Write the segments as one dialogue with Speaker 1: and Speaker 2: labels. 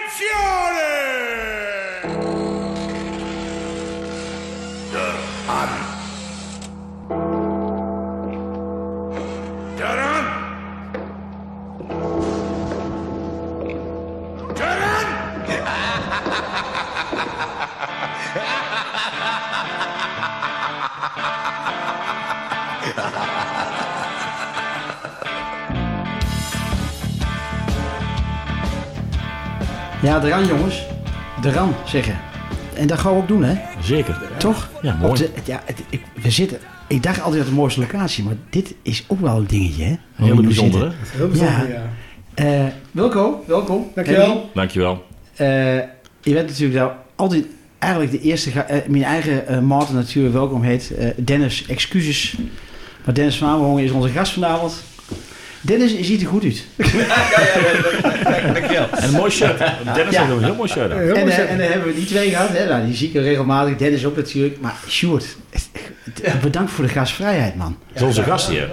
Speaker 1: Ja, eraan jongens. Eraan zeggen. En dat gaan we ook doen, hè?
Speaker 2: Zeker.
Speaker 1: Toch?
Speaker 2: Ja, mooi.
Speaker 1: We zitten... Ik dacht altijd dat de mooiste locatie, maar dit is ook wel een dingetje, hè?
Speaker 2: Heel bijzonder, hè?
Speaker 3: Heel bijzonder, ja.
Speaker 1: Wilco, welkom.
Speaker 3: Dankjewel.
Speaker 2: Dankjewel.
Speaker 1: Je bent natuurlijk nou altijd eigenlijk de eerste... mijn eigen Maarten natuurlijk welkom heet. Dennis, excuses. Maar Dennis van Amerongen is onze gast vanavond. Dennis, je ziet er goed uit.
Speaker 3: Dankjewel.
Speaker 2: En een mooi shirt. Dennis heeft een heel mooi shirt aan.
Speaker 1: En dan hebben we die twee gehad. Hè? Nou, die zie ik regelmatig. Dennis ook natuurlijk. Maar Sjoerd, bedankt voor de gastvrijheid, man.
Speaker 2: Dat is onze gast hier.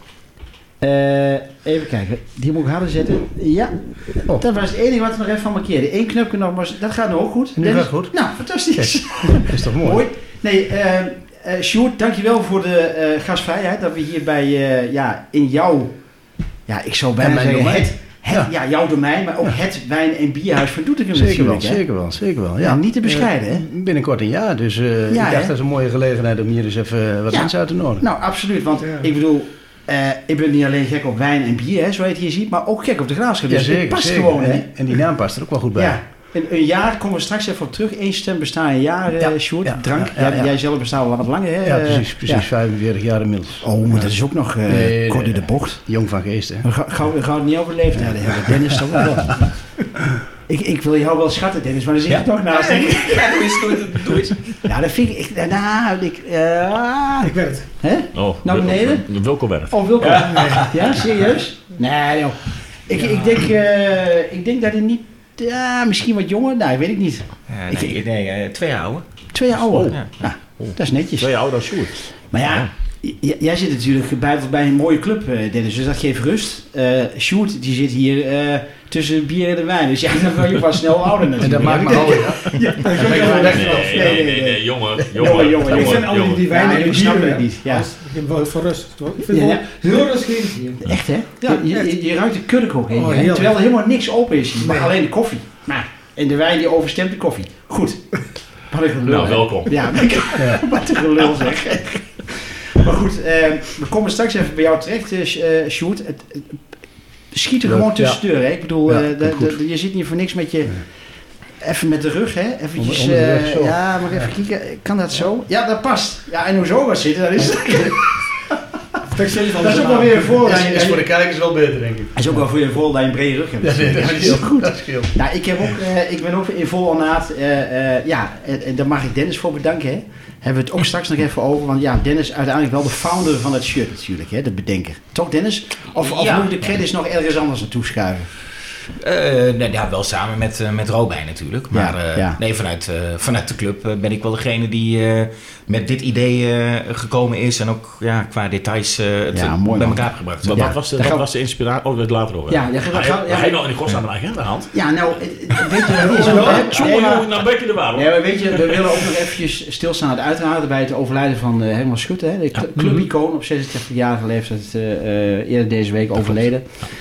Speaker 1: Even kijken. Die moet ik harder zetten. Ja. Oh. Dat was het enige wat we nog even van markeerden. Eén knopje nog, maar dat gaat nu ook goed.
Speaker 3: Nu gaat het goed.
Speaker 1: Nou, fantastisch.
Speaker 3: Dat is toch mooi?
Speaker 1: Nee, Sjoerd, dankjewel voor de gastvrijheid. Dat we hier bij, in jouw... Ja, ik zou bijna zeggen jouw domein, maar ook het wijn- en bierhuis van Doetinchem natuurlijk.
Speaker 3: Zeker wel.
Speaker 1: Ja, niet te bescheiden, hè?
Speaker 3: Binnenkort een jaar, dus ik dacht dat is een mooie gelegenheid om hier eens even wat mensen uit te nodigen.
Speaker 1: Nou, absoluut, want ik bedoel, ik ben niet alleen gek op wijn en bier, hè, zoals je het hier ziet, maar ook gek op de graafschap. Dus het past gewoon, hè?
Speaker 3: En die naam past er ook wel goed bij.
Speaker 1: Ja. Een jaar komen we straks even op terug. 1 stem bestaan een jaar, Sjoerd. Drank. Jij zelf bestaat al wat langer, hè?
Speaker 3: Ja, precies 45 jaar inmiddels.
Speaker 1: Oh, maar dat is ook nog kort in de bocht.
Speaker 3: Jong van geest, hè?
Speaker 1: We gaan het niet over leeftijd hebben. Dennis toch wel. Ik wil jou wel schatten, Dennis, maar dan zit je toch naast.
Speaker 4: Ja, doe eens.
Speaker 1: Ja, dat vind ik...
Speaker 3: Ik weet het.
Speaker 1: Hè?
Speaker 2: Oh,
Speaker 1: naar beneden?
Speaker 2: Wilco werkt.
Speaker 1: Oh, Wilco. Ja, serieus? Nee, joh. Ik denk dat hij niet... Ja, misschien wat jonger. Nee, weet ik niet.
Speaker 4: Nee, 2 jaar ouder.
Speaker 1: 2 jaar ouder.
Speaker 4: Oh. Ja.
Speaker 1: Nou, dat is netjes.
Speaker 2: 2 jaar ouder dan Sjoerd.
Speaker 1: Maar ja, jij zit natuurlijk bij een mooie club, Dennis. Dus dat geeft rust. Sjoerd, die zit hier tussen bier en de wijn. Dus ja, dan word je pas snel ouder natuurlijk.
Speaker 3: En dat maakt me ouder, ja.
Speaker 2: Nee, jongen.
Speaker 1: Ik
Speaker 3: vind al die wijn en
Speaker 1: die snappen het niet. Ja.
Speaker 3: Ik heb wel voor rust, toch? Ik vind het heel rustig hier.
Speaker 1: Echt, hè?
Speaker 3: Ja,
Speaker 1: je ruikt de kurk ook in.
Speaker 3: Oh,
Speaker 1: terwijl er helemaal niks open is hier. Maar alleen de koffie. Nou, en de wijn die overstemt de koffie. Goed. Wat een gelul.
Speaker 2: Nou, welkom.
Speaker 1: Ja, wat een gelul zeg. Maar goed, we komen straks even bij jou terecht, Sjoerd. Schiet er gewoon tussendoor, hè? Ik bedoel, je zit niet voor niks met je... Even met de rug, hè? Eventjes, maar even kijken. Kan dat zo? Ja, dat past. Ja, en hoe zo gaat zitten, dat is... Dat is ook wel weer een voordeel.
Speaker 3: Dat is voor de kijkers wel beter, denk ik.
Speaker 1: Dat is ook wel voor je een voordeel dat je een brede rug hebt.
Speaker 3: Ja, dat is goed. Dat scheelt.
Speaker 1: Nou, ik ben ook in vol ornaat. En daar mag ik Dennis voor bedanken, hè? Hebben we het ook straks nog even over. Want ja, Dennis is uiteindelijk wel de founder van het shirt natuurlijk, hè? De bedenker. Toch, Dennis? Of moet je de credits nog ergens anders naartoe schuiven?
Speaker 4: Wel samen met Robijn natuurlijk. Maar nee, vanuit de club ben ik wel degene die met dit idee gekomen is. En ook qua details
Speaker 1: mooi,
Speaker 4: bij elkaar gebracht.
Speaker 2: Wat was de inspiratie? Oh, we het later over. Ga je nog in de godsnaam een agenda hand?
Speaker 1: Ja, nou, weet je
Speaker 2: Jongen, nou ben je er waarom?
Speaker 1: Ja, maar weet je, we willen ook nog eventjes stilstaan uiteraard bij het overlijden van Herman Schutte. Hè, de clubicoon op 86-jarige leeftijd eerder deze week overleden.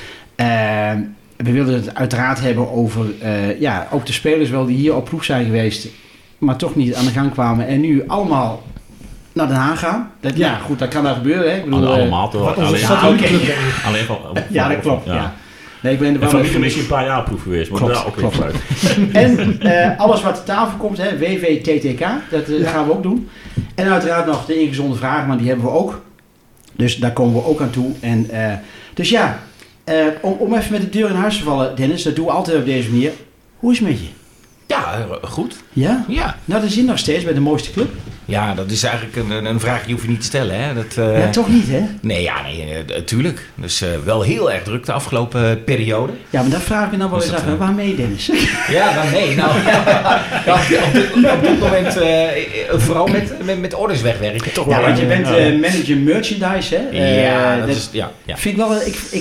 Speaker 1: We wilden het uiteraard hebben over ook de spelers wel die hier op ploeg zijn geweest, maar toch niet aan de gang kwamen en nu allemaal naar Den Haag gaan. Goed, dat kan daar gebeuren. Hè? Ik bedoel,
Speaker 2: allemaal toch? Alleen van...
Speaker 1: Ja, dat klopt. Ja. Nee, ik ben er
Speaker 2: van die misschien een paar jaar proef geweest, maar daar ook
Speaker 1: klopt. En alles wat te tafel komt, hè, WVTTK, dat gaan we ook doen. En uiteraard nog de ingezonde vragen, maar die hebben we ook. Dus daar komen we ook aan toe. En, om even met de deur in huis te vallen, Dennis, dat doen we altijd op deze manier. Hoe is het met je?
Speaker 4: Ja, goed.
Speaker 1: Ja?
Speaker 4: Ja.
Speaker 1: Nou, dat zit nog steeds bij de mooiste club.
Speaker 4: Ja, dat is eigenlijk een vraag die hoef je niet te stellen. Hè?
Speaker 1: Ja, toch niet, hè?
Speaker 4: Nee, tuurlijk. Dus wel heel erg druk de afgelopen periode.
Speaker 1: Ja, maar dat vraag ik me nou wel eens af. Waarmee, Dennis?
Speaker 4: Ja, waarmee? Nou, op dit moment vooral met orders wegwerken. Toch wel.
Speaker 1: Ja, want je bent manager merchandise, hè?
Speaker 4: Dat is... Ja.
Speaker 1: Vind ik wel...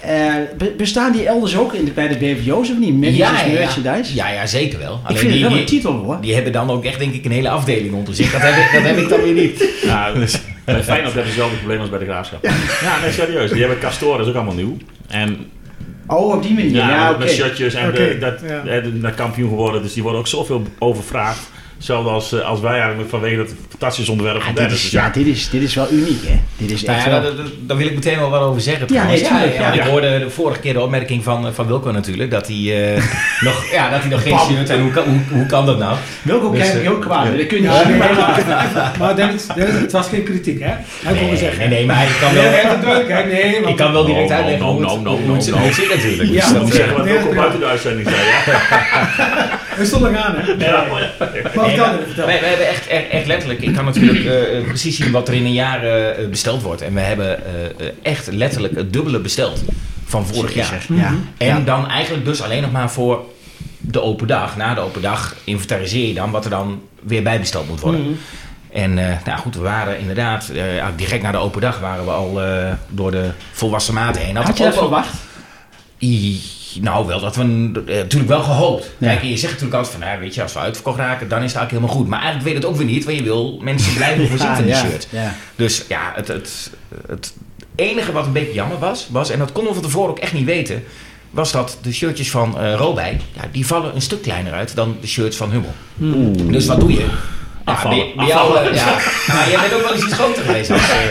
Speaker 1: Bestaan die elders ook bij de BVO's of niet? Merchandise?
Speaker 4: Ja, zeker wel.
Speaker 1: Alleen ik vind het wel een titel, hoor.
Speaker 4: Die hebben dan ook echt, denk ik, een hele afdeling onder zich. Dat heb ik dan weer niet.
Speaker 2: Nou, bij Feyenoord hebben ze zelf het probleem als bij de Graafschap. Ja, nee, serieus. Die hebben Castoren, dat is ook allemaal nieuw. En...
Speaker 1: op die manier. Ja,
Speaker 2: met shirtjes en dat kampioen geworden. Dus die worden ook zoveel overvraagd. Hetzelfde als wij eigenlijk vanwege dat fantastische onderwerp van Dennis.
Speaker 1: Dit is wel uniek, hè? Dit is echt
Speaker 4: daar wil ik meteen wel wat over zeggen. Ik hoorde de vorige keer de opmerking van Wilco natuurlijk, dat hij nog geen shirt en hoe kan dat nou?
Speaker 1: Wilco kijkt heel kwaad. Dat kun je niet
Speaker 5: maar Dennis, het was geen kritiek, hè? Hij kon zeggen.
Speaker 4: Nee, maar ik kan wel... Ik kan wel direct uitleggen hoe het zit natuurlijk.
Speaker 2: Ja, dat zeggen wat Wilco buiten de uitzending zei,
Speaker 5: We stonden lang aan, hè?
Speaker 4: Wij hebben echt letterlijk, ik kan natuurlijk precies zien wat er in een jaar besteld wordt. En we hebben echt letterlijk het dubbele besteld van vorig jaar.
Speaker 1: Ja.
Speaker 4: En dan eigenlijk dus alleen nog maar voor de open dag. Na de open dag inventariseer je dan wat er dan weer bijbesteld moet worden. Mm-hmm. En we waren inderdaad, direct na de open dag waren we al door de volwassen maat heen.
Speaker 1: Had je dat verwacht?
Speaker 4: Nou, wel dat we natuurlijk wel gehoopt. Ja. Kijk, je zegt natuurlijk altijd van, weet je, als we uitverkocht raken, dan is het eigenlijk helemaal goed. Maar eigenlijk weet het ook weer niet, want je wil mensen blijven voorzien van die shirt. Ja. Dus ja, het enige wat een beetje jammer was, en dat konden we van tevoren ook echt niet weten, was dat de shirtjes van Robij, die vallen een stuk kleiner uit dan de shirts van Hummel. Dus wat doe je? Bij jou, jij bent ook wel eens iets groter geweest.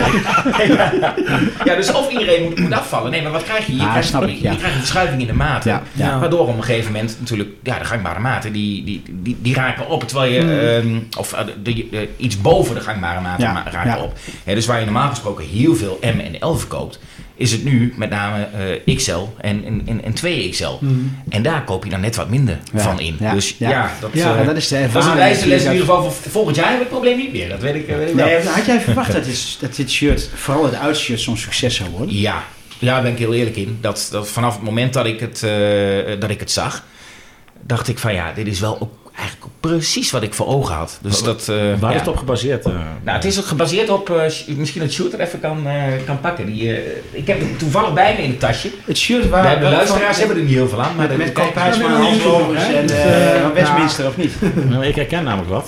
Speaker 4: Dus of iedereen moet afvallen. Nee, maar wat krijg je? Je krijgt een verschuiving in de maten. Ja. Waardoor op een gegeven moment natuurlijk de gangbare maten die raken op. Terwijl je iets boven de gangbare maten raken op. Dus waar je normaal gesproken heel veel M en L verkoopt, is het nu met name XL en 2XL. En daar koop je dan net wat minder van in. Dus
Speaker 1: dat is de ervaring.
Speaker 4: Dat is een wijze les in ieder geval voor volgend jaar hebben we het probleem niet meer. Dat weet ik wel.
Speaker 1: Had jij verwacht dat dit shirt, vooral het uitshirt, zo'n succes zou worden?
Speaker 4: Ja, daar ben ik heel eerlijk in. Dat vanaf het moment dat ik het zag, dacht ik van dit is wel ook eigenlijk precies wat ik voor ogen had. Dus
Speaker 2: waar is het op gebaseerd?
Speaker 4: Het is ook gebaseerd op, misschien dat Shooter even kan pakken. Ik heb het toevallig bij me in het tasje.
Speaker 1: Het shirt waar
Speaker 4: de luisteraars hebben er niet heel veel aan. Maar
Speaker 1: met Kopijs van Hans Lovers en Westminster of niet?
Speaker 2: Ik herken namelijk wat.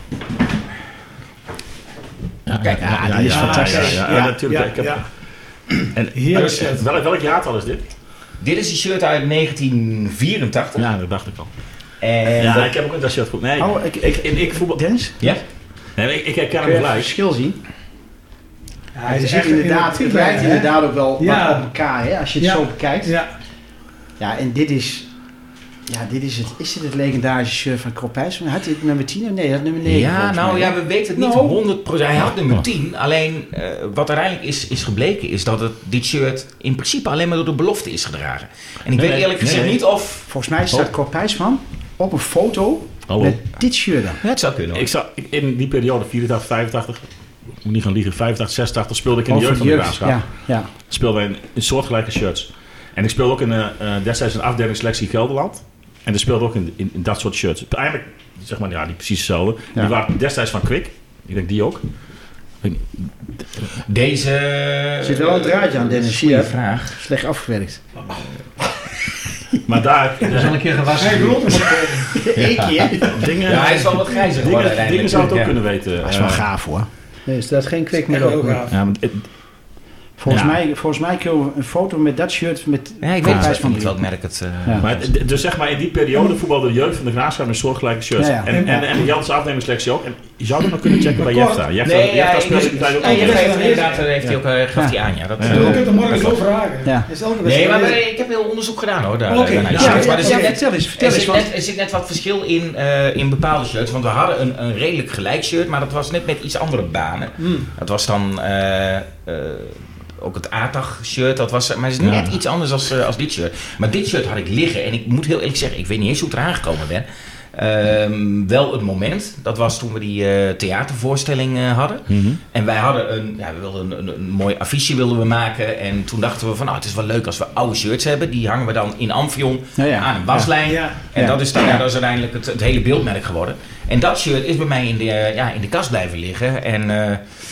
Speaker 1: Kijk, die is fantastisch.
Speaker 2: Ja, natuurlijk. En welk jaartal is dit?
Speaker 4: Dit is een shirt uit 1984.
Speaker 2: Ja, dat dacht ik al. Ik heb ook een dat shirt goed. Nee, ik voetbal.
Speaker 1: Dennis?
Speaker 4: Ja?
Speaker 2: Nee, ik herken hem gelijk.
Speaker 1: Verschil zien. Het lijkt inderdaad ook wel wat op elkaar, hè, als je het zo bekijkt. En dit is... dit is het. Is dit het legendarische shirt van Kropijs? Had hij het nummer 10? Nee, dat nummer 9.
Speaker 4: We weten het niet 100%. Hij had nummer 10. Alleen wat uiteindelijk is gebleken is dat dit shirt in principe alleen maar door de belofte is gedragen. En ik weet eerlijk gezegd niet of...
Speaker 1: Volgens mij staat Kropijs van op een foto met dit shirt dan.
Speaker 4: Ja, het zou kunnen.
Speaker 2: Ik zag in die periode 84, 85, moet niet gaan liegen, 85, 86 speelde ik in de jeugd van de Graafschap. Speelde wij in soortgelijke shirts. En ik speelde ook in destijds een afdeling selectie Gelderland. En die speelde ook in dat soort shirts. Eigenlijk, zeg maar, die precies hetzelfde. Ja. Die waren destijds van Kwik. Ik denk die ook.
Speaker 4: Deze...
Speaker 1: Er zit wel een draadje aan, Dennis.
Speaker 4: Goeie vraag.
Speaker 1: Slecht afgewerkt.
Speaker 2: Maar daar...
Speaker 5: Dat is al een keer gewassen.
Speaker 1: Eén keer.
Speaker 4: Dingen, hij is wel wat grijzer geworden.
Speaker 2: Dingen zou het ook kunnen weten.
Speaker 1: Dat is wel gaaf, hoor.
Speaker 3: Nee, er staat geen Kwik meer op.
Speaker 1: Volgens mij kunnen we een foto met dat shirt met...
Speaker 4: ik weet niet welk merk het...
Speaker 2: Maar dus zeg maar in die periode voetbalde de jeugd van de Graafschap met soortgelijke shirts. En de Janssen afdelingsselectie ook. En je zou het nog kunnen checken bij Jefta. Jefta speelde die tijd ook.
Speaker 4: Inderdaad, gaf hij aan.
Speaker 5: Ik heb er morgen zo vragen.
Speaker 4: Nee, maar ik heb heel onderzoek gedaan hoor. Er zit net wat verschil in bepaalde shirts. Want we hadden een redelijk gelijk shirt, maar dat was net met iets andere banen. Dat was dan... ook het ATAG shirt, maar het is net iets anders als dit shirt. Maar dit shirt had ik liggen en ik moet heel eerlijk zeggen, ik weet niet eens hoe ik eraan gekomen ben. Wel het moment, dat was toen we die theatervoorstelling hadden. Mm-hmm. En wij hadden we wilden een mooi affiche wilden we maken. En toen dachten we van, het is wel leuk als we oude shirts hebben. Die hangen we dan in Amphion aan een waslijn. En dat is uiteindelijk het hele beeldmerk geworden. En dat shirt is bij mij in de kast blijven liggen. En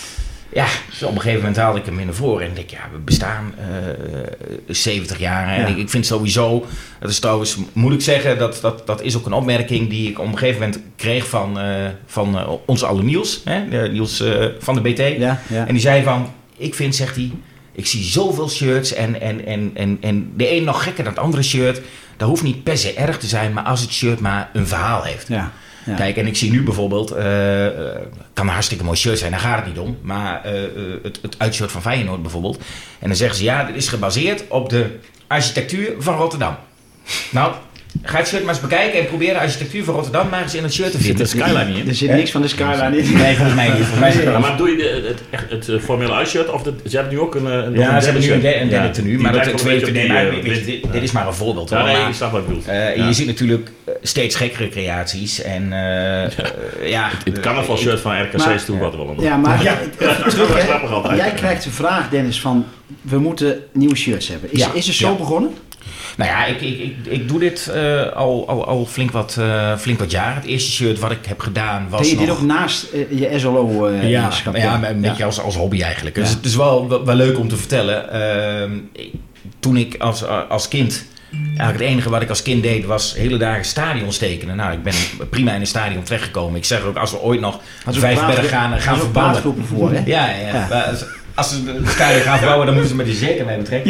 Speaker 4: Ja, dus op een gegeven moment haalde ik hem in naar voren en denk we bestaan 70 jaar. En ik vind sowieso, dat is trouwens, moet ik zeggen, dat is ook een opmerking die ik op een gegeven moment kreeg van onze oude Niels, Niels van de BT. Ja. En die zei van, ik vind, zegt hij, ik zie zoveel shirts en de een nog gekker dan het andere shirt. Dat hoeft niet per se erg te zijn, maar als het shirt maar een verhaal heeft. Ja. Ja. Kijk, en ik zie nu bijvoorbeeld, kan een hartstikke mooi shirt zijn, daar gaat het niet om. Maar het uitshirt van Feyenoord bijvoorbeeld. En dan zeggen ze, dit is gebaseerd op de architectuur van Rotterdam. Nou, ga het shirt maar eens bekijken en probeer de architectuur van Rotterdam maar eens in het shirt te vinden.
Speaker 2: Er zit de skyline niet in.
Speaker 1: Er zit niks van de skyline in.
Speaker 4: Nee, volgens mij niet.
Speaker 2: Maar doe je het formele uitshirt of ze hebben nu ook een
Speaker 4: ja, ze hebben nu een derde tenue, maar dat tweede tenue, dit is maar een voorbeeld.
Speaker 2: Ja, nee, ik snap wat ik bedoel.
Speaker 4: Je ziet natuurlijk steeds gekkere creaties en
Speaker 2: het carnavalshirt van RKC is toen wat er wel om.
Speaker 1: Ja, maar jij krijgt de vraag, Dennis, van we moeten nieuwe shirts hebben. Is het zo begonnen?
Speaker 4: Nou ja, ik doe dit al flink wat jaar. Het eerste shirt wat ik heb gedaan was.
Speaker 1: Deed je dit ook naast je SLO?
Speaker 4: Ja, een beetje als hobby eigenlijk. Ja. Dus het is wel leuk om te vertellen. Toen ik als kind. Eigenlijk het enige wat ik als kind deed was hele dagen stadions tekenen. Nou, ik ben prima in een stadion terechtgekomen. Ik zeg ook, als we ooit nog 5 bergen gaan verbouwen.
Speaker 1: Voor, hè?
Speaker 4: Ja. Als ze de stadion gaan verbouwen, dan moeten ze me er zeker mee betrekken.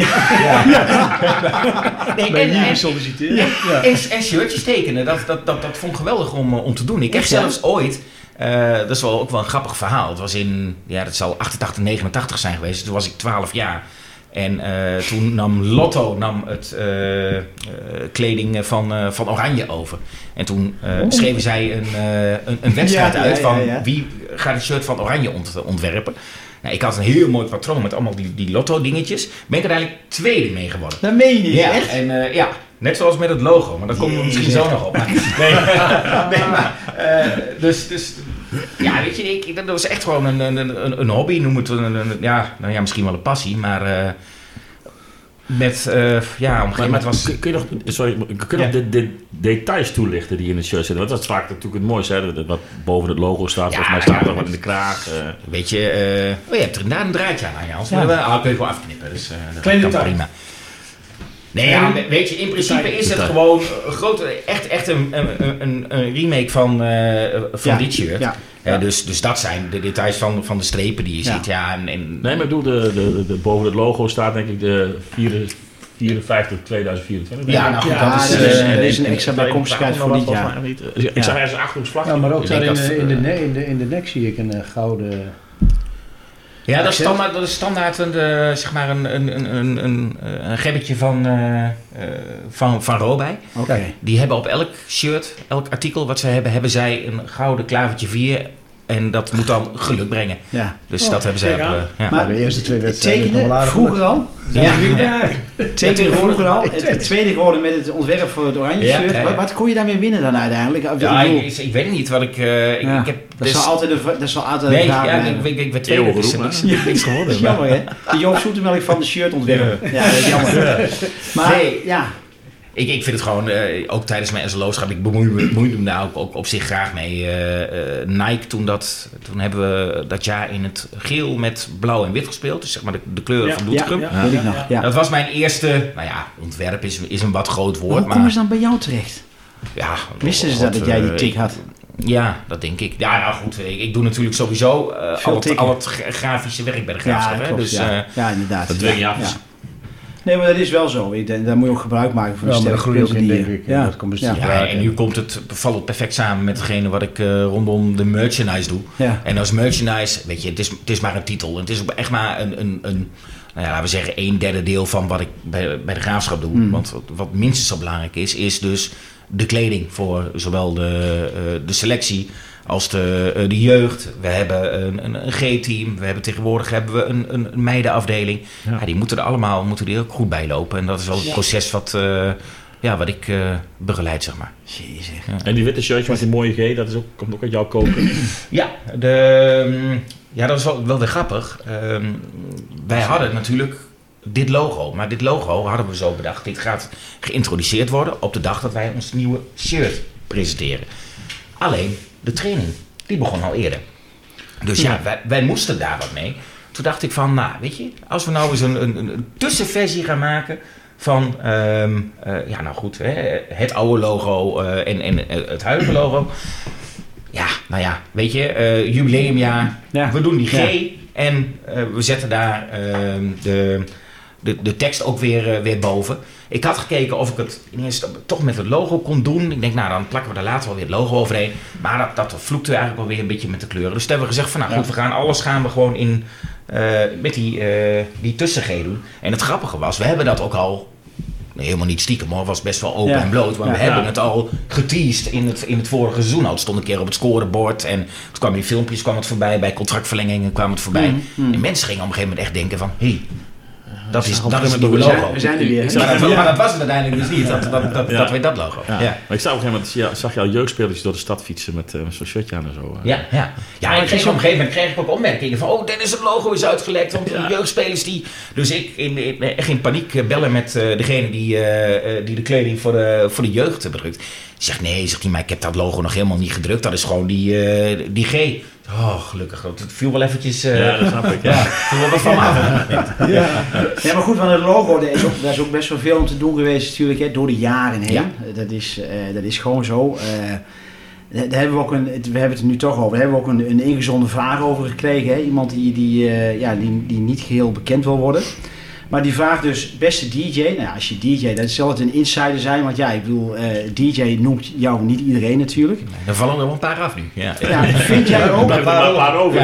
Speaker 4: En solliciteren. En shirtjes tekenen, dat vond ik geweldig om te doen. Ik heb zelfs ooit, dat is ook wel een grappig verhaal. Het was dat zal 88, 89 zijn geweest. Toen was ik 12 jaar. En toen nam Lotto het kleding van Oranje over. En toen schreven zij een wedstrijd uit van wie gaat het shirt van Oranje ontwerpen. Nou, ik had een heel mooi patroon met allemaal die Lotto dingetjes. Ben ik uiteindelijk tweede mee geworden.
Speaker 1: Dat meen je niet, echt?
Speaker 4: En net zoals met het logo, maar daar komen we misschien zo nog op. Dus ja, weet je, dat was echt gewoon een hobby, noem het misschien wel een passie, maar op een gegeven moment was.
Speaker 2: Kun je nog de details toelichten die in het shirt zitten? Want dat is vaak natuurlijk het mooiste, hè? Wat boven het logo staat. Volgens mij staat er wat in de kraag.
Speaker 4: Weet je, je hebt er inderdaad een draadje aan, Jans. Kun je gewoon afknippen, dus dat kan prima. Nee, weet je, in principe is het gewoon een grote, echt een remake van dit shirt. Ja. Dus dat zijn de details van de strepen die je ziet. Ja,
Speaker 2: nee, maar ik bedoel, de boven het logo staat denk ik de 54 2024.
Speaker 1: Ja, nou goed, dat is een extra bijkomstigheid voor dit jaar.
Speaker 2: Ik zag ergens achterhoeksvlag.
Speaker 3: Ja, maar ook daar in de nek zie ik een gouden.
Speaker 4: Ja, dat is standaard een gebbetje van Robij.
Speaker 1: Okay.
Speaker 4: Die hebben op elk shirt, elk artikel wat ze hebben zij een gouden klavertje 4. En dat moet dan geluk brengen. Ja. Dus dat hebben ze.
Speaker 1: Maar de eerste 2 wedstrijden vroeger al. Tekenen vroeger al. Het tweede geworden met het ontwerp voor het oranje shirt. Wat kon je daarmee winnen dan uiteindelijk?
Speaker 4: Ja, ik weet niet wat ik heb.
Speaker 1: Dat zal altijd een vraag.
Speaker 4: Ik werd tweede, dus niks geworden.
Speaker 1: Jammer, hè? De Joop Zoetemelk van de shirt ontwerpen. Ja, dat is jammer. Maar ja.
Speaker 4: Ik vind het gewoon, ook tijdens mijn SLO-schap, ik bemoeide me daar ook op zich graag mee. Nike, toen hebben we dat jaar in het geel met blauw en wit gespeeld. Dus zeg maar de kleuren van Doetinchem.
Speaker 1: Ja.
Speaker 4: Dat was mijn eerste, ontwerp is een wat groot woord.
Speaker 1: Hoe komen ze dan bij jou terecht?
Speaker 4: Ja,
Speaker 1: wisten ze dat jij die tik had?
Speaker 4: Ja, dat denk ik. Ja, nou goed, ik doe natuurlijk sowieso al het grafische werk bij de Graafschap.
Speaker 1: Ja, dus, inderdaad.
Speaker 2: Dat dwing je af.
Speaker 1: Ja. Nee, maar dat is wel zo. Daar moet je ook gebruik maken van de sterke speelsen denk ik.
Speaker 3: Ja, dat komt
Speaker 4: en nu valt het perfect samen met hetgene wat ik rondom de merchandise doe. Ja. En als merchandise, weet je, het is maar een titel. Het is ook echt maar laten we zeggen 1/3 deel van wat ik bij de Graafschap doe. Want wat minstens zo belangrijk is dus de kleding voor zowel de selectie als de jeugd. We hebben een G-team. Tegenwoordig hebben we een meidenafdeling. Ja. Die moeten er ook goed bij lopen. En dat is wel het proces wat ik begeleid, zeg maar.
Speaker 1: Jezus.
Speaker 2: Ja. En die witte shirtje met die mooie G, komt ook uit jouw koken?
Speaker 4: Ja, dat is wel weer grappig. Wij hadden natuurlijk dit logo. Maar dit logo hadden we zo bedacht. Dit gaat geïntroduceerd worden op de dag dat wij ons nieuwe shirt presenteren. Alleen, de training, die begon al eerder. Dus wij moesten daar wat mee. Toen dacht ik van, nou, weet je, als we nou eens een tussenversie gaan maken van, nou goed, het oude logo en het huidige logo. Ja, nou ja, weet je, jubileumjaar, we doen die G en we zetten daar de tekst ook weer boven. Ik had gekeken of ik het ineens toch met het logo kon doen. Ik denk, nou, dan plakken we daar later wel weer het logo overheen. Maar dat vloekte eigenlijk wel weer een beetje met de kleuren. Dus toen hebben we gezegd van, nou goed, alles gaan we gewoon in met die tussen-G doen. En het grappige was, we hebben dat ook al, helemaal niet stiekem hoor, was best wel open en bloot. Maar we hebben het al geteased in het vorige seizoen al. Het stond een keer op het scorebord en toen kwamen die filmpjes voorbij. Bij contractverlengingen kwam het voorbij. En mensen gingen op een gegeven moment echt denken van, dat is het nieuwe logo.
Speaker 1: We zijn er weer.
Speaker 4: Maar dat was het uiteindelijk dus niet. Dat weer dat logo.
Speaker 2: Ja. Maar ik zag op een gegeven moment, zag je al jeugdspelers door de stad fietsen met zo'n shirtje aan en zo.
Speaker 4: Ja, ik kreeg op een gegeven moment ook opmerkingen van, Dennis, het logo is uitgelekt. Want de jeugdspelers die... Dus ik echt in paniek bellen met degene die de kleding voor de jeugd bedrukt. Die zegt, nee, maar ik heb dat logo nog helemaal niet gedrukt. Dat is gewoon die G. Oh, gelukkig. Het viel wel eventjes...
Speaker 2: dat snap ik.
Speaker 4: viel wel wat van me af.
Speaker 1: Ja, maar goed, van het logo, daar is ook best wel veel om te doen geweest natuurlijk, door de jaren heen. Ja. Dat is gewoon zo. Daar hebben we ook we hebben het er nu toch over. Daar hebben we ook een ingezonden vraag over gekregen. Hè? Iemand die niet geheel bekend wil worden. Maar die vraagt dus, beste DJ, nou als je DJ, dat zal het een insider zijn, want ik bedoel, DJ noemt jou niet iedereen natuurlijk.
Speaker 4: Nee, er vallen er wel een paar af nu. Ja.
Speaker 1: Vind jij ook?
Speaker 2: Blijf er maar over.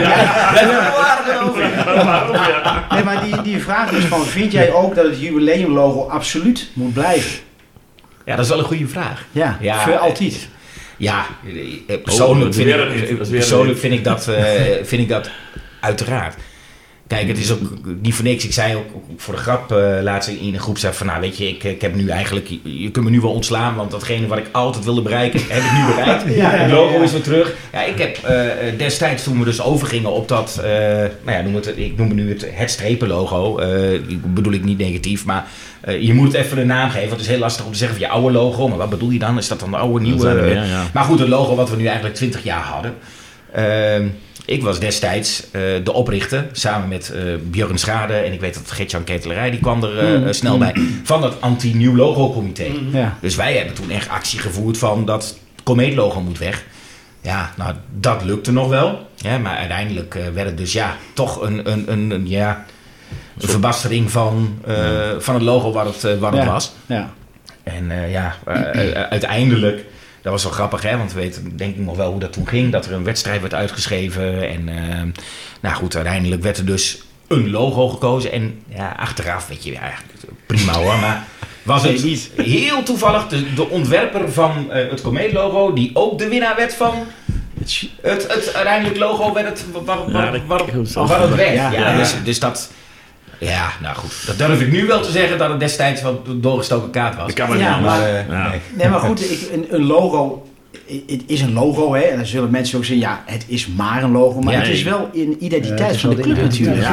Speaker 1: Nee, maar die vraag is van, vind jij ook dat het jubileumlogo absoluut moet blijven?
Speaker 4: Ja, dat is wel een goede vraag.
Speaker 1: Ja, voor altijd.
Speaker 4: Ja, persoonlijk vind ik dat uiteraard. Kijk, het is ook niet voor niks. Ik zei ook voor de grap laatst in een groep van, nou weet je, ik heb nu eigenlijk, je kunt me nu wel ontslaan, want datgene wat ik altijd wilde bereiken, heb ik nu bereikt. Het logo is weer terug. Ja, ik heb destijds toen we dus overgingen op dat, ik noem het nu het strepenlogo. Bedoel ik niet negatief, maar je moet het even een naam geven. Want het is heel lastig om te zeggen van je oude logo, maar wat bedoel je dan? Is dat dan de oude, nieuwe? Maar goed, het logo wat we nu eigenlijk 20 jaar hadden. Ik was destijds de oprichter, samen met Björn Schade en ik weet dat Gert-Jan Ketelerij, die kwam er snel bij, van dat anti-nieuw logo-comité. Ja. Dus wij hebben toen echt actie gevoerd van dat Comet-logo moet weg. Ja, nou, dat lukte nog wel. Ja, maar uiteindelijk werd het dus toch een verbastering van het logo wat het was. Ja. En uiteindelijk... Dat was wel grappig, hè? Want we weten denk ik nog wel hoe dat toen ging. Dat er een wedstrijd werd uitgeschreven. En uiteindelijk werd er dus een logo gekozen. En achteraf, weet je, eigenlijk prima hoor. Maar was het niet heel toevallig de ontwerper van het Comet-logo... die ook de winnaar werd van het uiteindelijk logo werd het wat werd. Ja. Dus dat... Ja, nou goed. Dat durf ik nu wel te zeggen dat het destijds wat doorgestoken kaart was.
Speaker 2: Dat kan maar niet.
Speaker 1: Nee, maar goed, een logo... Het is een logo, hè? En dan zullen mensen ook zeggen, het is maar een logo. Maar het is wel een identiteit van de club natuurlijk.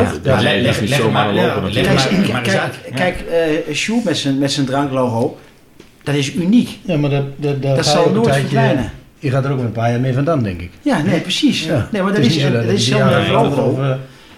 Speaker 1: Kijk, Sjoerd met zijn dranklogo, dat is uniek.
Speaker 3: Ja, maar dat zal nooit verdwijnen. Je gaat er ook een paar jaar mee vandaan, denk ik.
Speaker 1: Ja, nee, precies. Ja. Nee, maar dat is zo'n logo.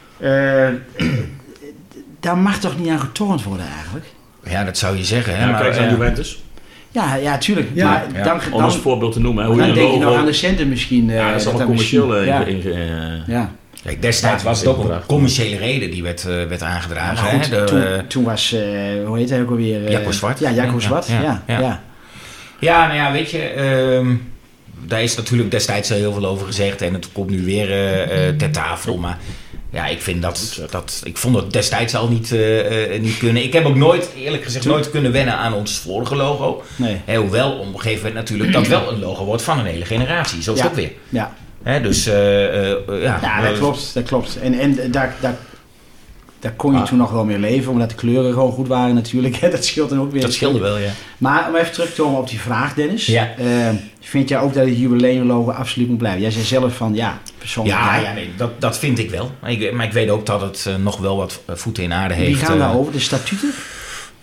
Speaker 1: Daar mag toch niet aan getornd worden eigenlijk?
Speaker 4: Ja, dat zou je zeggen. Hè?
Speaker 2: Maar kijk aan Juventus.
Speaker 1: Ja, tuurlijk. Ja. Maar
Speaker 2: om als voorbeeld te noemen. Hoe
Speaker 1: dan
Speaker 2: je
Speaker 1: denk
Speaker 2: logo...
Speaker 1: je nog aan de centen misschien.
Speaker 2: Dat is allemaal commercieel.
Speaker 4: Kijk, destijds was het ook een commerciële reden die werd aangedragen.
Speaker 1: Goed, toen was, hoe heet hij ook alweer?
Speaker 4: Jacco Zwart.
Speaker 1: Ja, Jacco Zwart.
Speaker 4: Ja, nou ja, weet je... daar is natuurlijk destijds heel veel over gezegd. En het komt nu weer ter tafel. Maar... Ja, ik vind ik vond het destijds al niet kunnen. Ik heb ook nooit, eerlijk gezegd, kunnen wennen aan ons vorige logo. Nee. Hoewel op een gegeven moment natuurlijk dat wel een logo wordt van een hele generatie. Zo is het ook weer.
Speaker 1: Ja.
Speaker 4: Dus,
Speaker 1: dat klopt. En daar kon je toen nog wel mee leven, omdat de kleuren gewoon goed waren natuurlijk. Dat scheelt dan ook weer.
Speaker 4: Dat scheelde wel, ja.
Speaker 1: Maar om even terug te komen op die vraag, Dennis. Ja. Vind jij ook dat het jubileumlogo absoluut moet blijven? Jij zei zelf van, persoonlijk.
Speaker 4: Nee, dat vind ik wel. Maar ik weet ook dat het nog wel wat voeten in aarde heeft.
Speaker 1: Wie gaan daarover? De statuten?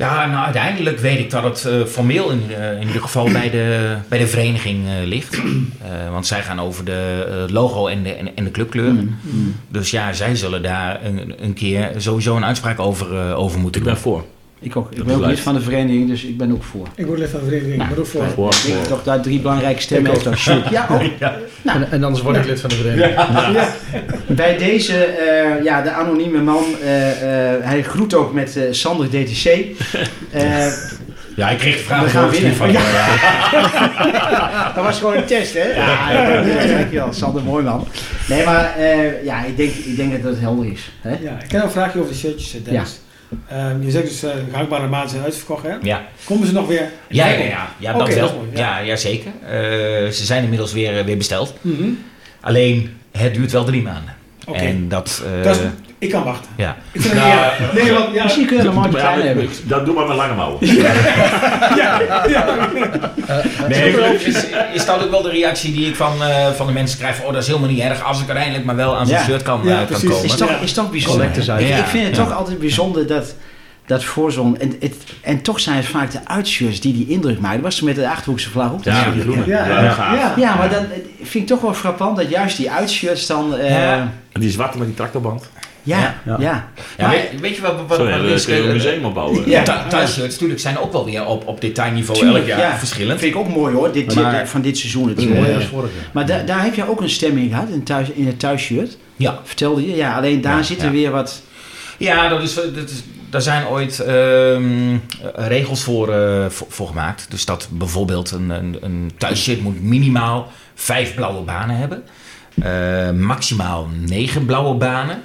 Speaker 4: Ja, nou uiteindelijk weet ik dat het formeel in ieder geval bij de vereniging ligt. Want zij gaan over de logo en de clubkleur. Dus ja, zij zullen daar een keer sowieso een uitspraak over moeten doen.
Speaker 2: Ik ben voor.
Speaker 1: Ik ook. Ik ben ook lid van de vereniging, dus ik ben ook voor.
Speaker 5: Ik word lid van de vereniging, ik ben ook voor.
Speaker 1: Ik denk toch daar 3 belangrijke stemmen heeft. Ja, ook.
Speaker 3: Ja. Nou, en anders word ik lid van de vereniging.
Speaker 1: Ja. Bij deze, de anonieme man, hij groet ook met Sander DTC.
Speaker 4: Ja, ik kreeg de vraag.
Speaker 1: We gaan winnen.
Speaker 4: Van
Speaker 1: Dat was gewoon een test, hè? Ja, dankjewel. Sander, mooi man. Nee, maar ik denk dat het helder is. Hè?
Speaker 5: Ja, ik heb een vraagje over de shirtjes, Dennis. Ja. Je zegt dus, houdbare maanden zijn uitverkocht, hè? Ja. Komen ze nog weer?
Speaker 4: Ja, dat wel. Dat mooi, ja, zeker. Ze zijn inmiddels weer besteld. Alleen, het duurt wel 3 maanden.
Speaker 5: Okay.
Speaker 4: En dat...
Speaker 5: ik kan wachten.
Speaker 4: Ja.
Speaker 5: Ik vind want
Speaker 1: misschien kunnen we een maandje klein hebben.
Speaker 2: Dat doe maar met lange mouwen.
Speaker 4: Nee, is dat ook wel de reactie die ik van de mensen krijg? Dat is helemaal niet erg als ik uiteindelijk maar wel aan zo'n shirt kan komen.
Speaker 1: Is toch bijzonder. Ik vind het toch altijd bijzonder dat voor zo'n... En toch zijn het vaak de uitshirts die indruk maken. Dat was met de Achterhoekse vlag ook. Ja, maar dan vind ik toch wel frappant dat juist die uitshirts dan...
Speaker 2: En die zwarte met die tractorband.
Speaker 1: Ja.
Speaker 4: Weet je wat
Speaker 2: een museum opbouwen.
Speaker 4: Thuisshirts natuurlijk zijn ook wel weer op detailniveau elk jaar verschillend.
Speaker 1: Vind ik ook mooi hoor, van dit seizoen. Het mooier als vorige. Maar daar heb je ook een stemming gehad in het thuisshirt.
Speaker 4: Ja.
Speaker 1: Vertelde je? Ja, alleen daar zitten weer wat...
Speaker 4: Ja, daar zijn ooit regels voor gemaakt. Dus dat bijvoorbeeld een thuisshirt moet minimaal 5 blauwe banen hebben. Maximaal 9 blauwe banen.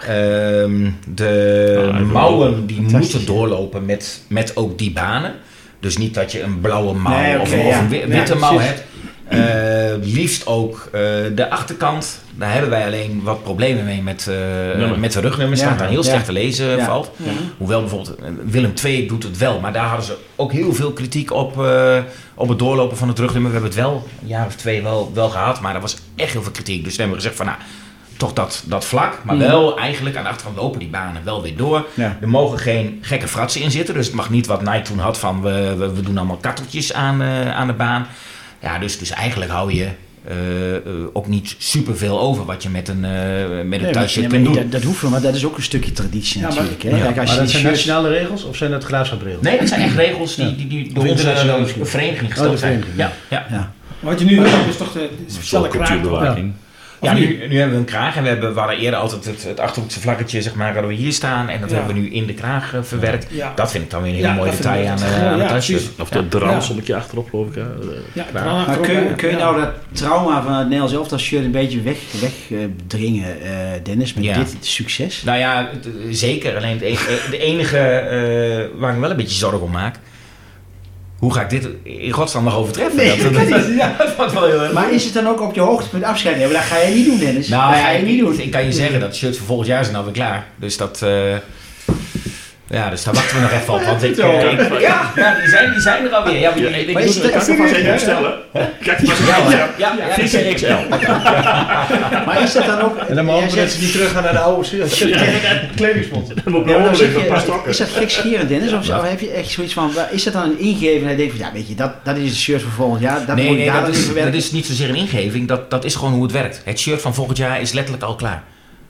Speaker 4: De mouwen die moeten doorlopen met ook die banen. Dus niet dat je een blauwe mouw of een witte mouw hebt. Liefst ook de achterkant. Daar hebben wij alleen wat problemen mee met de rugnummers. Dat dan heel slecht te lezen valt. Ja. Hoewel bijvoorbeeld Willem II doet het wel. Maar daar hadden ze ook heel veel kritiek op het doorlopen van het rugnummer. We hebben het wel een jaar of 2 wel gehad. Maar er was echt heel veel kritiek. Dus we hebben gezegd van toch dat vlak. Maar wel eigenlijk aan de achterkant lopen die banen wel weer door. Ja. Er mogen geen gekke fratsen in zitten. Dus het mag niet wat Nike toen had van we doen allemaal karteltjes aan de baan. Ja, dus eigenlijk hou je ook niet superveel over wat je met een thuisshirt kunt doen.
Speaker 1: Dat hoeft wel, maar dat is ook een stukje traditie natuurlijk. Hè?
Speaker 3: Kijk, als maar dat zijn nationale regels of zijn dat graafschapregels?
Speaker 4: Nee, dat zijn echt regels die door onze vereniging gesteld zijn. Ja.
Speaker 5: Wat je nu hebt is toch de speciale kraag.
Speaker 4: Ja, nu hebben we een kraag en we hadden eerder altijd het Achterhoekse vlaggetje, zeg maar, hadden we hier staan en dat hebben we nu in de kraag verwerkt. Ja. Dat vind ik dan weer een hele mooie detail aan het thuisshirt.
Speaker 2: Of de ramsonnetje achterop, geloof ik.
Speaker 1: Maar kun je nou dat trauma van het Nederlands elftal shirt een beetje wegdringen, Dennis, met dit succes?
Speaker 4: Nou ja, zeker. Alleen de enige waar ik me wel een beetje zorgen om maak. Hoe ga ik dit in godsnaam nog overtreffen? Dat wordt wel heel erg.
Speaker 1: Maar is het dan ook op je hoogtepunt afscheid nemen? Dat ga je niet doen, Dennis.
Speaker 4: Nou, dat ga je niet doen. Ik kan je zeggen dat de shirts voor volgend jaar zijn alweer klaar. Dus dat... dus daar wachten we nog even op. Want die zijn er alweer. Ja,
Speaker 2: maar is het bestellen? Kijk, XL.
Speaker 1: Maar is dat dan ook...
Speaker 3: En dan mogen mensen die teruggaan naar de oude kledingsponsor.
Speaker 1: Is dat gekscherend, Dennis? Of heb je echt zoiets van... Is dat dan een ingeving en hij denkt van... Ja, weet je, dat is het shirt voor volgend jaar.
Speaker 4: Dat is niet zozeer een ingeving. Dat is gewoon hoe het werkt. Het shirt van volgend jaar is letterlijk al klaar.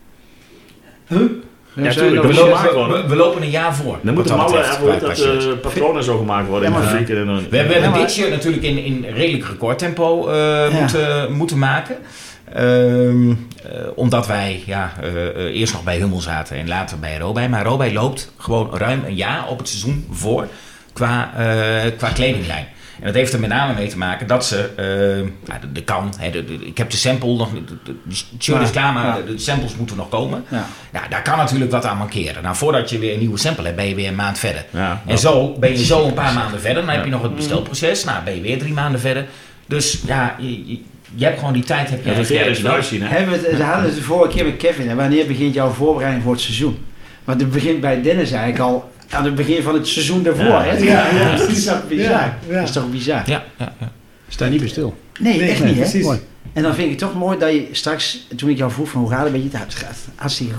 Speaker 2: Ja, natuurlijk.
Speaker 4: We lopen een jaar voor.
Speaker 2: Dan moeten dat patronen zo gemaakt worden.
Speaker 4: We hebben dit shirt natuurlijk in redelijk recordtempo moeten maken. Omdat wij eerst nog bij Hummel zaten en later bij Robij. Maar Robij loopt gewoon ruim een jaar op het seizoen voor qua kledinglijn. En dat heeft er met name mee te maken dat ze de kan. Ik heb de sample nog niet. De shirt is klaar, maar de samples moeten nog komen. Ja. Nou, daar kan natuurlijk wat aan mankeren. Nou, voordat je weer een nieuwe sample hebt, ben je weer een maand verder. Ja, en zo ben je zo een paar maanden verder. Dan heb je nog het bestelproces. Nou, ben je weer 3 maanden verder. Dus ja, je hebt gewoon die tijd.
Speaker 2: Dat is zien, hè?
Speaker 1: We hadden het de vorige keer met Kevin. En wanneer begint jouw voorbereiding voor het seizoen? Want het begint bij Dennis eigenlijk al aan het begin van het seizoen daarvoor. Dat is toch bizar? Dat is toch bizar?
Speaker 4: Ja.
Speaker 3: Sta niet meer stil.
Speaker 1: Nee, echt niet, hè? Mooi. En dan vind ik het toch mooi dat je straks, toen ik jou vroeg van hoe gaat het, het gaat hartstikke goed.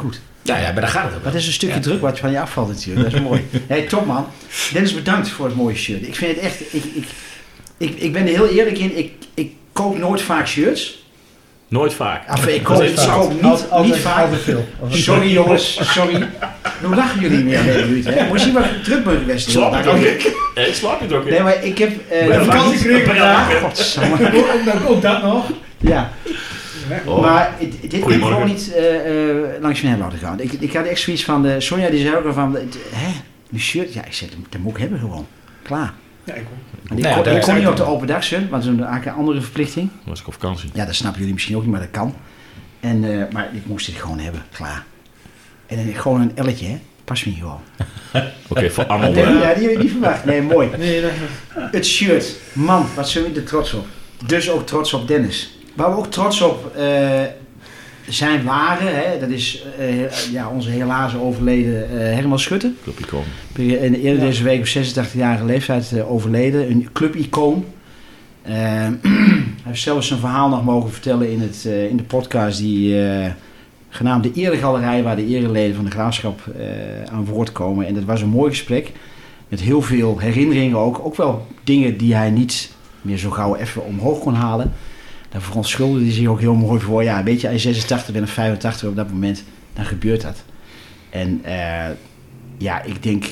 Speaker 4: Ja, maar daar gaat het over.
Speaker 1: Dat is een stukje druk wat van je afvalt natuurlijk. Dat is mooi. Hey, top man. Dennis, bedankt voor het mooie shirt. Ik vind het echt... Ik ben er heel eerlijk in. Ik koop nooit vaak shirts.
Speaker 2: Nooit vaak.
Speaker 1: Ik koop niet vaak. Sorry jongens, sorry. Hoe lachen jullie meer de hele minuut, hè? Moet je maar druk ben geweest.
Speaker 2: Slaap je het ook in?
Speaker 1: Nee, maar ik heb...
Speaker 5: vakantie gekregen.
Speaker 1: Godsamme.
Speaker 5: Ook dat nog.
Speaker 1: Ja. Maar dit heb ik gewoon niet langs mijn laten gaan. Ik had echt zoiets van... Sonja die zei ook al van... Een shirt? Ja, ik zei, dat moet ik hebben gewoon. Klaar.
Speaker 5: Ja, ik ook.
Speaker 1: Ik kon niet op de open dag zijn, want dat is een andere verplichting.
Speaker 2: Dan was ik op vakantie.
Speaker 1: Ja, dat snappen jullie misschien ook niet, maar dat kan. Maar ik moest dit gewoon hebben, klaar. En dan gewoon een elletje, hè. Pas me gewoon.
Speaker 2: Oké, voor Arnold.
Speaker 1: Ja, die heb je niet verwacht. Nee, mooi. Het shirt. Man, wat zijn we er trots op. Dus ook trots op Dennis. Waar we ook trots op zijn waren, hè, dat is onze helaas overleden Herman Schutte.
Speaker 2: Clubicoon.
Speaker 1: Eerder deze week op 86-jarige leeftijd overleden. Een clubicoon. Hij heeft zelfs zijn verhaal nog mogen vertellen in de podcast die genaamd De Eregalerij, waar de ereleden van de Graafschap aan woord komen. En dat was een mooi gesprek met heel veel herinneringen ook wel dingen die hij niet meer zo gauw even omhoog kon halen. Daar verontschuldigde hij zich ook heel mooi voor. Ja, weet je, hij is 86, ben ik 85 op dat moment. Dan gebeurt dat. En ik denk...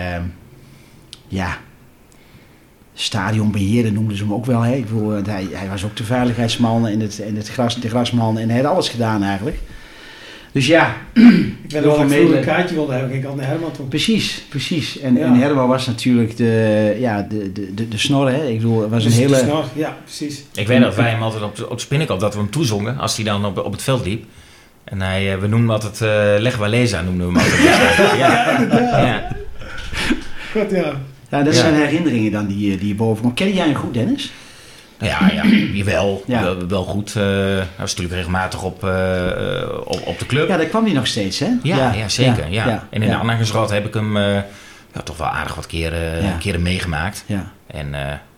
Speaker 1: stadionbeheerder noemden ze hem ook wel. Hè? Ik bedoel, hij was ook de veiligheidsman en de grasman. En hij had alles gedaan eigenlijk. Dus ja...
Speaker 5: Ik ben wel een kaartje wilde hebben. Ik had naar Herman toe.
Speaker 1: Precies. En Herman was natuurlijk de snor. Hè? Ik bedoel, was een hele...
Speaker 5: Snor, ja, precies.
Speaker 4: Ik weet dat wij hem altijd op de Spinnekop, dat we hem toezongen als hij dan op het veld liep. En we noemen hem altijd Leg Walesa, noemden we hem altijd. Ja.
Speaker 5: Goed, ja.
Speaker 1: Ja, dat zijn herinneringen dan die je boven komt. Ken jij hem goed, Dennis?
Speaker 4: Ja, jawel. Ja. Wel goed. Hij was natuurlijk regelmatig op de club.
Speaker 1: Ja, daar kwam hij nog steeds, hè?
Speaker 4: Ja, zeker. Ja. En in de Annagersrad heb ik hem toch wel aardig wat keren meegemaakt. Ja. En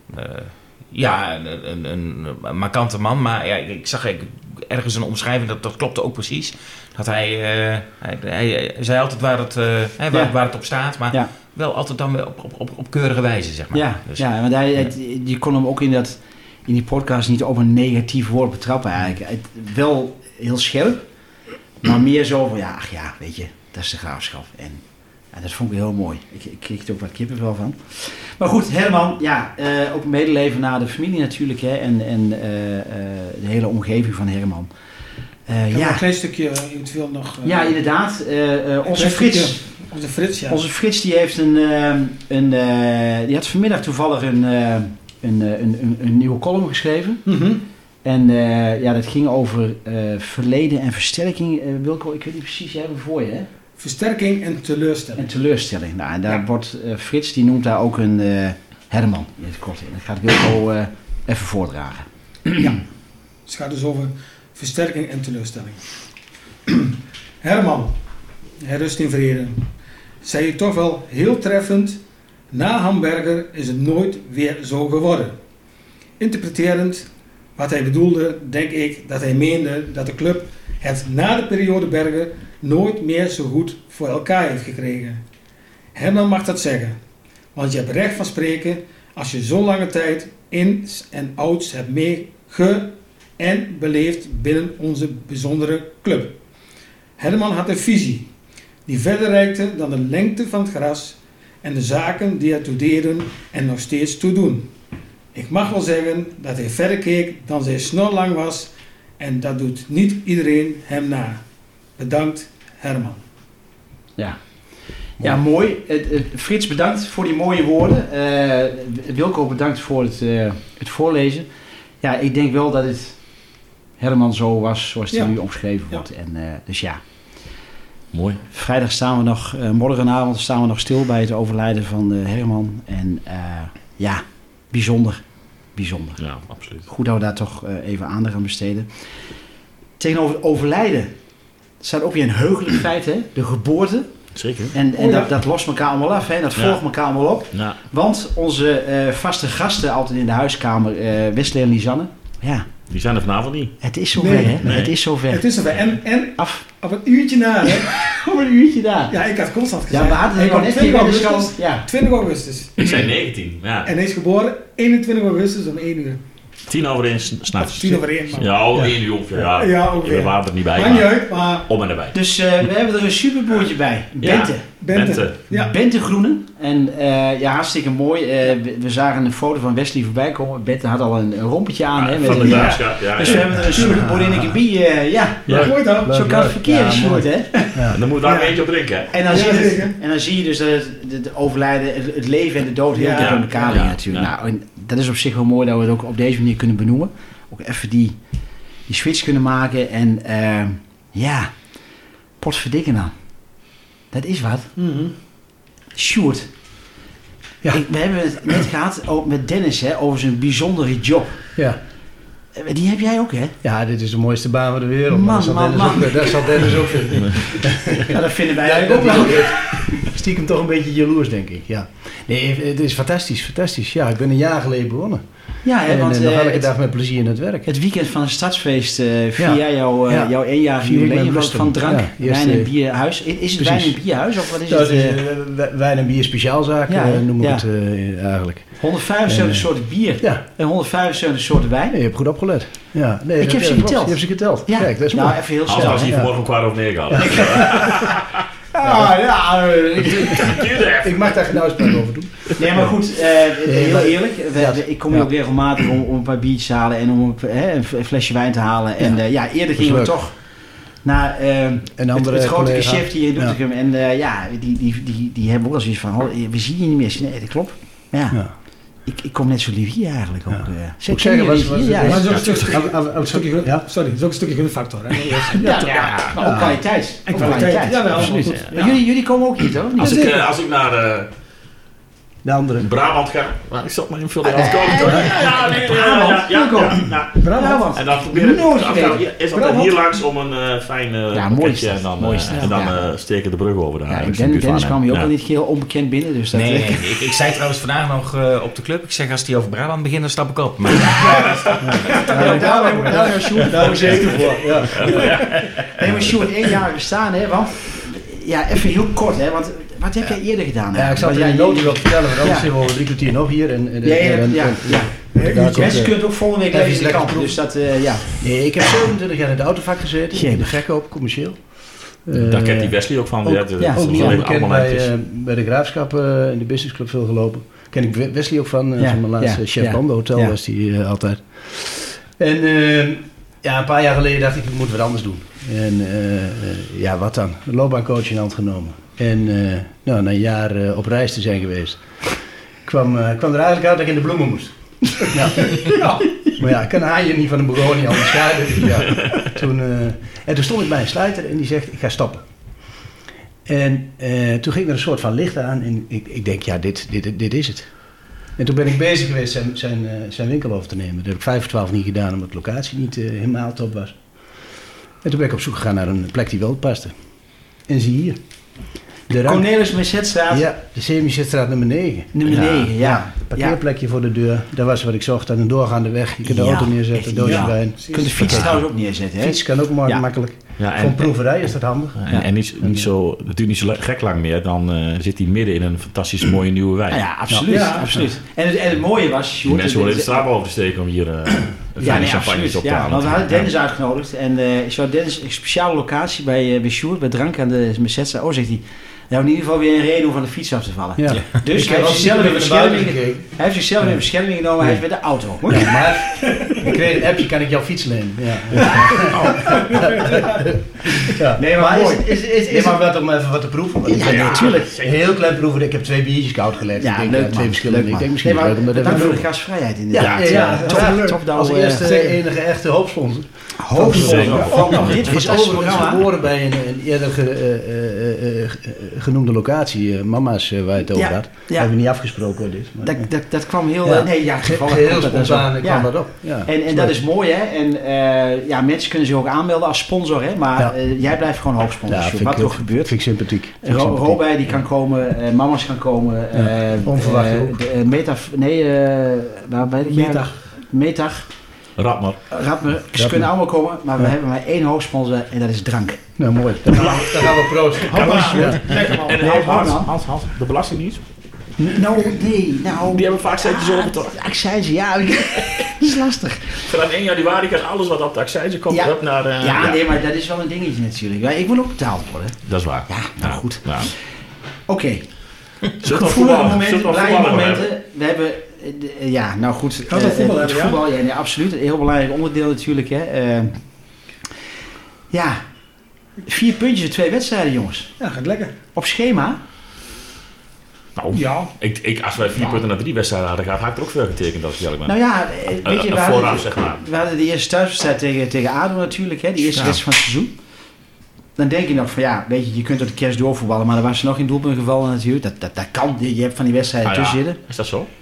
Speaker 4: een markante man. Maar ja, ik zag ergens een omschrijving, dat klopte ook precies. Dat hij zei altijd waar het op staat, maar wel altijd dan weer op keurige wijze, zeg maar.
Speaker 1: Ja, dus, want je kon hem ook in die podcast niet op een negatief woord betrappen eigenlijk. Wel heel scherp, maar meer zo van, weet je, dat is de Graafschap. En dat vond ik heel mooi. Ik kreeg er ook wat kippenvel van. Maar goed, Herman, ook een medeleven naar de familie natuurlijk, hè, en de hele omgeving van Herman.
Speaker 5: Een klein stukje eventueel nog...
Speaker 1: ja, inderdaad. Onze Frits. Onze Frits die heeft die had vanmiddag toevallig een nieuwe column geschreven. Mm-hmm. En dat ging over verleden en versterking. Wilco, ik weet niet precies, jij hebt hem voor je, hè?
Speaker 5: Versterking en teleurstelling.
Speaker 1: Nou, en daar wordt Frits, die noemt daar ook een Herman in het kort in. Dat gaat Wilco even voordragen.
Speaker 5: Ja, het gaat dus over versterking en teleurstelling. Herman, hij rust in vrede. Zei je toch wel heel treffend, na Hamburger is het nooit weer zo geworden. Interpreterend wat hij bedoelde, denk ik dat hij meende dat de club het na de periode Berger nooit meer zo goed voor elkaar heeft gekregen. Herman mag dat zeggen, want je hebt recht van spreken als je zo lange tijd ins en outs hebt en beleefd binnen onze bijzondere club. Herman had een visie die verder reikte dan de lengte van het gras en de zaken die er toe deden en nog steeds toe doen. Ik mag wel zeggen dat hij verder keek dan zijn snor lang was en dat doet niet iedereen hem na. Bedankt, Herman.
Speaker 1: Ja, mooi. Frits, bedankt voor die mooie woorden. Wilco, bedankt voor het voorlezen. Ja, ik denk wel dat het Herman zo was zoals hij nu omschreven wordt. En, dus ja.
Speaker 2: Mooi.
Speaker 1: Vrijdag staan we nog, morgenavond staan we nog stil bij het overlijden van Herman. En bijzonder.
Speaker 2: Ja, absoluut.
Speaker 1: Goed dat we daar toch even aandacht aan besteden. Tegenover het overlijden staat ook weer een heugelijk feit, hè? De geboorte.
Speaker 2: Zeker.
Speaker 1: En dat lost elkaar allemaal af, hè? Dat volgt elkaar allemaal op. Ja. Want onze vaste gasten altijd in de huiskamer, Wesley en Lisanne, Ja.
Speaker 2: Die zijn er vanavond niet.
Speaker 1: Het is zover, hè? Nee. Het is zover.
Speaker 5: Het is zover. En op een uurtje na, hè?
Speaker 1: Op een uurtje na.
Speaker 5: Ja, ik had constant gezegd.
Speaker 1: Ja, we hadden het net
Speaker 5: 20 augustus.
Speaker 2: Ik zei 19, ja.
Speaker 5: En hij is geboren 21 augustus om 1 uur.
Speaker 2: 10:01 s'nachts.
Speaker 5: 10:01.
Speaker 2: Ja, 1 uur ongeveer.
Speaker 5: Ja, ongeveer.
Speaker 2: We waren er niet bij.
Speaker 5: Maakt niet uit, maar...
Speaker 2: Om en erbij.
Speaker 1: Dus we hebben er een superboertje bij. Bente.
Speaker 5: Ja.
Speaker 1: Bente Groenen. En hartstikke mooi. We zagen een foto van Wesley voorbij komen. Bente had al een rompetje aan. Hè,
Speaker 2: van de Graafschap, ja.
Speaker 1: Dus we hebben er een superboer in
Speaker 5: Ja, mooi dan.
Speaker 1: Zo kan het verkeer Sjoerd, hè?
Speaker 2: Ja. En dan moet je daar een beetje op drinken, hè?
Speaker 1: En dan zie je dus dat het overlijden, het leven en de dood heel dicht aan elkaar liggen natuurlijk. Nou, en dat is op zich wel mooi dat we het ook op deze manier kunnen benoemen. Ook even die switch kunnen maken. En potverdikken dan. Dat is wat. Sjoerd. Ja. We hebben het net gehad ook met Dennis over zijn bijzondere job.
Speaker 3: Ja.
Speaker 1: Die heb jij ook, hè?
Speaker 3: Ja, dit is de mooiste baan van de wereld.
Speaker 1: Man.
Speaker 3: Dat zal Dennis ook vinden.
Speaker 1: Ja, dat vinden wij ook wel.
Speaker 3: Stiekem toch een beetje jaloers, denk ik. Ja. Nee, het is fantastisch. Ja, ik ben een jaar geleden begonnen.
Speaker 1: Ja, want
Speaker 3: nog elke dag met plezier in het werk.
Speaker 1: Het weekend van het stadsfeest via jouw eenjarige jubileum van drank, wijn en bierhuis. Is het wijn en bierhuis of wat is het?
Speaker 3: Wijn en bier speciaalzaak noem ik het eigenlijk.
Speaker 1: 175 soorten bier en 175 soorten wijn.
Speaker 3: Nee, je hebt goed opgelet. Ja, nee,
Speaker 1: ik heb ze geteld.
Speaker 3: Je hebt ze geteld.
Speaker 1: Ja.
Speaker 3: Kijk, dat is mooi.
Speaker 1: Even heel snel.
Speaker 2: Als hij vanmorgen 8:15 gehad.
Speaker 3: Ik mag daar geen uitspraak over doen.
Speaker 1: Nee, maar goed, heel eerlijk. Ik kom hier ook regelmatig om een paar biertjes te halen en om een flesje wijn te halen. En eerder gingen we toch naar het grote geschäft hier in Doetinchem. En die hebben ook al zoiets van, we zien je niet meer. Nee, dat klopt. Ja. Ik kom net zo lief hier eigenlijk ook.
Speaker 3: Ik zeggen,
Speaker 5: maar dat is ook een stukje gunfactor.
Speaker 1: Maar ook kwaliteit.
Speaker 5: En kwaliteit. Ja,
Speaker 1: absoluut. Maar jullie komen ook hier, toch?
Speaker 2: Als ik naar
Speaker 3: de andere
Speaker 2: Brabant ga, maar ik zat maar in veel komen.
Speaker 1: Brabant.
Speaker 2: En dan probeer ik is altijd hier langs om een fijn pakketje en dan steken de brug over daar.
Speaker 1: Dennis kwam hier ook al niet heel onbekend binnen. Dus dat
Speaker 4: ik zei trouwens vandaag nog op de club, ik zeg als die over Brabant begint, dan stap ik op. Maar
Speaker 3: daar is zeker voor.
Speaker 1: Nee, maar Sjoerd, 1 jaar bestaan, hè, want even heel kort, hè, want wat heb jij eerder gedaan?
Speaker 3: Ja, ik zal het in de noten wel vertellen, want anders zitten we over 3 kwartier nog hier.
Speaker 1: Mensen kunnen het ook volgende week lezen in de kant. Dus dat,
Speaker 3: Nee, ik heb 27 jaar in de autovac gezeten. Ik ben gek op, commercieel.
Speaker 2: Daar kent die Wesley ook van.
Speaker 3: Ook niet onbekend bij de Graafschap in de businessclub veel gelopen. Ken ik Wesley ook van mijn laatste chef bandenhotel was die altijd. En een paar jaar geleden dacht ik moet wat anders doen. En wat dan? Een loopbaancoach in hand genomen. En na een jaar op reis te zijn geweest, kwam er eigenlijk uit dat ik in de bloemen moest. Maar ik kan haar hier niet van een begonia onderscheiden. Toen stond ik bij een sluiter en die zegt, ik ga stoppen. En toen ging er een soort van licht aan en ik denk, dit is het. En toen ben ik bezig geweest zijn winkel over te nemen. Dat heb ik 5 voor 12 niet gedaan, omdat de locatie niet helemaal top was. En toen ben ik op zoek gegaan naar een plek die wel paste. En zie hier.
Speaker 1: Cornelis Messetstraat.
Speaker 3: Ja, de Semi-Zetstraat nummer 9.
Speaker 1: Nummer 9, ja.
Speaker 3: Parkeerplekje voor de deur. Dat was wat ik zocht. Aan een doorgaande weg. Je kunt de auto neerzetten, een doosje wijn.
Speaker 1: Je kunt de fiets trouwens ook neerzetten. Hè?
Speaker 3: Fiets kan ook makkelijk.
Speaker 2: Ja,
Speaker 3: voor een proeverij is dat handig.
Speaker 2: En niet zo gek lang meer. Dan zit hij midden in een fantastisch mooie nieuwe wijk.
Speaker 1: Ja, absoluut. absoluut. En het mooie was...
Speaker 2: Die mensen willen de straat over te steken om hier champagne op te halen.
Speaker 1: Want we hadden Dennis uitgenodigd. En ik zou Dennis een speciale locatie bij Sjoerd, bij drank aan de Messetstraat. Oh, zegt hij. Nou, in ieder geval weer een reden om van de fiets af te vallen. Ja. Dus hij heeft zichzelf in bescherming genomen. Hij heeft weer de auto.
Speaker 3: Ja, maar ik kreeg een appje, kan ik jouw fiets lenen? Nee, maar mooi. Maar wat om even wat te proeven.
Speaker 1: Natuurlijk.
Speaker 3: Een heel klein proeven. Ik heb 2 biertjes koud gelegd.
Speaker 1: Ja, leuk,
Speaker 3: 2 verschillende. Ik denk misschien leuk om dat
Speaker 1: even voor de gastvrijheid in de
Speaker 3: top. Als eerste enige echte hoofdsponsor.
Speaker 1: Dit
Speaker 3: is overigens geboren bij een eerder genoemde locatie, Mama's, waar je het over had. Hebben we niet afgesproken wat dit is.
Speaker 1: Dat kwam heel...
Speaker 3: heel spontaan kwam dat op.
Speaker 1: En dat is mooi, hè. En mensen kunnen zich ook aanmelden als sponsor, hè. Maar jij blijft gewoon hoofdsponsor. Wat er ook gebeurt.
Speaker 3: Vind ik sympathiek.
Speaker 1: Robij die kan komen, Mama's kan komen.
Speaker 3: Onverwacht ook.
Speaker 1: Metag.
Speaker 2: Radmer.
Speaker 1: Ze kunnen allemaal komen, maar we hebben maar 1 hoofdsponsor en dat is drank.
Speaker 3: Nou, mooi. Dan gaan we proosten.
Speaker 5: Lekker man.
Speaker 2: En Hans, de Belastingdienst?
Speaker 1: Nou, nee. Nou,
Speaker 2: Die hebben vaak centjes over toch?
Speaker 1: Accijns, ja. Dat is lastig.
Speaker 2: Vanaf 1 januari kan alles wat op de accijns komt
Speaker 1: Ja.
Speaker 2: up naar...
Speaker 1: Nee, maar dat is wel een dingetje natuurlijk. Ja, ik wil ook betaald worden.
Speaker 2: Dat is waar.
Speaker 1: Ja, nou goed.
Speaker 2: Ja.
Speaker 1: Oké.
Speaker 2: Zullen
Speaker 1: Gevoelige
Speaker 2: we
Speaker 1: momenten,
Speaker 2: voetballen
Speaker 1: blije
Speaker 2: hebben?
Speaker 1: momenten. We hebben... ja, nou goed.
Speaker 5: Gaat het voetbal hebben, ja?
Speaker 1: Voetbal, ja, nee, absoluut. Een heel belangrijk onderdeel natuurlijk. Hè. Ja, 4 puntjes in 2 wedstrijden, jongens.
Speaker 5: Ja, gaat lekker.
Speaker 1: Op schema.
Speaker 2: Nou,
Speaker 5: Ja.
Speaker 2: als wij 4 punten naar 3 wedstrijden hadden gehad, had ik er ook veel getekend als ik eerlijk ben.
Speaker 1: Nou ja, weet je,
Speaker 2: vooraf, zeg maar.
Speaker 1: we hadden de eerste thuiswedstrijd tegen ADO natuurlijk. Hè, die eerste wedstrijd van het seizoen. Dan denk je nog van ja, weet je kunt tot de kerst doorvoetballen, maar er was nog geen doelpunt gevallen natuurlijk. Dat kan, je hebt van die wedstrijden tussen zitten.
Speaker 2: Is dat zo?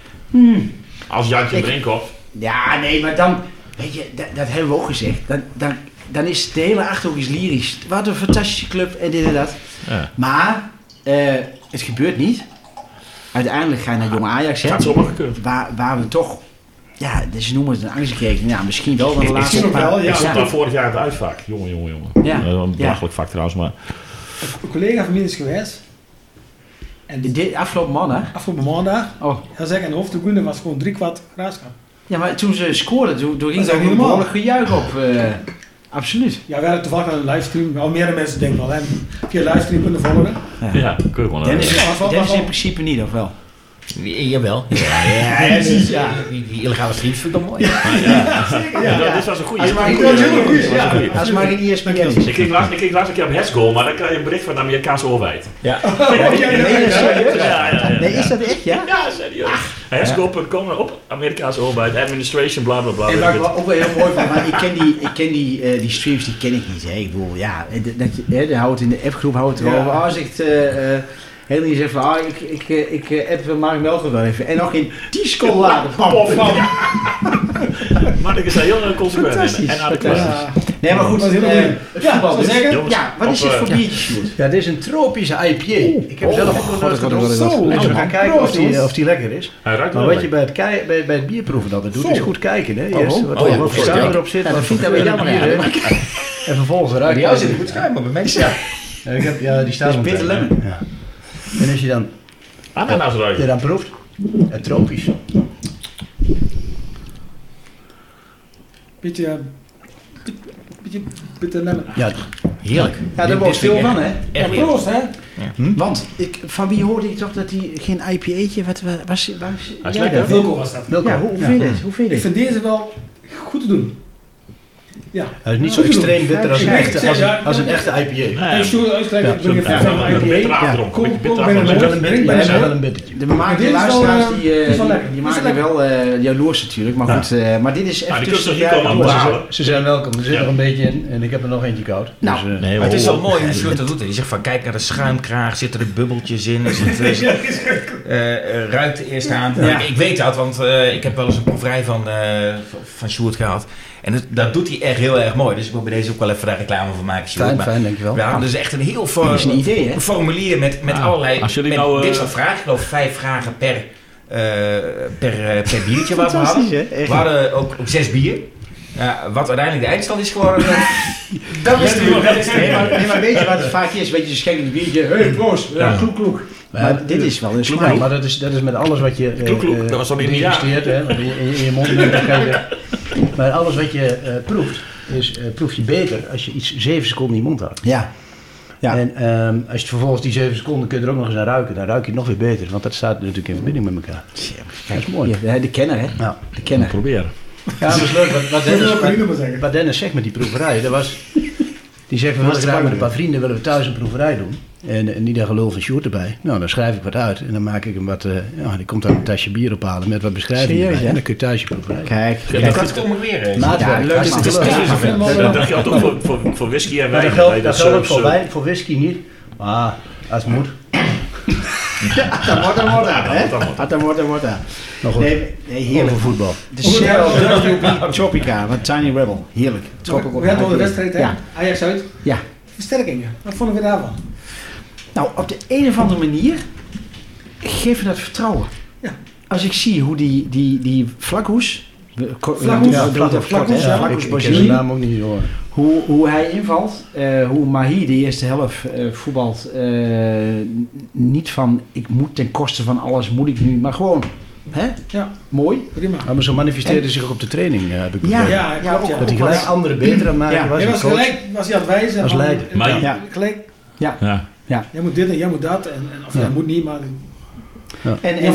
Speaker 2: Als Jantje Brinkhoff.
Speaker 1: Ja, nee, maar dan, weet je, dat hebben we ook gezegd. Dan is de hele Achterhoek is lyrisch. Wat een fantastische club en dit en dat.
Speaker 2: Ja.
Speaker 1: Maar het gebeurt niet. Uiteindelijk ga je naar Jong Ajax.
Speaker 2: Gaat zo maar gekund.
Speaker 1: Waar we toch, ja, ze noemen het een angstgekregen. Ja, misschien wel dan de
Speaker 5: Ik
Speaker 1: laatste
Speaker 5: zie nog wel, ja.
Speaker 2: Ik stond daar vorig jaar in het uitvak. Jongen.
Speaker 1: Ja.
Speaker 2: Een belachelijk vak trouwens, maar...
Speaker 5: Een collega van mij is geweest. En
Speaker 1: Dit afgelopen man, hè?
Speaker 5: afgelopen maandag,
Speaker 1: Oh.
Speaker 5: hij zei, en de hoofdtribune was gewoon 3/4 graafschap.
Speaker 1: Ja, maar toen ze scoorden, toen ging
Speaker 5: Dat is
Speaker 1: er ook
Speaker 5: ook
Speaker 1: een
Speaker 5: niet
Speaker 1: behoorlijk gejuich op. Absoluut.
Speaker 5: Ja, we hadden toevallig aan een livestream. Al meerdere mensen denken wel, hè, via livestream kunnen volgen.
Speaker 2: Ja, kun je gewoon...
Speaker 1: Dennis in principe niet, of wel?
Speaker 4: Jawel.
Speaker 1: Ja.
Speaker 4: Die illegale streams vind ik dan mooi.
Speaker 2: Dit was een goeie.
Speaker 1: Als maar
Speaker 2: Ja.
Speaker 1: maar in ESPN is.
Speaker 2: Ik keek laatst een keer op Hesgoal, maar dan krijg je een bericht van de Amerikaanse overheid.
Speaker 4: Ja.
Speaker 1: Nee, serieus?
Speaker 2: Ja.
Speaker 1: Nee, is dat echt, ja?
Speaker 2: Ja, serieus. Hesgoal.com op Amerikaanse overheid, administration, bla bla bla.
Speaker 1: En waar ik wel ook wel heel mooi van, maar ik ken die streams, die ken ik niet. Hè. Ik bedoel, ja, dan houdt in de appgroep houdt het erover. Oh, zegt Henry zegt van, ik app Mark Melger wel even. En nog in 10 seconden later, bam.
Speaker 2: Maar ik is daar heel consequent in.
Speaker 1: Fantastisch.
Speaker 2: En adequaat.
Speaker 1: Nee, maar goed,
Speaker 5: Dat was heel
Speaker 1: het voetbal
Speaker 5: zou
Speaker 1: dus.
Speaker 5: zeggen?
Speaker 2: Jongens,
Speaker 1: Ja, wat is dit voor biertje, Sjoerd?
Speaker 3: Ja, dit is een tropische IPA. Ik heb zelf ook nog nooit gedronken.
Speaker 5: Zo.
Speaker 3: Dus we gaan kijken of die lekker is.
Speaker 2: Hij ruikt
Speaker 3: Maar
Speaker 2: wel
Speaker 3: wat je bij het bierproeven altijd doet, is goed kijken. Hè? Eerst wat
Speaker 2: ja,
Speaker 3: voor staan erop zit,
Speaker 1: Ja,
Speaker 3: wat
Speaker 1: dat
Speaker 3: voor
Speaker 1: vind ik
Speaker 3: kleur
Speaker 1: wel
Speaker 3: het
Speaker 1: jammer,
Speaker 3: bier is. En vervolgens ruikt
Speaker 4: Die jou zit goed schuim, maar bij mij
Speaker 3: Ja. Die staat
Speaker 1: Dat is bitter lemon.
Speaker 3: Ja. En als je dan
Speaker 2: Ananas ruikt.
Speaker 3: dan proeft, het tropisch.
Speaker 5: Beetje bitter lemon.
Speaker 3: Ja,
Speaker 4: Heerlijk.
Speaker 1: Ja, daar word ik stil van, hè?
Speaker 5: Ja,
Speaker 4: Echt
Speaker 5: proost, hè?
Speaker 1: Want van wie hoorde ik toch dat hij geen IPA'tje, wat was
Speaker 2: Hij is
Speaker 1: ja,
Speaker 2: lekker.
Speaker 1: dat?
Speaker 5: Wilco was dat.
Speaker 1: Ja, hoe vind je dit? Hoe vind je
Speaker 5: Ik
Speaker 1: dit?
Speaker 5: vind deze wel goed te doen. Ja.
Speaker 3: hij is niet zo extreem bitter als een echte IPA.
Speaker 5: En Sjoerd uitkijken, ik ben hier
Speaker 2: Ja,
Speaker 5: van
Speaker 2: een beetje
Speaker 5: IPA.
Speaker 2: aardronk.
Speaker 5: Kom,
Speaker 2: Een beetje
Speaker 5: kom,
Speaker 2: bitter
Speaker 5: ben
Speaker 2: aardronk.
Speaker 5: een
Speaker 3: Wel een beetje,
Speaker 5: ben
Speaker 3: maar
Speaker 5: een
Speaker 3: wel een bittertje.
Speaker 1: De bemakende
Speaker 5: Dit is wel,
Speaker 1: luisteraars
Speaker 5: is wel lekker.
Speaker 1: die
Speaker 5: Is
Speaker 1: maken
Speaker 5: wel
Speaker 1: wel jaloers natuurlijk. Maar goed, maar dit is
Speaker 2: Ja,
Speaker 1: even
Speaker 2: die
Speaker 1: tussen
Speaker 2: kunnen
Speaker 1: de
Speaker 2: ze niet
Speaker 1: jaren
Speaker 2: komen
Speaker 1: door.
Speaker 2: halen.
Speaker 3: Ze zijn welkom, er zit nog een beetje in en ik heb er nog eentje koud.
Speaker 1: Nou,
Speaker 3: Dus,
Speaker 2: Nee,
Speaker 4: Maar het is wel mooi hoe Sjoerd dat doet. Die zegt van kijk naar de schuimkraag, zitten er bubbeltjes in. Is het, ruikt eerst aan.
Speaker 1: Ja.
Speaker 4: Ik weet dat, want ik heb wel eens een proeverij van Sjoerd gehad. En dat doet hij echt heel erg mooi. Dus ik wil bij deze ook wel even daar reclame van maken, Sjoerd.
Speaker 3: fijn,
Speaker 4: Maar
Speaker 3: fijn, dankjewel.
Speaker 4: ja, dus echt een heel
Speaker 1: Dat is een idee, hè?
Speaker 4: een formulier met allerlei
Speaker 2: als jullie
Speaker 4: met
Speaker 2: nou,
Speaker 4: dit soort vragen. Ik geloof 5 vragen per biertje wat we hadden.
Speaker 1: Fantastisch, hè? Echt.
Speaker 4: We hadden ook 6 bier. Ja, wat uiteindelijk de eindstand is geworden, dat is
Speaker 1: Nee, maar weet je wat het vaak is? Weet je, ze schenken een biertje, hey, proost, kloek. Maar dit is wel een
Speaker 3: Ja,
Speaker 1: smaak.
Speaker 3: maar dat is met alles wat je
Speaker 2: Kloek, dat was dan in een jaar.
Speaker 3: investeert, hè, wat in je mond neemt, dan kan je- maar alles wat je proeft, proef je beter als je iets 7 seconden in je mond houdt.
Speaker 1: Ja. Ja.
Speaker 3: En als je vervolgens die 7 seconden kun je er ook nog eens naar ruiken, dan ruik je het nog weer beter, want dat staat natuurlijk in verbinding met elkaar. Dat is mooi.
Speaker 1: Ja, de kenner, hè?
Speaker 3: Nou,
Speaker 1: De kenner.
Speaker 2: Proberen.
Speaker 3: ja, dat is leuk.
Speaker 5: maar zeggen.
Speaker 3: Wat Dennis zegt met die proeverij, die zegt, we willen graag met een paar vrienden willen we thuis een proeverij doen. En niet een gelul van Sjoerd erbij. Nou, dan schrijf ik wat uit en dan maak ik hem wat, die komt dan een tasje bier ophalen met wat beschrijvingen
Speaker 1: Serieus,
Speaker 3: erbij.
Speaker 1: hè?
Speaker 3: En dan kun je thuis je proeverij.
Speaker 1: Kijk.
Speaker 2: Ja,
Speaker 4: dat kan komen weer.
Speaker 3: Maatwerk,
Speaker 1: leuk.
Speaker 3: hartstikke
Speaker 1: Het is
Speaker 3: leuk.
Speaker 1: klaar.
Speaker 2: Dat geldt ook voor whisky en
Speaker 3: Maar
Speaker 2: wijn.
Speaker 3: dat geldt ook voor wijn, voor whisky niet. Maar als het moet.
Speaker 1: Dat wordt dat.
Speaker 3: Nog goed.
Speaker 1: Nee, heerlijk.
Speaker 3: Over voetbal.
Speaker 1: De Shell WP Tropica van Tiny Rebel. Heerlijk.
Speaker 5: We hadden al de wedstrijd, hè?
Speaker 1: Ja.
Speaker 5: Ajax uit.
Speaker 1: Ja.
Speaker 5: Versterkingen. Wat vonden we daarvan?
Speaker 1: Nou, op de een of andere manier geeft me dat vertrouwen.
Speaker 5: Ja.
Speaker 1: Als ik zie hoe die vlakhoes,
Speaker 3: Flacos, ik ken de naam ook niet hoor.
Speaker 1: Hoe hij invalt, hoe Mahi de eerste helft voetbalt, niet van ik moet ten koste van alles, moet ik nu, maar gewoon, hè? Ja. Mooi.
Speaker 5: Prima.
Speaker 3: Maar zo manifesteerde zich ook op de training, heb ik begrepen.
Speaker 5: Ja,
Speaker 3: dat hij gelijk anderen beter aan maken was.
Speaker 5: Hij was gelijk, was hij aan het wijzen.
Speaker 3: Als leider.
Speaker 5: Gelijk, jij moet dit en jij moet dat, of jij moet niet, maar...
Speaker 3: Ja.
Speaker 1: En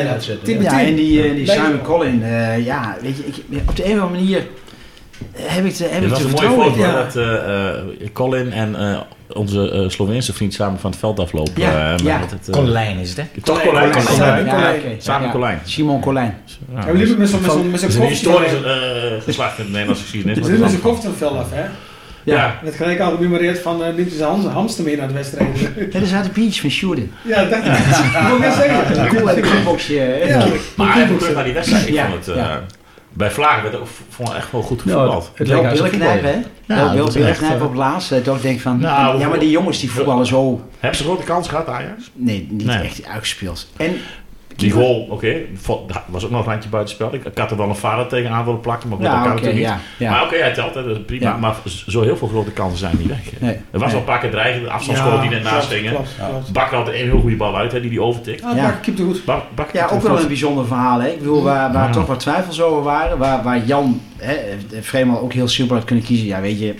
Speaker 1: die Simon Collin, weet je, op de een of andere manier heb ik het
Speaker 2: was een mooie foto dat Collin en onze Sloveense vriend samen van het veld aflopen.
Speaker 4: Colijn is het, hè?
Speaker 2: Toch Colijn. Samen Colijn.
Speaker 1: Simon Collin.
Speaker 5: Hij liep met zijn kop.
Speaker 2: Het is een historisch geslacht in de Nederlandse geschiedenis.
Speaker 5: Hij liep met zijn kop van het veld af, hè? Ja. Met gelijk al gememoreerd van neemt zijn hamster mee naar de wedstrijd.
Speaker 1: Dat is uit de beach van Sjoerden.
Speaker 5: Ja, dat dacht ik. Ik wil net zeggen.
Speaker 1: Cool uit de clubboxje.
Speaker 2: Maar even terug naar die wedstrijd. Ik vond het... Bij Vlaag werd ook echt wel goed gevoetbald.
Speaker 1: Het leek als knijpen, hè? Wel billen knijpen op laatst. Dat ik ook denk van... Ja, maar die jongens die voetballen zo...
Speaker 2: Hebben ze grote kans gehad, Ajax?
Speaker 1: Nee, niet echt uitgespeeld. En...
Speaker 2: Die goal, was ook nog een randje buitenspel. Ik had er wel een vader tegenaan willen plakken, maar goed, dat kan natuurlijk niet. Ja. Maar hij telt, dat is prima. Ja. Maar zo heel veel grote kansen zijn niet weg. Nee. Er was wel een paar keer dreigende afstandsgoal die net naast gingen. Bakker had een heel goede bal uit, die overtikt.
Speaker 5: Bakker keepte goed.
Speaker 1: Ook wel een bijzonder verhaal. Hè? Ik bedoel, waar toch wat twijfels over waren. Waar Jan Vreeman ook heel simpel had kunnen kiezen. Ja, weet je...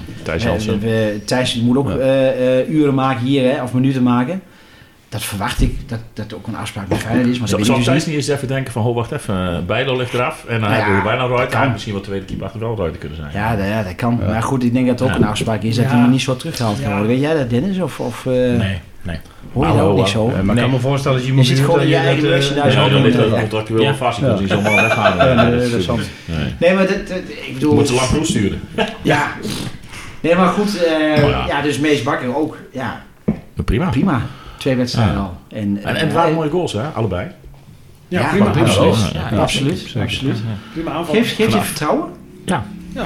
Speaker 1: Thijs moet ook uren maken hier, hè, of minuten maken. Dat verwacht ik, dat ook een afspraak met Feyenoord is. Maar
Speaker 2: zou Thijs niet eens even denken van, wacht even, Bijlo ligt eraf. En dan hebben we bijna Reuter. Misschien wel tweede keeper achter wel Reuter kunnen zijn.
Speaker 1: Ja, dat kan. Maar goed, ik denk dat het ook een afspraak is dat hij nog niet zo teruggehaald kan worden. Weet jij dat, Dennis?
Speaker 2: Nee.
Speaker 1: Hoor je dat ook niet zo?
Speaker 3: Maar ik kan me voorstellen dat je
Speaker 1: zit gewoon in je eigen merchandise.
Speaker 2: Dan ligt er contractueel vast. Je kunt niet zomaar weghalen.
Speaker 1: Nee, maar ik bedoel...
Speaker 2: Je moet ze lang toesturen.
Speaker 1: Ja. Nee, maar goed. Dus Mees Bakker ook. Ja. Prima. 2 wedstrijden al. En
Speaker 2: het waren mooie goals, hè? Allebei.
Speaker 5: Ja, prima.
Speaker 1: Absoluut.
Speaker 5: Prima aanval.
Speaker 1: Geeft je vertrouwen?
Speaker 2: Ja.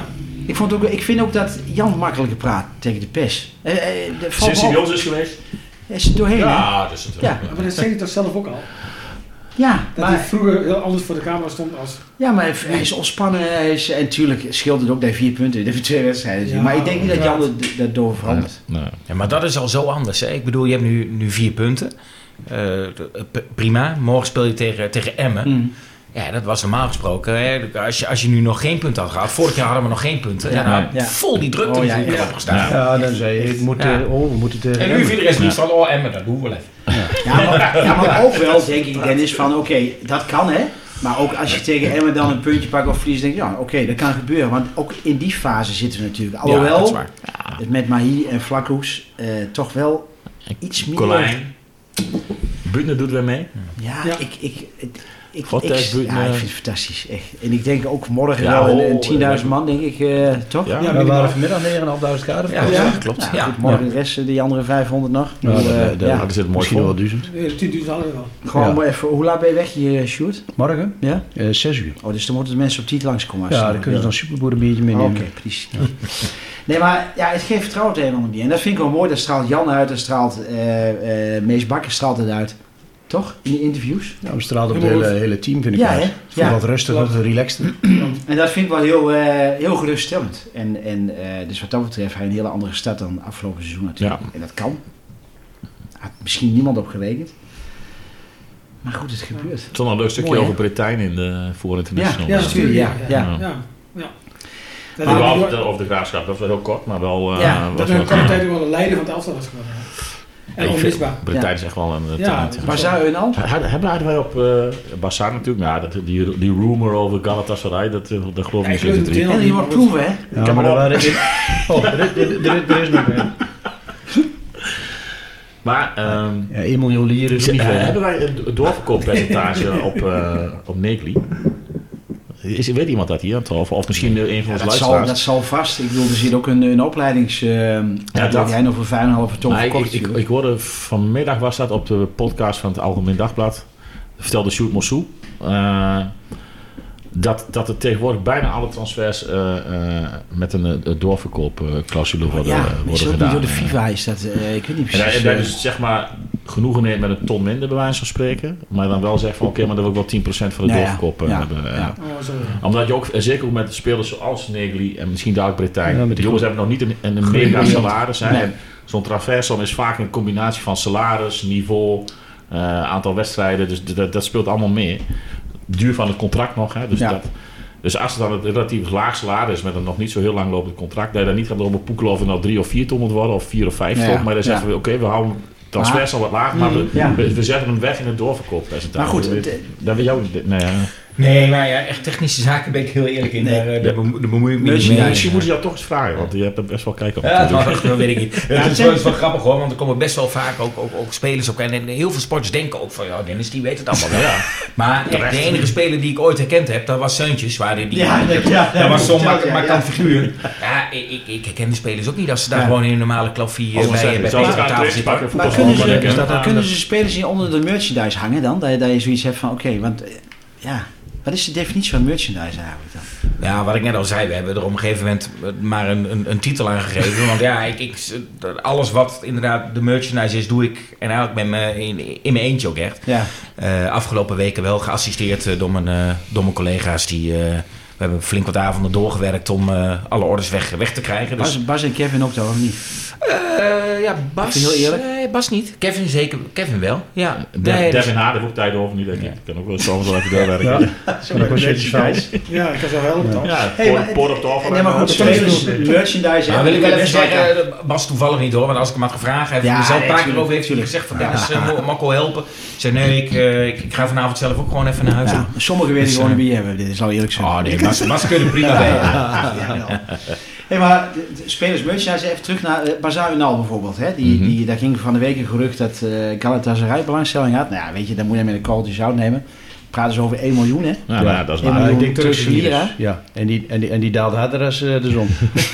Speaker 1: Ik vind ook dat Jan makkelijker praat tegen de pers.
Speaker 2: Sinds hij bij ons is geweest?
Speaker 1: Is het doorheen,
Speaker 2: ja, dat is het.
Speaker 5: Maar dat zeg je toch zelf ook al?
Speaker 1: Ja,
Speaker 5: dat hij vroeger heel anders voor de camera stond als...
Speaker 1: Ja, maar hij is ontspannen. En natuurlijk scheelt het ook bij 4 punten. Dat heeft 2 wedstrijden. Ja, maar ik denk niet dat Jan dat door verandert.
Speaker 4: Nee. Ja, maar dat is al zo anders. Hè? Ik bedoel, je hebt nu 4 punten. Prima. Morgen speel je tegen Emmen. Ja, dat was normaal gesproken. Hè? Als je nu nog geen punten had gehad. Vorig jaar hadden we nog geen punten. Vol die drukte erop gestaan.
Speaker 3: Ja, dan zei je, we moeten tegen
Speaker 4: en nu viel er eens niet van, Emmen, dat doen we wel even.
Speaker 1: Maar ook wel, denk ik, Dennis, van oké, dat kan, hè. Maar ook als je tegen Emmen dan een puntje pakt of verliest, denk je, dat kan gebeuren. Want ook in die fase zitten we natuurlijk. Alhoewel, het met Mahi en Flacos toch wel iets meer...
Speaker 2: Colijn. Butner doet weer mee.
Speaker 1: Ja. Ik vind het fantastisch, echt. En ik denk ook morgen wel 10.000 man, denk ik, toch?
Speaker 3: Ja, we waren vanmiddag 9.500 kaarten.
Speaker 1: Ja, klopt. Goed, morgen de rest, die andere 500 nog.
Speaker 2: Dat is het mooi
Speaker 3: misschien wel 1000.
Speaker 5: 10.000 hadden we wel.
Speaker 1: Gewoon even, hoe laat ben je weg hier, Sjoerd?
Speaker 3: Morgen?
Speaker 1: Ja?
Speaker 3: 6 uur.
Speaker 1: Oh, dus dan moeten de mensen op tijd langskomen.
Speaker 3: Ja, dan kunnen ze dan Superboer een beetje meenemen.
Speaker 1: Oké, precies. Nee, maar het geeft vertrouwen tegen een ander. En dat vind ik wel mooi. Dat straalt Jan uit, dat straalt Mees Bakker straalt het uit. Toch? In die interviews?
Speaker 3: Ja, we straalden op het hele team, vind ik uit. Wat rustiger, wat relaxter.
Speaker 1: En dat vind ik wel heel geruststellend. En dus wat dat betreft, hij een hele andere start dan afgelopen seizoen natuurlijk. Ja. En dat kan. Had misschien niemand op gerekend. Maar goed, het gebeurt.
Speaker 2: Er stond een leuk stukje over Bretijn in de voor International.
Speaker 1: Ja, natuurlijk.
Speaker 2: Over de Graafschap, dat was wel heel kort, maar wel...
Speaker 5: dat er een korte tijd wel een leider van het elftal was geworden. En onmisbaar.
Speaker 2: Bretijn is echt wel een talent.
Speaker 1: Bazaar en al?
Speaker 2: Hadden wij op Bazaar natuurlijk, maar die rumor over Galatasaray, dat geloof ik niet in.
Speaker 1: En die wordt proeven, hè?
Speaker 3: Ja, maar er is nog een.
Speaker 2: Maar
Speaker 3: 1 miljoen lira is niet veel.
Speaker 2: Hebben wij een doorverkooppercentage op Negli? Weet iemand dat hier aan het of misschien een van onze luisteraars?
Speaker 1: Dat zal vast. Ik bedoel, er zit ook een opleidings... dat jij nog voor 5,5 ton verkocht.
Speaker 2: Ik hoorde vanmiddag, was dat op de podcast van het Algemeen Dagblad, vertelde Sjoerd Mossou, dat er tegenwoordig bijna alle transfers met een doorverkoopclausule worden gedaan.
Speaker 1: Niet door de FIFA is dat, ik weet niet precies.
Speaker 2: En dat is zeg maar genoegen neemt met een ton minder, bij wijze van spreken. Maar dan wel zegt van oké, maar dan wil ik wel 10% van de doorverkoop hebben. Ja. Omdat je ook, zeker ook met de spelers zoals Negli en misschien Dark Bretijn, de jongens hebben nog niet een mega salaris. Nee. Zo'n transfersom is vaak een combinatie van salaris, niveau, aantal wedstrijden. Dus dat speelt allemaal mee. Duur van het contract nog. Hè, dus als het dan een relatief laag salaris is met een nog niet zo heel lang lopend contract, dat je daar niet gaat lopen poekelen of het nou 3 of 4 ton moet worden of 4 of 5 ton. Maar dan zeggen we oké, we houden transfer zal wat laag, maar we zetten hem weg in het doorverkooppercentage.
Speaker 1: Maar goed,
Speaker 2: dat weet je ook niet.
Speaker 4: Nee, maar ja, echt technische zaken ben ik heel eerlijk in. Daar bemoei ik me niet mee.
Speaker 2: Misschien moet je dat toch eens vragen, want je hebt er best wel kijk op.
Speaker 4: Ja, dat weet ik niet. Het is wel grappig hoor, want er komen best wel vaak ook spelers op. En heel veel sporters denken ook van, ja, Dennis die weet het allemaal wel. Ja. Maar echt, de enige speler die ik ooit herkend heb, dat was Seuntjes. Dat was zo'n markant figuur. Ja, ik herken de spelers ook niet als ze daar gewoon in een normale klaffie bij tafel zitten.
Speaker 1: Maar kunnen ze spelers hier onder de merchandise hangen dan? Dat je zoiets hebt van, oké, want ja... Wat is de definitie van merchandise eigenlijk dan?
Speaker 4: Ja, wat ik net al zei, we hebben er op een gegeven moment maar een titel aan gegeven. Want ja, alles wat inderdaad de merchandise is, doe ik en eigenlijk in mijn eentje ook echt. Ja. Afgelopen weken wel geassisteerd door mijn collega's die... We hebben flink wat avonden doorgewerkt om alle orders weg te krijgen. Dus...
Speaker 1: Bas en Kevin ook toch, of niet?
Speaker 4: Ja, Bas.
Speaker 1: Heel eerlijk?
Speaker 4: Bas niet. Kevin zeker. Kevin wel. Ja.
Speaker 2: Devin Haar heeft ook tijd over niet, denk ik. Ik kan ook wel soms wel even doorwerken.
Speaker 5: Ja, ik kan zo helpen dan.
Speaker 2: Ja, poort op de offer.
Speaker 1: Nee, maar goed, merchandise.
Speaker 4: Nou, wil ik wel even zeggen, Bas toevallig niet hoor, want als ik hem had gevraagd, heeft hij mezelf een paar keer over heeft gezegd van Dennis, Makko helpen. Ik zei nee, ik ga vanavond zelf ook gewoon even naar huis toe.
Speaker 1: Sommigen weten gewoon wie hebben, dit zal eerlijk zijn.
Speaker 4: Oh nee, Bas kunnen prima bij.
Speaker 1: Hey, maar de spelers merchandise, even terug naar Bazaar Unal bijvoorbeeld. Hè? Daar ging van de week een gerucht dat Galatasaray belangstelling had. Nou ja, weet je, dan moet je met een call zout nemen. Praten ze over 1 miljoen, hè?
Speaker 2: Ja, dat is waar.
Speaker 3: Ik denk Turkse lira. Ja, en die daalt harder als de zon.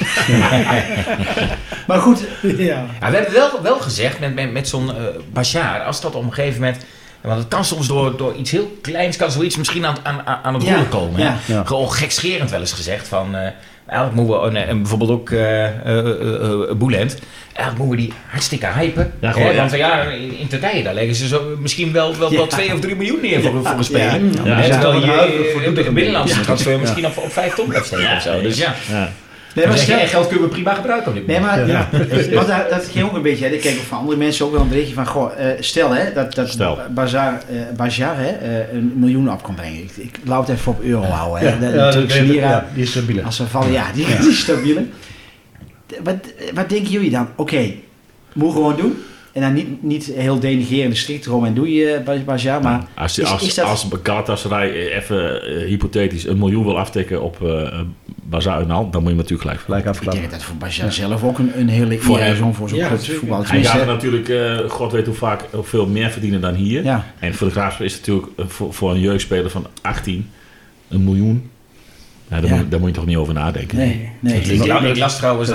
Speaker 1: Maar goed.
Speaker 4: Ja, we hebben wel gezegd met zo'n Bashar, als dat op een gegeven moment... Want het kan soms door iets heel kleins, kan zoiets misschien aan het rollen komen. Ja. Ja. Gewoon gekscherend wel eens gezegd van... eigenlijk moeten we, en bijvoorbeeld ook Boelend, eigenlijk moeten we die hartstikke hypen. Ja, gewoon, want in Turkije, daar leggen ze zo misschien wel 2 of 3 miljoen neer voor een speler. Terwijl je de binnenlandse transfer misschien op 5 ton blijft steken of zo. Dus ja. Nee, maar geld kunnen we prima gebruiken op dit moment.
Speaker 1: Nee, maar dat ging ook een beetje. Ik keek van andere mensen ook wel een berichtje van... Goh, stel hè, dat Bazaar een miljoen op kan brengen. Ik laat het even op euro houden. Hè. De Turkse lira,
Speaker 3: die is stabiel.
Speaker 1: Als ze vallen, die is stabiel. Wat denken jullie dan? Oké, moet gewoon doen. En dan niet heel denigrerende strikt erom en doe je Bazaar, maar...
Speaker 2: Als Galatasaray even hypothetisch 1 miljoen wil aftikken op Bazaar Unal, dan moet je natuurlijk gelijk
Speaker 1: afklappen. Ik denk dat voor Bazaar zelf ook een hele eer is om voor zo'n club voetbal.
Speaker 2: Hij gaat natuurlijk, god weet hoe vaak, veel meer verdienen dan hier. Ja. En voor de Graafschap is het natuurlijk voor een jeugdspeler van 18 1 miljoen. Ja, daar moet je toch niet over nadenken.
Speaker 1: Nee.
Speaker 4: Ik las trouwens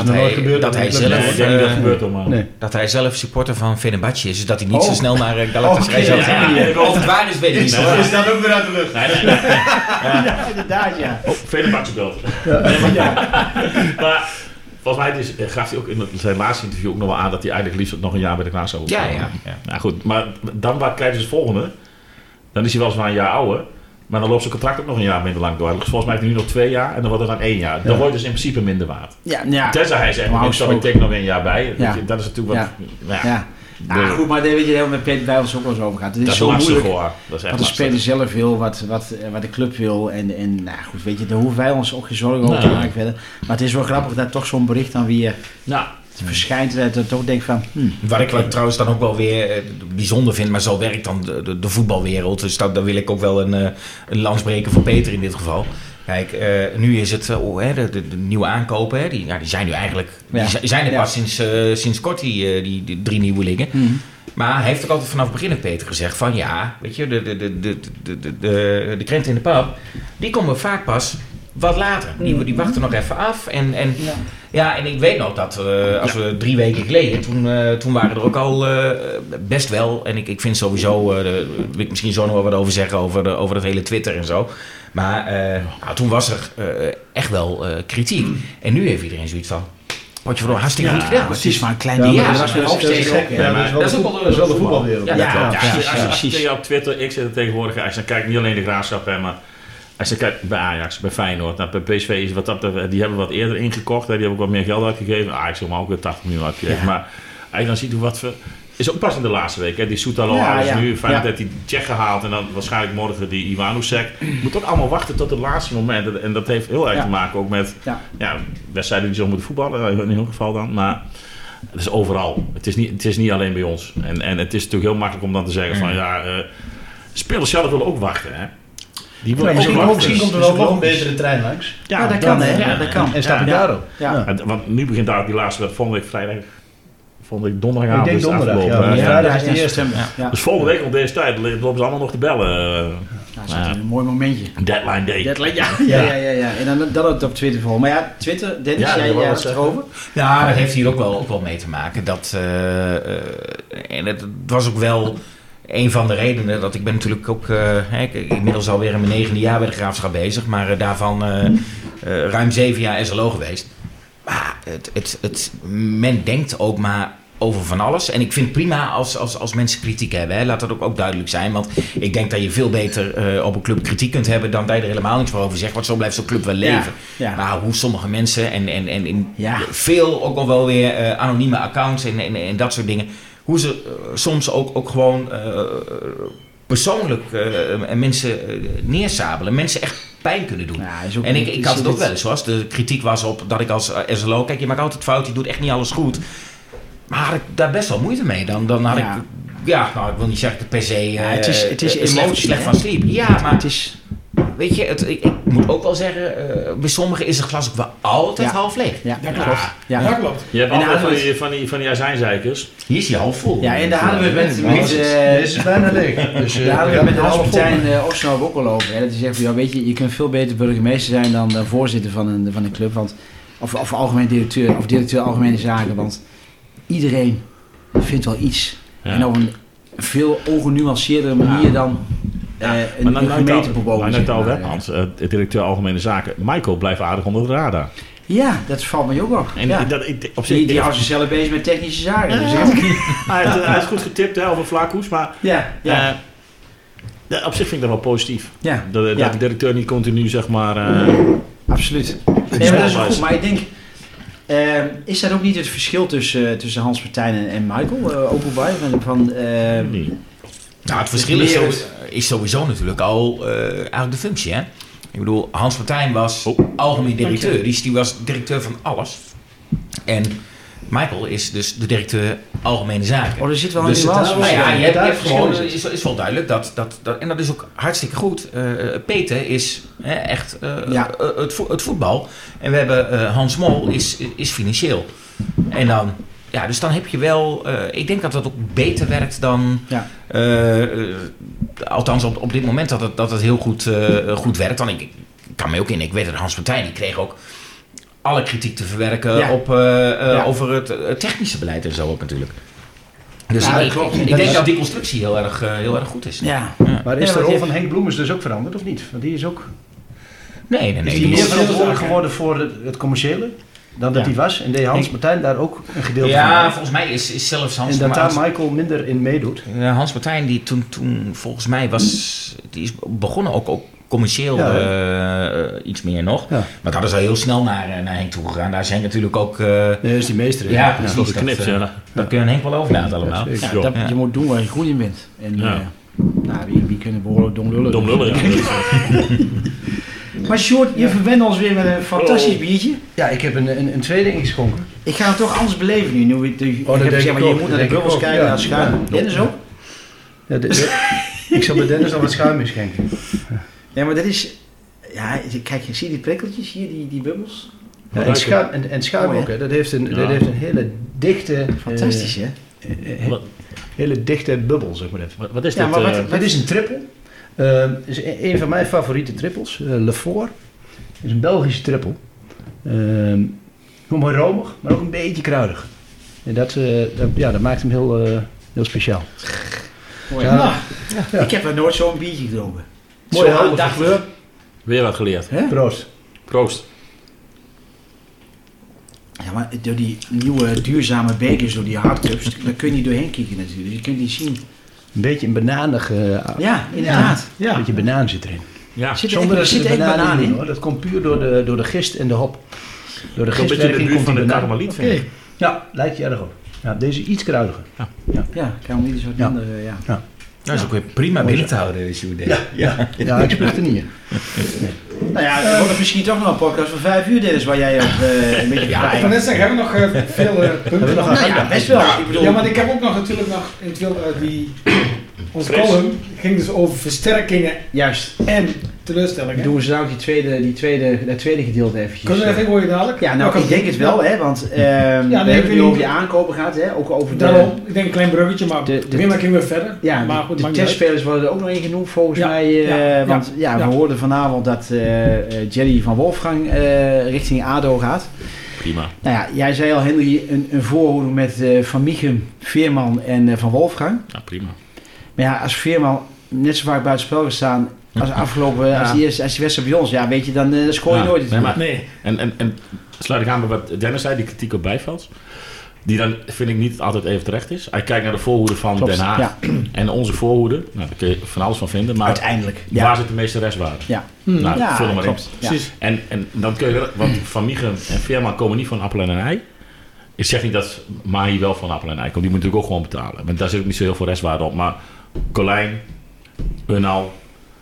Speaker 4: dat hij zelf supporter van Fenerbahce is. Dus dat hij niet zo snel naar Galatasaray zou gaan. Of het waar is, weet ik niet.
Speaker 5: Is dat ook weer uit de lucht?
Speaker 1: Ja, inderdaad, ja.
Speaker 2: Fenerbahce belt. Maar volgens mij gaf hij ook in zijn laatste interview ook nog wel aan dat hij eigenlijk liefst nog een jaar bij de Graafschap zou
Speaker 4: Ja.
Speaker 2: Nou goed, maar dan krijgen ze het volgende. Dan is hij wel eens maar een jaar ouder. Maar dan loopt zijn contract ook nog een jaar minder lang door. Volgens mij heeft hij nu nog 2 jaar en dan wordt het dan 1 jaar. Dan wordt dus in principe minder waard.
Speaker 1: Ja.
Speaker 2: Tenzij hij zegt, ik teken nog 1 jaar bij. Ja. Dat is natuurlijk wat...
Speaker 1: Ja, goed, maar daar weet je heel met Peter Bijbels ook wel eens over gaat. Het is zo moeilijk wat de speler zelf wil, wat de club wil. En nou goed, weet je, daar hoeven wij ons ook geen zorgen over te maken verder. Maar het is wel grappig dat toch zo'n bericht dan weer... verschijnt dat je toch denkt van...
Speaker 4: Wat ik trouwens dan ook wel weer bijzonder vind, maar zo werkt dan de voetbalwereld. Dus daar wil ik ook wel een lans breken voor Peter in dit geval. Kijk, nu is het de nieuwe aankopen, die zijn nu eigenlijk... Die zijn er pas sinds kort, die 3 nieuwelingen. Maar hij heeft ook altijd vanaf het begin, Peter, gezegd van weet je, de krenten in de pap, die komen vaak pas wat later. Die wachten nog even af. En ik weet nog dat als we 3 weken geleden, toen waren er ook al best wel, en ik vind sowieso, wil ik misschien zo nog wel wat over zeggen, over dat hele Twitter en zo. Maar toen was er echt wel kritiek. En nu heeft iedereen zoiets van, Potje verloren, hartstikke goed gedaan.
Speaker 1: Het is maar een klein
Speaker 3: ding.
Speaker 1: Dat was weer Hofstede ook.
Speaker 3: Dat is wel de voetbalwereld.
Speaker 2: Als je op Twitter, ik zit er tegenwoordig, als je dan kijkt, niet alleen de Graafschap, maar als je kijkt bij Ajax, bij Feyenoord, bij PSV is die hebben wat eerder ingekocht, die hebben ook wat meer geld uitgegeven. Ajax heeft maar ook weer 80 miljoen uitgegeven. Maar als je dan ziet wat voor... Is ook pas in de laatste week, hè? Die Soetalo is nu, Feyenoord heeft die Tsjech gehaald en dan waarschijnlijk morgen die Ivanusek. Je moet ook allemaal wachten tot het laatste moment. En dat heeft heel erg te maken ook met wedstrijden die zo moeten voetballen, in heel geval dan. Maar het is overal. Het is niet alleen bij ons. En het is natuurlijk heel makkelijk om dan te zeggen van spelers zelf willen ook wachten, hè? Die
Speaker 3: misschien komt er wel nog een betere trein langs.
Speaker 1: Ja, dat kan, hè? Ja, dat kan.
Speaker 3: En stap ik daarop.
Speaker 2: Want nu begint daar ook die laatste volgende week vrijdag. Volgende week donderdagavond.
Speaker 3: Ik denk donderdag,
Speaker 1: vrijdag is de eerste.
Speaker 2: Dus volgende week op deze tijd lopen ze allemaal nog te bellen.
Speaker 1: Dat is een mooi momentje.
Speaker 2: Deadline day.
Speaker 1: Ja. En dan ook op Twitter voor. Maar ja, Twitter, Dennis, jij had het erover?
Speaker 4: Ja, dat heeft hier ook wel mee te maken. En het was ook wel een van de redenen dat ik ben natuurlijk ook inmiddels alweer in mijn 9e jaar bij de Graafschap bezig. Maar daarvan ruim 7 jaar SLO geweest. Maar men denkt ook maar over van alles. En ik vind het prima als mensen kritiek hebben. Hè. Laat dat ook duidelijk zijn. Want ik denk dat je veel beter op een club kritiek kunt hebben dan dat je er helemaal niks meer over zegt. Want zo blijft zo'n club wel leven. Ja. Maar hoe sommige mensen en veel ook al wel weer anonieme accounts en dat soort dingen. Hoe ze soms ook gewoon persoonlijk mensen neersabelen. Mensen echt pijn kunnen doen. Ja, en ik had het ook wel eens, zoals de kritiek was op dat ik als SLO... Kijk, je maakt altijd fout, je doet echt niet alles goed. Maar had ik daar best wel moeite mee. Dan had ik... Ja, nou, ik wil niet zeggen dat per se...
Speaker 1: het is
Speaker 4: slecht van sliep. Ja, maar het is... Weet je, ik moet ook wel zeggen... bij sommigen is het glas ook wel altijd half leeg.
Speaker 5: Ja, dat klopt. Ja, dat klopt.
Speaker 2: Je hebt altijd van die azijnzeikers.
Speaker 4: Hier is hij half vol.
Speaker 1: Ja, en daar hadden we met
Speaker 3: deze is bijna leeg. Dus
Speaker 1: daar hadden we met Hans-Martijn Osnow ook al over. Hè, dat hij zegt van, weet je kunt veel beter burgemeester zijn dan voorzitter van een club. Want, of algemeen directeur, of directeur algemene zaken. Want iedereen vindt wel iets. En op een veel ongenuanceerdere manier dan... een gemeente bewoner.
Speaker 2: Hans, directeur Algemene Zaken. Michael blijft aardig onder de radar.
Speaker 1: Ja, dat valt me ook op. En die houdt zichzelf bezig met technische zaken. Dus
Speaker 2: hij is goed getipt over Vlaakhoes, maar op zich vind ik dat wel positief. Ja. Dat de directeur niet continu, zeg maar...
Speaker 1: Absoluut. Nee, maar dat is goed. Maar ik denk... is dat ook niet het verschil tussen Hans-Martijn en Michael? Ook bij
Speaker 2: nee.
Speaker 4: Nou, het verschil is sowieso natuurlijk al eigenlijk de functie, hè? Ik bedoel, Hans-Martijn was algemeen directeur. Die was directeur van alles. En Michael is dus de directeur algemene zaken.
Speaker 1: Er zit wel een nuance.
Speaker 4: Je hebt gewoon, is wel duidelijk dat en dat is ook hartstikke goed. Peter is echt het voetbal. En we hebben Hans Mol is financieel. En dan... Ja, dus dan heb je wel... ik denk dat ook beter werkt dan... althans op dit moment dat het heel goed werkt. Want ik kan me ook in... Ik weet dat Hans-Martijn, die kreeg ook alle kritiek te verwerken over het technische beleid en zo ook natuurlijk. Dus ik denk dat die constructie heel erg goed is.
Speaker 3: Ja. Maar is de rol van Henk Bloemers dus ook veranderd of niet? Want die is ook...
Speaker 4: Nee.
Speaker 3: Is die meer verantwoordelijk geworden voor het commerciële? Dan dat hij was. En deed Hans-Martijn daar ook een gedeelte van?
Speaker 4: Ja, volgens mij is zelfs Hans...
Speaker 3: En dat daar Michael minder in meedoet?
Speaker 4: Hans-Martijn, die toen volgens mij die is begonnen ook commercieel iets meer nog. Ja. Maar dat hadden ze heel snel naar Henk toe gegaan. Daar is Henk natuurlijk ook...
Speaker 3: nee, is die meester.
Speaker 4: Ja, precies. Dat geknipt, dat kun je Henk wel overlaten allemaal.
Speaker 1: Je moet doen waar je goed in bent. En wie kunnen behoorlijk dom lullen. Maar Sjoerd, je verwendt ons weer met een fantastisch biertje.
Speaker 3: Ja, ik heb een tweede ingeschonken.
Speaker 1: Ik ga het toch anders beleven nu. Ik heb gezegd, maar je moet naar de bubbels kijken, naar het schuim. Dennis ook?
Speaker 3: Ja, ik zal bij Dennis dan wat schuim inschenken.
Speaker 1: Ja, maar dat is... Ja, kijk, zie je die prikkeltjes hier, die bubbels?
Speaker 3: Ja, en schuim ook, hè. Dat heeft een hele dichte...
Speaker 1: Fantastisch, hè?
Speaker 3: Hele dichte bubbel, zeg maar even.
Speaker 2: Wat is dit?
Speaker 3: Dit is een trippel. Is een van mijn favoriete trippels. Le Fort. Het is een Belgische trippel. Mooi romig, maar ook een beetje kruidig. En dat maakt hem heel speciaal.
Speaker 1: Mooi. Ik heb er nooit zo'n biertje gedronken.
Speaker 3: Mooi helder kleur.
Speaker 2: Weer wat geleerd.
Speaker 3: Proost.
Speaker 2: Proost.
Speaker 1: Ja, Ja, maar door die nieuwe duurzame bekers, door die hardcups, daar kun je niet doorheen kijken natuurlijk. Dus je kunt niet zien.
Speaker 3: Een beetje een bananig...
Speaker 1: Ja, inderdaad.
Speaker 3: Ja. Een beetje banaan zit erin.
Speaker 2: Ja.
Speaker 3: Zonder dat er banaan in hoor. Dat komt puur door de gist en de hop. Door de
Speaker 2: gistwerking in de buurt van de karmeliet, vind ik.
Speaker 3: Ja, lijkt je erg op. Ja, deze iets kruidiger.
Speaker 1: Ja, karmeliet is wat minder, ja.
Speaker 4: Dat is ook weer prima binnen te houden, Sjoerd.
Speaker 3: Ja, ik spreek er niet in.
Speaker 1: Nou ja, er wordt misschien toch nog een podcast van 5 uur, Dennis, waar jij op een beetje
Speaker 5: ik kan net zeggen, hebben we nog veel punten?
Speaker 1: Ja, best wel. Ik bedoel,
Speaker 5: ja, maar ik heb ook nog natuurlijk onze column ging dus over versterkingen
Speaker 1: juist.
Speaker 5: en teleurstellingen.
Speaker 1: Doen we nou dat tweede gedeelte eventjes.
Speaker 5: Kunnen we even gooien dadelijk?
Speaker 1: Ja, nou, ik denk het wel, hè, want we hebben het nu over je aankopen gehad, hè, ook over
Speaker 5: daarom, ik denk een klein bruggetje, maar prima kunnen we verder.
Speaker 1: Ja,
Speaker 5: maar goed,
Speaker 1: de testspelers worden er ook nog in genoemd, volgens mij. Want we hoorden vanavond dat Jerry van Wolfgang richting ADO gaat.
Speaker 2: Prima.
Speaker 1: Nou ja, jij zei al, Henry, een voorhoede met Van Miechem, Veerman en Van Wolfgang.
Speaker 2: Ja, prima.
Speaker 1: Maar ja, als Veerman net zo vaak buiten spel gaat staan als afgelopen, als die wedstrijd bij ons, ja, weet je, dan scoor je nooit.
Speaker 2: Nee. En sluit ik aan bij wat Dennis zei, die kritiek op Bijvelds. Die dan, vind ik, niet altijd even terecht is. Hij kijkt naar de voorhoede van Den Haag. Ja. En onze voorhoede, nou, daar kun je van alles van vinden. Maar
Speaker 1: uiteindelijk.
Speaker 2: Waar zit de meeste restwaarde?
Speaker 1: Ja.
Speaker 2: Nou, vul er maar in.
Speaker 1: Precies.
Speaker 2: En dan kun je, want Van Miechem en Veerman komen niet van appel en een ei. Ik zeg niet dat Mahi wel van appel en ei komt. Die moet natuurlijk ook gewoon betalen. Want daar zit ook niet zo heel veel restwaarde op. Maar Colijn, Unal,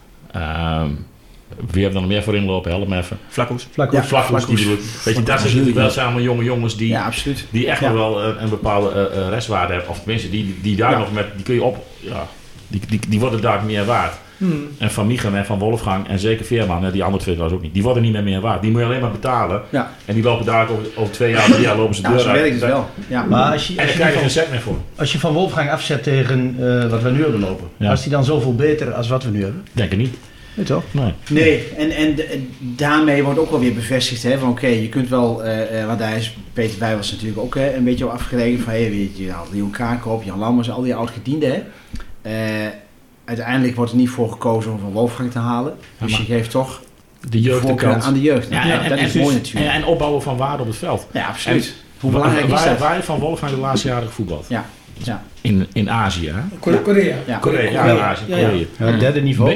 Speaker 2: wie hebben er nog meer voor inlopen? Help me even.
Speaker 4: Vlakhoes.
Speaker 2: Vlakhoes, die bedoel ik. Weet je, daar zitten natuurlijk wel samen jonge jongens die echt nog wel een bepaalde restwaarde hebben. Of tenminste, die daar nog met, die kun je op, die worden daar meer waard. En Van Miechem en Van Wolfgang en zeker Veerman, die andere twee trouwens ook niet, die worden niet meer waard. Die moet je alleen maar betalen. Ja. En die lopen daar over 2 jaar, 3 jaar lopen ze deur uit.
Speaker 1: Ja, zo werkt het wel. Ja.
Speaker 3: Maar
Speaker 2: en daar krijg je geen cent meer voor.
Speaker 3: Als je Van Wolfgang afzet tegen wat we nu hebben lopen, was die dan zoveel beter als wat we nu hebben?
Speaker 2: Denk ik niet.
Speaker 3: Nee, toch?
Speaker 1: Nee, en daarmee wordt ook wel weer bevestigd, hè, van oké, je kunt wel, want daar is Peter Bij was natuurlijk ook een beetje op afgerekend van, je haalt Leon Kaarkoop, Jan Lammers, al die oud-gedienden, hè. Uiteindelijk wordt er niet voor gekozen om Van Wolfgang te halen, dus je geeft toch
Speaker 2: de jeugd de kans
Speaker 1: aan de jeugd.
Speaker 2: Ja,
Speaker 1: dat is mooi natuurlijk.
Speaker 2: En opbouwen van waarde op het veld.
Speaker 1: Ja, absoluut. Hoe belangrijk is dat?
Speaker 2: Waar heeft Van Wolfgang de laatste jaren gevoetbald?
Speaker 1: Ja.
Speaker 2: In Azië, hè?
Speaker 5: Korea.
Speaker 2: Azië.
Speaker 3: Ja, derde niveau.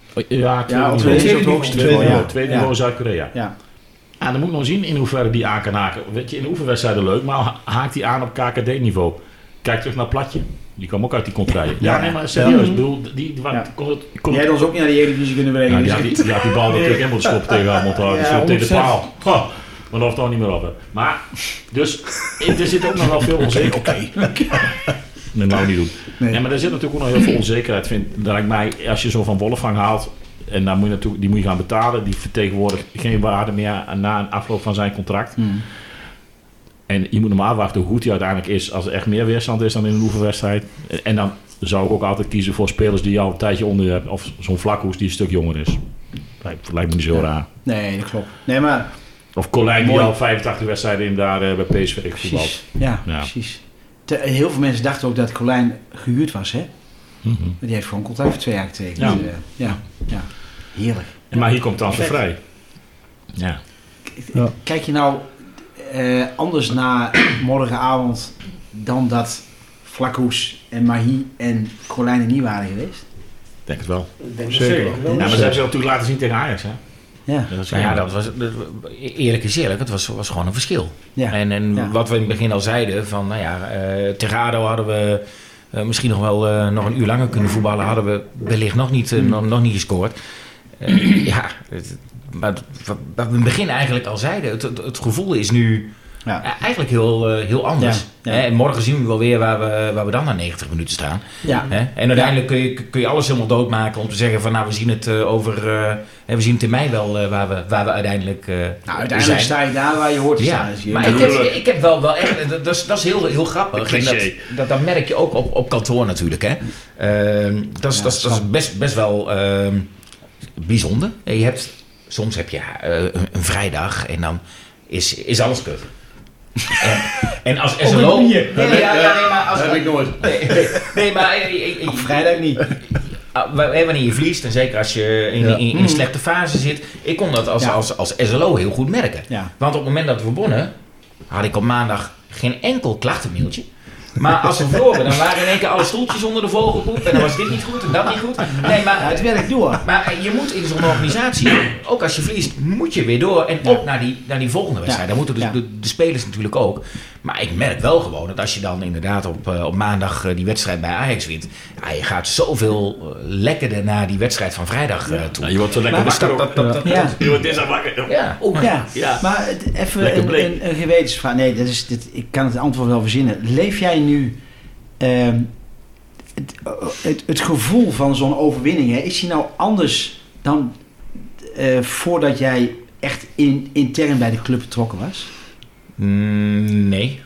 Speaker 2: Tweede niveau Zuid-Korea. Ja. En dan moet ik nog zien in hoeverre die aan kan haken. Weet je, in de oefenwedstrijden leuk, maar haakt die aan op KKD-niveau. Kijk terug naar Platje. Die kwam ook uit die contraien. Ja, nee, maar serieus. Ik bedoel, die
Speaker 1: jij had ons ook niet naar de Eredivisie kunnen brengen.
Speaker 2: Ja, die had die bal natuurlijk in moeten schoppen tegen Almond. Tegen de paal. Maar dat hoeft ook niet meer op. Maar, dus, er zit ook nog wel veel onzekerheid. Nee, nou niet doen. Nee. Maar er zit natuurlijk ook nog heel veel onzekerheid. Lijkt mij, als je zo Van Wolfgang haalt, en dan moet je die moet je gaan betalen, die vertegenwoordigt geen waarde meer na een afloop van zijn contract. En je moet hem afwachten hoe goed hij uiteindelijk is als er echt meer weerstand is dan in een oefenwedstrijd. En dan zou ik ook altijd kiezen voor spelers die al een tijdje onder je hebben. Of zo'n Vlakhoes die een stuk jonger is. Lijkt me niet zo raar.
Speaker 1: Nee, dat klopt. Nee, maar
Speaker 2: of Colijn die al 85 wedstrijden in daar bij PSV gevoetbald.
Speaker 1: Ja, precies. Heel veel mensen dachten ook dat Colijn gehuurd was, hè? Mm-hmm. Die heeft gewoon contract voor 2 jaar getekend. Ja. Heerlijk.
Speaker 2: Maar hier komt transfervrij. Ja.
Speaker 1: Kijk je nou anders naar morgenavond dan dat Vlakhoes en Mahi en Colijn er niet waren geweest?
Speaker 2: Denk het wel.
Speaker 3: Zeker wel.
Speaker 2: Ja, maar ze hebben ze natuurlijk laten zien tegen Ajax, hè?
Speaker 1: Ja.
Speaker 4: Dat was eerlijk gezegd, het was gewoon een verschil. Ja. En wat we in het begin al zeiden, van tegen ADO hadden we misschien nog wel nog een uur langer kunnen voetballen, hadden we wellicht nog niet gescoord. Maar wat we in het begin eigenlijk al zeiden, het gevoel is nu eigenlijk heel anders. Ja. En morgen zien we wel weer waar we dan na 90 minuten staan. Ja. En uiteindelijk kun je alles helemaal doodmaken om te zeggen van we zien het we zien het in mei wel waar we uiteindelijk
Speaker 1: uiteindelijk
Speaker 4: zijn.
Speaker 1: sta je daar waar je hoort te staan.
Speaker 4: Maar ik heb wel echt, dat is heel grappig. Dat merk je ook op kantoor natuurlijk. Hè. Dat is best wel bijzonder. Soms heb je een vrijdag en dan is alles kut. En als SLO...
Speaker 1: Nee, maar dat heb ik nooit.
Speaker 4: Nee, maar...
Speaker 1: Op vrijdag niet.
Speaker 4: Wanneer je verliest, en zeker als je in een slechte fase zit... Ik kon dat als SLO heel goed merken. Ja. Want op het moment dat we wonnen... had ik op maandag geen enkel klachtenmailtje. Maar als we verloren, dan waren in één keer alle stoeltjes onder de vogelpoep. En dan was dit niet goed en dat niet goed. Nee, maar
Speaker 1: het werkt door.
Speaker 4: Maar je moet in zo'n organisatie, ook als je verliest, moet je weer door. En op naar die volgende wedstrijd. Daar moeten dus de spelers natuurlijk ook. Maar ik merk wel gewoon dat als je dan inderdaad op maandag die wedstrijd bij Ajax wint. Ja, je gaat zoveel lekkerder naar die wedstrijd van vrijdag toe.
Speaker 2: Ja, je wordt zo lekker wakker. Je wordt dinsdag wakker.
Speaker 1: Ja. Maar even een gewetensvraag. Nee, ik kan het antwoord wel verzinnen. Leef jij nu het gevoel van zo'n overwinning, hè, is die nou anders dan voordat jij echt intern bij de club betrokken was?
Speaker 4: Nee.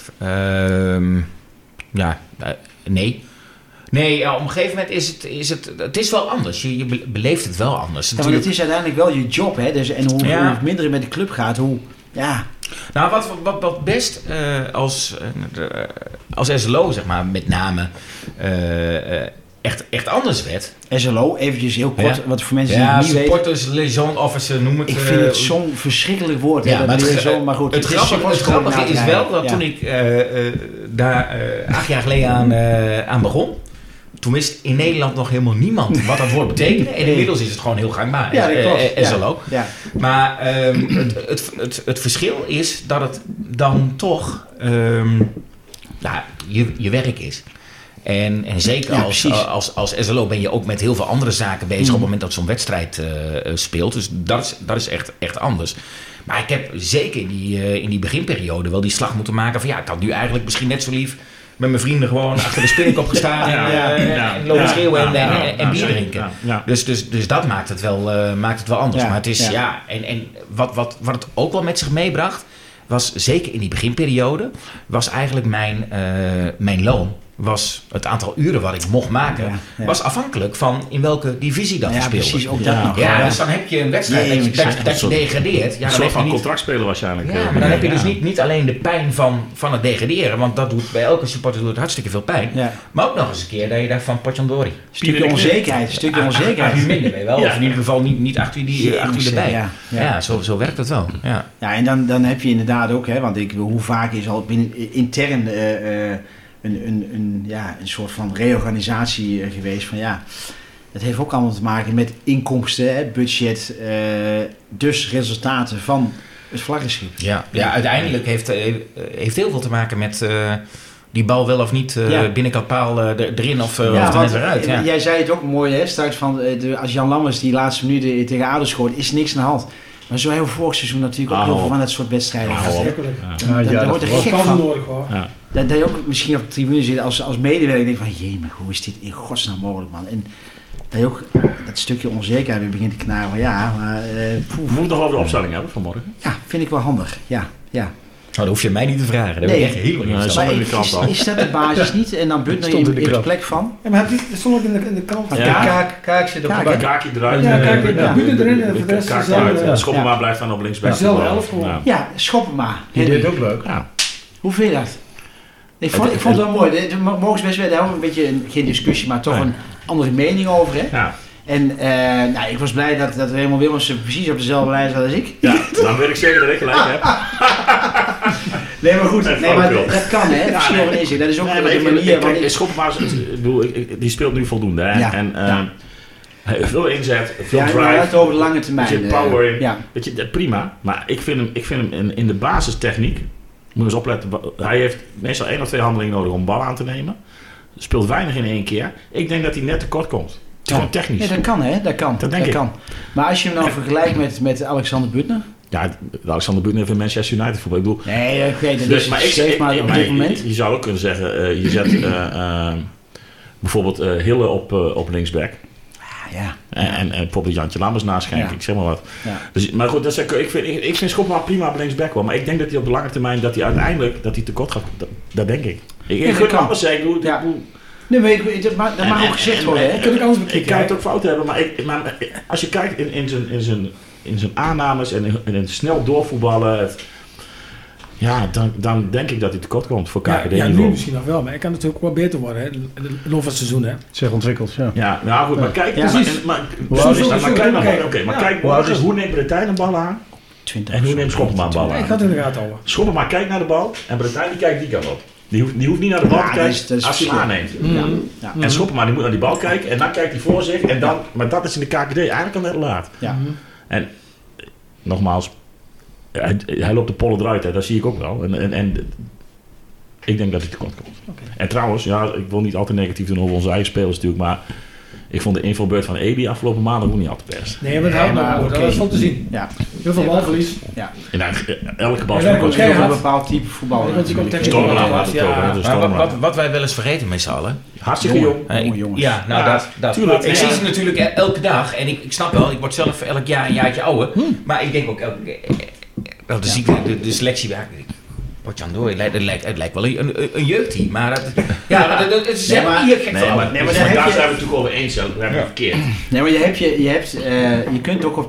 Speaker 4: Nee. Nee, op een gegeven moment is het wel anders. Je beleeft het wel anders.
Speaker 1: Ja, want het is uiteindelijk wel je job, hè? Dus, en hoe minder het met de club gaat, hoe... Ja.
Speaker 4: Nou, wat best als SLO, zeg maar, met name echt anders werd.
Speaker 1: SLO, eventjes heel kort, wat voor mensen die het niet weten.
Speaker 4: Supporters Liaison Officer, noem het.
Speaker 1: Ik vind het zo'n verschrikkelijk woord.
Speaker 4: Ja,
Speaker 1: maar goed.
Speaker 4: Het grappige is wel dat toen ik daar 8 jaar geleden aan begon. Toen wist in Nederland nog helemaal niemand wat dat woord betekende. En inmiddels is het gewoon heel gangbaar.
Speaker 1: Ja, dat klopt.
Speaker 4: SLO.
Speaker 1: Ja.
Speaker 4: Maar het verschil is dat het dan toch je werk is. En zeker als SLO ben je ook met heel veel andere zaken bezig op het moment dat zo'n wedstrijd speelt. Dus dat is echt anders. Maar ik heb zeker in die beginperiode wel die slag moeten maken van ik had nu eigenlijk misschien net zo lief met mijn vrienden gewoon achter de spinnenkop gestaan en lopen schreeuwen en bier drinken. Ja. Dus dat maakt het wel anders. Maar het is en wat het ook wel met zich meebracht, was zeker in die beginperiode, was eigenlijk mijn loon. Was het aantal uren wat ik mocht maken, was afhankelijk van in welke divisie dat je speelde.
Speaker 1: Precies, ook dat nog.
Speaker 4: Dus dan heb je een wedstrijd dat je degradeert.
Speaker 2: Een soort van contractspeler waarschijnlijk.
Speaker 4: Ja, maar dan heb je dus niet alleen de pijn van het degraderen, want dat doet bij elke supporter hartstikke veel pijn. Ja. Maar ook nog eens een keer dat je dacht van potjandori.
Speaker 1: Stukje onzekerheid.
Speaker 4: Heb je minder mee wel. Of in ieder geval niet achter je erbij. Ja, zo werkt het wel.
Speaker 1: Ja, en dan heb je inderdaad ook, hè, want hoe vaak is al binnen intern een soort van reorganisatie geweest van dat heeft ook allemaal te maken met inkomsten, budget, dus resultaten van het vlaggenschip.
Speaker 4: Ja, uiteindelijk heeft heel veel te maken met die bal wel of niet binnenkant paal erin of er net weer uit. Ja.
Speaker 1: Jij zei het ook mooi, hè, straks van als Jan Lammers die laatste minuten tegen ADO scoort, is niks aan de hand. Maar zo heel vorig seizoen natuurlijk ook heel veel van dat soort wedstrijden. Daar wordt er gek van.
Speaker 5: Nodig, hoor.
Speaker 1: Dat je ook misschien op de tribune zit als medewerker denk van maar hoe is dit in godsnaam mogelijk, man? En dat je ook dat stukje onzekerheid weer begint te knaren van
Speaker 2: we moeten nog over de opstelling hebben vanmorgen.
Speaker 1: Ja, vind ik wel handig. Ja.
Speaker 4: Dat hoef je mij niet te vragen. Dat
Speaker 1: is dat de basis niet? En dan Butner in de plek van?
Speaker 5: Ja, maar dat stond ook in de krant.
Speaker 1: Kaak zit op de
Speaker 2: Kaakje eruit.
Speaker 5: Butner erin en de rest
Speaker 2: eruit. Schoppenma blijft dan op linksback.
Speaker 5: Dezelfde 11 gewoon.
Speaker 1: Ja, Schoppenma.
Speaker 3: Die deed ook leuk.
Speaker 1: Hoe vind je dat? Ik vond het wel mooi. Er mogen best wel een beetje, geen discussie, maar toch een andere mening over. Hè? Ja. En ik was blij dat Raymond Willemsen precies op dezelfde lijst had als ik.
Speaker 2: Ja, dan weet ik zeker dat ik gelijk heb.
Speaker 1: Nee, maar goed. Dat kan, hè. Verschil van inzicht. Dat is ook de manier.
Speaker 2: Schoppenma, die speelt nu voldoende. Hè? Ja. En veel inzet, veel drive.
Speaker 1: Het over de lange termijn.
Speaker 2: Zit power in. Weet je, prima. Maar ik vind hem in de basistechniek. Moet eens opletten. Hij heeft meestal 1 of 2 handelingen nodig om bal aan te nemen. Speelt weinig in 1 keer. Ik denk dat hij net tekort komt. Gewoon technisch.
Speaker 1: Ja, dat kan, hè? Dat kan. Maar als je hem nou vergelijkt met Alexander Butner.
Speaker 2: Ja, Alexander Butner heeft in Manchester United voetbal. Ik bedoel,
Speaker 1: nee, dat is op dit moment.
Speaker 2: Je zou ook kunnen zeggen, je zet bijvoorbeeld Hille op linksback.
Speaker 1: Ja.
Speaker 2: En bijvoorbeeld Jantje Lammers naschenken, ik zeg maar wat. Ja. Dus, maar goed, ik vind Schoppenma prima op linksback wel. Maar ik denk dat hij op de lange termijn uiteindelijk tekort gaat. Dat denk ik. Ik gun Lammers zeggen,
Speaker 1: nee, maar dat mag ook gezegd worden.
Speaker 2: Ik kan het ook fout hebben, maar als je kijkt in zijn aannames en in snel doorvoetballen, dan denk ik dat hij tekort komt voor KKD.
Speaker 5: Ja, nu misschien nog wel, maar hij kan natuurlijk ook wel beter worden in de loop van het seizoen. Hè?
Speaker 3: Zich ontwikkeld,
Speaker 2: ja. Ja, goed, maar kijk. Kijk, hoe neemt Bretijn een bal aan?
Speaker 1: 20.
Speaker 2: En hoe neemt Schoppema een bal aan?
Speaker 5: Ik ga het in de gaten houden.
Speaker 2: Schoppema kijkt naar de bal en Bretijn die kijkt die kant op. Die hoeft niet naar de bal te kijken als hij hem aanneemt.
Speaker 1: Ja.
Speaker 2: En Schoppema die moet naar die bal kijken en dan kijkt hij voor zich. En dan, maar dat is in de KKD eigenlijk al net laat.
Speaker 1: Ja.
Speaker 2: En nogmaals, hij loopt de pollen eruit, hè, dat zie ik ook wel. En ik denk dat hij tekort komt.
Speaker 5: Okay.
Speaker 2: En trouwens, ik wil niet altijd negatief doen over onze eigen spelers natuurlijk, maar ik vond de invalbeurt van Ebi afgelopen maandag ook niet altijd best.
Speaker 5: Nee, maar het houdt nog goed. Dat is van te zien.
Speaker 1: Ja.
Speaker 5: Heel veel balverlies.
Speaker 1: Ja.
Speaker 2: En elke bal
Speaker 5: Ja,
Speaker 2: is
Speaker 1: Een bepaald type voetballer.
Speaker 2: Stormelaar laat het over.
Speaker 4: Maar wat wij wel eens vergeten met z'n allen.
Speaker 2: Hartstikke jong.
Speaker 1: Jonge jongens.
Speaker 4: Ja, nou dat.
Speaker 2: Tuurlijk.
Speaker 4: Ik zie ze natuurlijk elke dag. En ik snap wel, ik word zelf elk jaar een jaartje ouder. Maar ik denk ook elke keer... De selectie... Potjandor, het lijkt wel een jeugdteam, maar dat is helemaal niet gek van.
Speaker 2: Maar daar zijn we het natuurlijk over eens, dat hebben we verkeerd.
Speaker 1: Nee, maar je kunt het ook op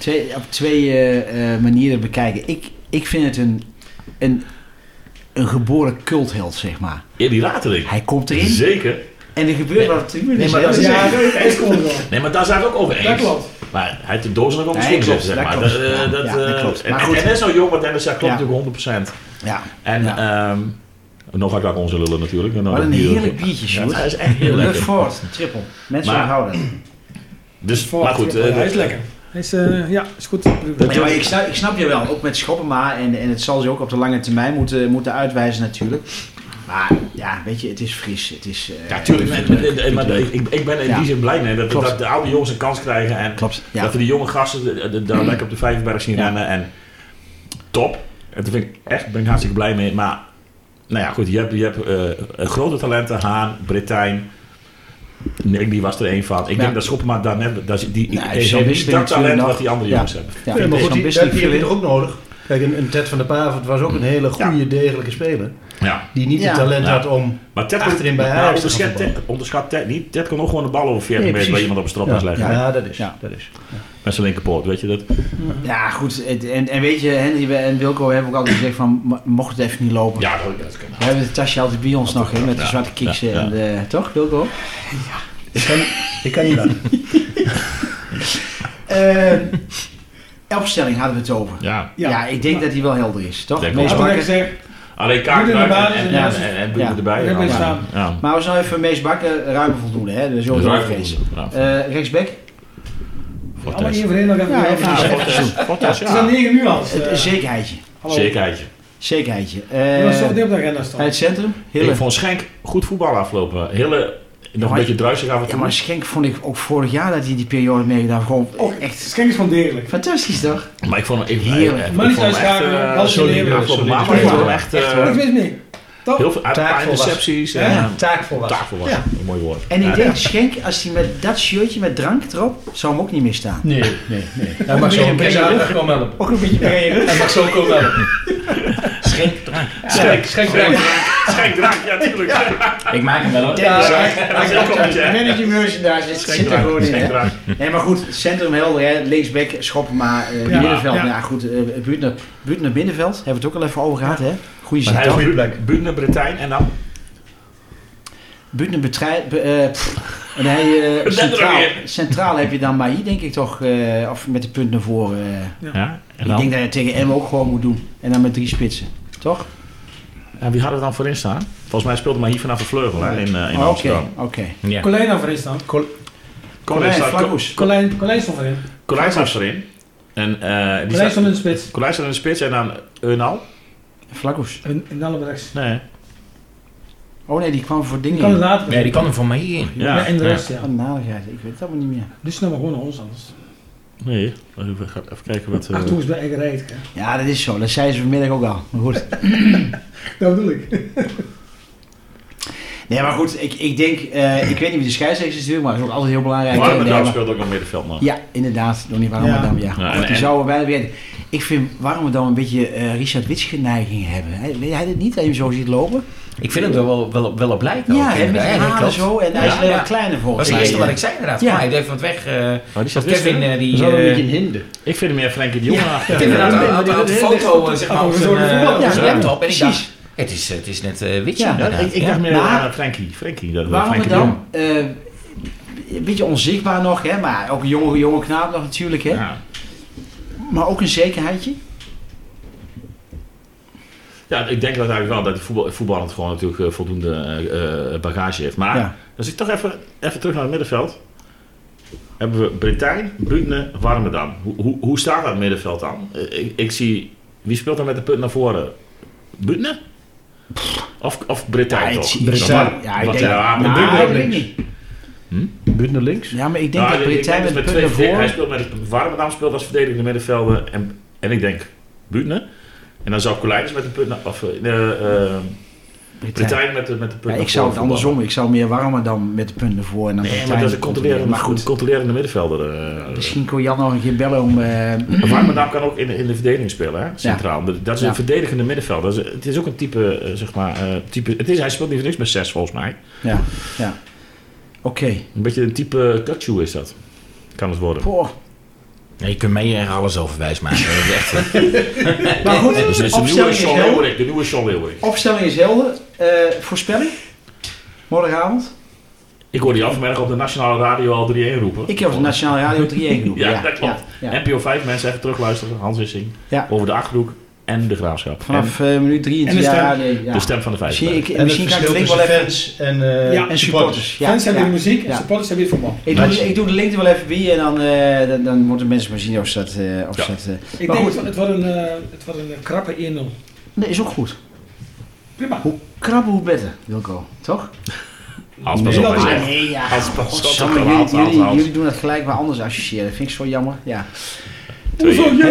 Speaker 1: twee manieren bekijken. Ik vind het een geboren cultheld, zeg maar.
Speaker 2: Ebi Rateling.
Speaker 1: Hij komt erin.
Speaker 2: Zeker.
Speaker 1: En er gebeurt wat.
Speaker 2: Nee, maar dat is nee, maar daar zijn we het ook over eens.
Speaker 5: Dat klopt.
Speaker 2: Maar hij heeft de doos nog op de schoen gezet, zeg maar.
Speaker 1: Dat klopt. Maar goed.
Speaker 2: En net zo jong wat Dennis zegt, klopt natuurlijk 100%.
Speaker 1: Ja.
Speaker 2: En nog ga ik ook onze lullen natuurlijk.
Speaker 1: Wat een heerlijk biertje, Sjoerd.
Speaker 2: Ja, dat is echt heel lekker.
Speaker 1: Ford, triple. Mensen onthouden.
Speaker 2: Dus, maar goed.
Speaker 5: Hij is lekker. Is goed.
Speaker 1: Ja, maar ik snap je wel, ook met Schoppema en het zal ze ook op de lange termijn moeten uitwijzen natuurlijk. Maar ja, weet je, het is fris. Het is,
Speaker 2: ja, tuurlijk. Ik ben in die zin blij mee dat de oude jongens een kans krijgen. En dat we die jonge gasten daar lekker op de Vijverberg zien rennen. En top. En daar ben ik hartstikke blij mee. Maar, nou ja, goed. Je hebt grote talenten. Haan, Bretijn. Die was er één van. Ik denk dat Schoppema daar net... Die heeft dat talent wat die andere jongens hebben.
Speaker 3: Ja, maar goed, die heb je toch ook nodig. Kijk, een Ted van der Pavert was ook een hele goede, degelijke speler. Ja. Die niet het talent had om achterin bij Ajax te voetballen.
Speaker 2: Onderschat Ted niet. Ted kan ook gewoon de bal over 40 meter bij iemand op een stropdas leggen.
Speaker 3: Ja, dat is.
Speaker 2: Met zijn linkerpoot, weet je dat?
Speaker 1: Ja, goed. En weet je, Henry en Wilco hebben ook altijd gezegd van, mocht het even niet lopen.
Speaker 2: Ja, dat kan.
Speaker 1: We hebben het tasje altijd bij ons nog, met de zwarte kiksen. Toch, Wilco?
Speaker 3: Ja. Ik kan niet laten.
Speaker 1: Opstelling hadden we het over. Ja, ik denk dat die wel helder is, toch?
Speaker 5: Mees Bakker.
Speaker 2: Alleen Kaartruik en Buurman erbij.
Speaker 1: Maar we zullen even Mees Bakker ruim voldoende, hè? Dus sowieso vrees. Rechtsback.
Speaker 5: Allemaal één voor één nog even. Het is aan 9 uur al.
Speaker 1: Een zekerheidje. Zekerheidje.
Speaker 5: Dat is toch niet op de agenda staan.
Speaker 1: Bij het centrum.
Speaker 2: Ik vond Schenk goed voetbal aflopen. Nog een beetje druisig af en toe.
Speaker 1: Ja, maar Schenk vond ik ook vorig jaar dat hij die periode meegedaan. Gewoon echt.
Speaker 5: Schenk is gewoon degelijk.
Speaker 1: Fantastisch toch?
Speaker 2: Maar ik vond hem heerlijk.
Speaker 5: Maar niet uitschakelen. Als je
Speaker 2: leert. Echt.
Speaker 5: Ik weet niet.
Speaker 2: Heel veel intercepties.
Speaker 3: Taakvolwassen.
Speaker 2: Ja. Een mooi woord.
Speaker 1: En ik denk Schenk, als hij met dat shirtje met drank erop, zou hem ook niet meer staan.
Speaker 3: Nee. Hij mag zo een beetje komen helpen.
Speaker 1: Ook een beetje bergen.
Speaker 3: Hij mag zo komen helpen.
Speaker 4: Schenk drank.
Speaker 2: Schenk drank, ja tuurlijk.
Speaker 4: Ik maak hem wel hoor.
Speaker 1: Manager merchandise, zit er gewoon in. Nee, maar goed, centrum helder, hè. Linksback, Schoppema, middenveld. Ja, goed, Buurtner binnenveld, hebben we het ook al even over gehad, hè. Goeie zit.
Speaker 2: Buurtner, Bretijn en dan?
Speaker 1: Buurtner, centraal heb je dan Mahi, denk ik toch, of met de punt naar voren. Ik denk dat je tegen M ook gewoon moet doen. En dan met 3 spitsen, toch?
Speaker 2: En wie had het dan voorin staan? Volgens mij speelde Mahi vanaf de vleugel in Amsterdam.
Speaker 1: Oké.
Speaker 5: Colijn dan voorin staan.
Speaker 1: Colijn
Speaker 5: stond voorin.
Speaker 2: Colijn staat voorin.
Speaker 5: Colijn stond in de spits.
Speaker 2: Colijn stond in de spits en dan Eunal.
Speaker 1: Flakkoes.
Speaker 5: En dan op rechts.
Speaker 2: Nee.
Speaker 1: Oh nee, die kwam voor dingen.
Speaker 5: Die kan later.
Speaker 4: Nee, die kan er van mij in.
Speaker 5: Ja, en de rest, ja.
Speaker 1: Nadigheid, ik weet het allemaal niet meer.
Speaker 5: Dus nou maar gewoon naar ons anders.
Speaker 2: Nee, we gaan even kijken wat...
Speaker 5: Achterhoes bij eigen rijdt.
Speaker 1: Ja, dat is zo. Dat zei ze vanmiddag ook al. Maar goed.
Speaker 5: Dat bedoel ik.
Speaker 1: Nee, maar goed, ik denk... ik weet niet wie de scheidsrechter is natuurlijk, maar dat is ook altijd heel belangrijk.
Speaker 2: Warmerdam speelt ook nog middenveld nog.
Speaker 1: Ja, inderdaad. Donnie Warmerdam, ja. Die zouden bijna weten. Ik vind Warmerdam een beetje Richard Witsche neiging hebben. Weet hij dit niet, dat je hem zo ziet lopen?
Speaker 4: Ik vind hem er wel op lijken.
Speaker 1: Ja, hij met die haren zo en hij is heel kleiner volgens mij.
Speaker 4: Dat is het eerste wat ik zei inderdaad. Ja. Hij heeft wat weg. Kevin die...
Speaker 3: een beetje een hinde.
Speaker 2: Ik vind hem meer Frenkie de Jong.
Speaker 4: Ik vind inderdaad een foto zeg maar op zijn laptop en ik dacht... Het is net Witsche.
Speaker 2: Ik dacht meer aan Frenkie.
Speaker 1: Waarom dan? Een beetje onzichtbaar nog, hè, maar ook een jonge knaap nog natuurlijk. Hè. Ja. Maar ook een zekerheidje.
Speaker 2: Ja, ik denk uiteindelijk wel dat de voetballer gewoon natuurlijk voldoende bagage heeft. Maar als ik toch even terug naar het middenveld. Hebben we Bretijn, Buutne, Warmerdam. Hoe staat dat middenveld dan? Ik zie... Wie speelt dan met de punt naar voren? Buutne? Of Bretijn toch?
Speaker 3: Bretijn.
Speaker 1: Ja, ik denk...
Speaker 3: Buutne links. Buutne links?
Speaker 1: Ja, maar ik denk dat Bretijn met de punt naar voren...
Speaker 2: Hij speelt Warmerdam speelt als verdedigende middenvelder. En ik denk Buutne. En dan zou Colijns met de punt naar... Of Bretijn met de punt naar voren.
Speaker 1: Ik zou het andersom. Ik zou meer Warmerdam met de punt naar voren. En dan
Speaker 2: maar dat is een controlerende middenvelder.
Speaker 1: Misschien kon Jan nog een keer bellen om...
Speaker 2: Warmerdam kan ook in de verdediging spelen, hè? Centraal. Ja. Dat is een verdedigende middenvelder. Het is ook een type, zeg maar... hij speelt niet voor niks met 6, volgens mij.
Speaker 1: Ja. Oké.
Speaker 2: Een beetje een type Kutsu is dat. Kan het worden.
Speaker 1: Poh.
Speaker 4: Ja, je kunt mij er alles over wijs maken. Dat is echt...
Speaker 1: Maar goed,
Speaker 2: dus de nieuwe Sean Leeuwerik.
Speaker 1: Opstelling is helder. Voorspelling? Morgenavond?
Speaker 2: Ik hoor die afmerken op de Nationale Radio al 3-1 roepen.
Speaker 1: Ik heb op de Nationale Radio 3-1 geroepen.
Speaker 2: Ja, dat klopt. Ja. NPO 5 mensen even terugluisteren. Hans Wissing. Ja. Over de Achterhoek en de Graafschap.
Speaker 1: Vanaf minuut 23.
Speaker 2: De stem van de 5.
Speaker 1: Misschien kan ik de link wel even...
Speaker 3: Fans en supporters.
Speaker 5: Fans hebben de muziek en supporters hebben het voetbal.
Speaker 1: Ik doe de link er wel even bij en dan moeten mensen maar zien of ze dat...
Speaker 5: Ik denk het wordt een krappe 1-0.
Speaker 1: Nee, is ook goed.
Speaker 5: Prima.
Speaker 1: Hoe krabben, hoe beter, Wilco. Toch?
Speaker 2: Als pas op.
Speaker 1: Jullie doen het gelijk maar anders associëren. Dat vind ik zo jammer. Ja.
Speaker 2: 2-1.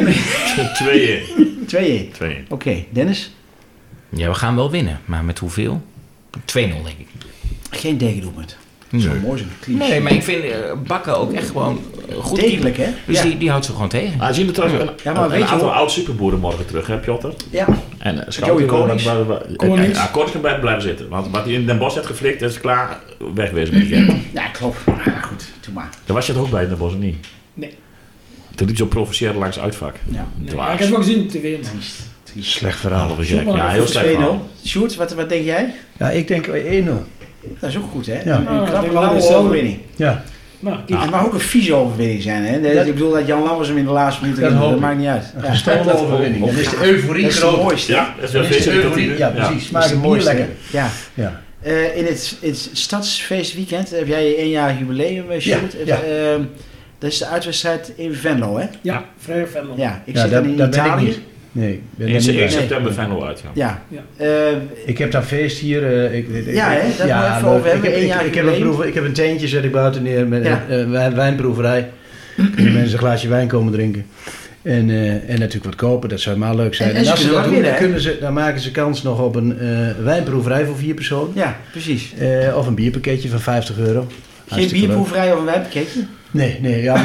Speaker 1: Oké, Dennis?
Speaker 4: Ja, we gaan wel winnen. Maar met hoeveel? 2-0 denk ik.
Speaker 1: Geen tegendoelpunt.
Speaker 4: Zo
Speaker 1: mooi zo'n
Speaker 4: Nee, maar ik vind Bakker ook echt gewoon goed.
Speaker 1: Degelijk, hè?
Speaker 4: Dus die houdt ze gewoon tegen.
Speaker 2: Ah, zien we trouwens een aantal oud-superboeren morgen terug, hè, Piotr?
Speaker 1: Ja.
Speaker 2: En
Speaker 1: Joey Konings.
Speaker 2: Konings kan bij blijven zitten. Want wat hij in Den Bosch heeft geflikt, is klaar wegwezen met die.
Speaker 1: Ja, klopt. Ja, goed, doe maar.
Speaker 2: Daar was je toch ook bij in Den Bosch, of niet?
Speaker 5: Nee.
Speaker 2: Toen liep zo provoceren langs uitvak.
Speaker 5: Ja. Nee, ik heb het wel gezien op tv.
Speaker 3: Slecht verhaal.
Speaker 2: Ja, heel slecht verhaal.
Speaker 1: Sjoerd, wat denk jij?
Speaker 3: Ja, ik denk 1-0.
Speaker 1: Dat is ook goed, hè?
Speaker 3: Ja.
Speaker 1: Een knappe overwinning.
Speaker 3: Ja.
Speaker 1: Het mag ook een vieze overwinning zijn, hè? Ik bedoel dat Jan Lammers hem in de laatste minuut dat maakt niet uit.
Speaker 3: Een gestolen overwinning. Dan is de euforie groot.
Speaker 1: Dat is het mooiste.
Speaker 2: Ja, dat is de
Speaker 3: ja, precies. Maak het bier lekker.
Speaker 1: Ja. In het stadsfeestweekend heb jij je 1-jarig jubileum, Sjoerd. Dat is de uitwedstrijd in Venlo, hè?
Speaker 5: Ja, vrijdag Venlo.
Speaker 1: Ja, ik zit dan in Italië.
Speaker 3: Nee,
Speaker 2: ben 1 september Venlo uit.
Speaker 1: Ja.
Speaker 3: Ik heb daar feest hier.
Speaker 1: Daar moet je even over hebben.
Speaker 3: Ik heb een tentje, zet ik buiten neer met een wijnproeverij. Kunnen mensen een glaasje wijn komen drinken. En natuurlijk wat kopen, dat zou helemaal leuk zijn. En als ze dat doen, dan maken ze kans nog op een wijnproeverij voor 4 personen.
Speaker 1: Ja, precies.
Speaker 3: Of een bierpakketje van €50.
Speaker 1: Geen bierproeverij of een wijnpakketje?
Speaker 3: Nee. Nee, dat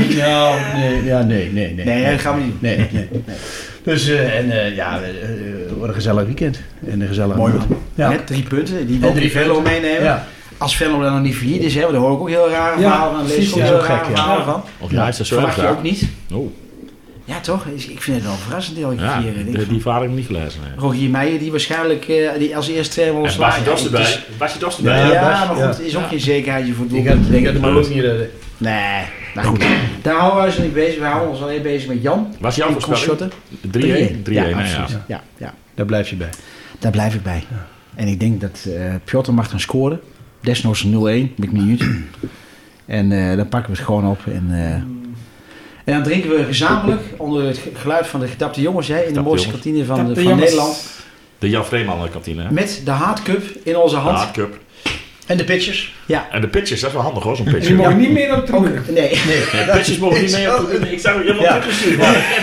Speaker 1: gaan we niet.
Speaker 3: Nee. Dus, wordt een gezellig weekend. En een gezellig...
Speaker 1: Mooi man. Ja. Met 3 punten, die we die Venlo meenemen. Ja. Als Venlo dan nog niet failliet is, daar hoor ik ook heel rare verhalen van. Lees ook heel rare verhalen van.
Speaker 2: Of ja, dat
Speaker 1: verwacht je ook niet.
Speaker 2: Oh.
Speaker 1: Ja, toch? Ik vind het wel verrassend elke keer.
Speaker 2: Die vader heb ik niet gelezen. Nee.
Speaker 1: Rogier Meijer, die waarschijnlijk die als eerste trainer wil
Speaker 2: slagen. Was je das erbij?
Speaker 1: Ja, maar goed, het is ook geen zekerheidje voor het doel.
Speaker 3: Ik had hem ook niet redden.
Speaker 1: Nee, nou goed. Daar houden we ons niet bezig. We houden ons alleen bezig met Jan.
Speaker 2: Was Jan voorspelling? 3-1.
Speaker 3: Ja. Daar blijf je bij.
Speaker 1: Daar blijf ik bij. Ja. En ik denk dat Piotr mag dan scoren. Desnoods 0-1, ben ik benieuwd. En dan pakken we het gewoon op. En dan drinken we gezamenlijk onder het geluid van de gedapte jongens in de mooiste kantine van Nederland.
Speaker 2: De Jan Vreeman kantine. Hè?
Speaker 1: Met de Haatcup in onze hand.
Speaker 2: De Haatcup.
Speaker 3: En de pitchers.
Speaker 1: Ja.
Speaker 2: En de pitchers, dat is wel handig hoor, zo'n pitcher.
Speaker 5: Die mogen niet meer op de tribune.
Speaker 1: Nee.
Speaker 2: De pitchers mogen niet meer op de tribune. Ik zou helemaal pitchers zien.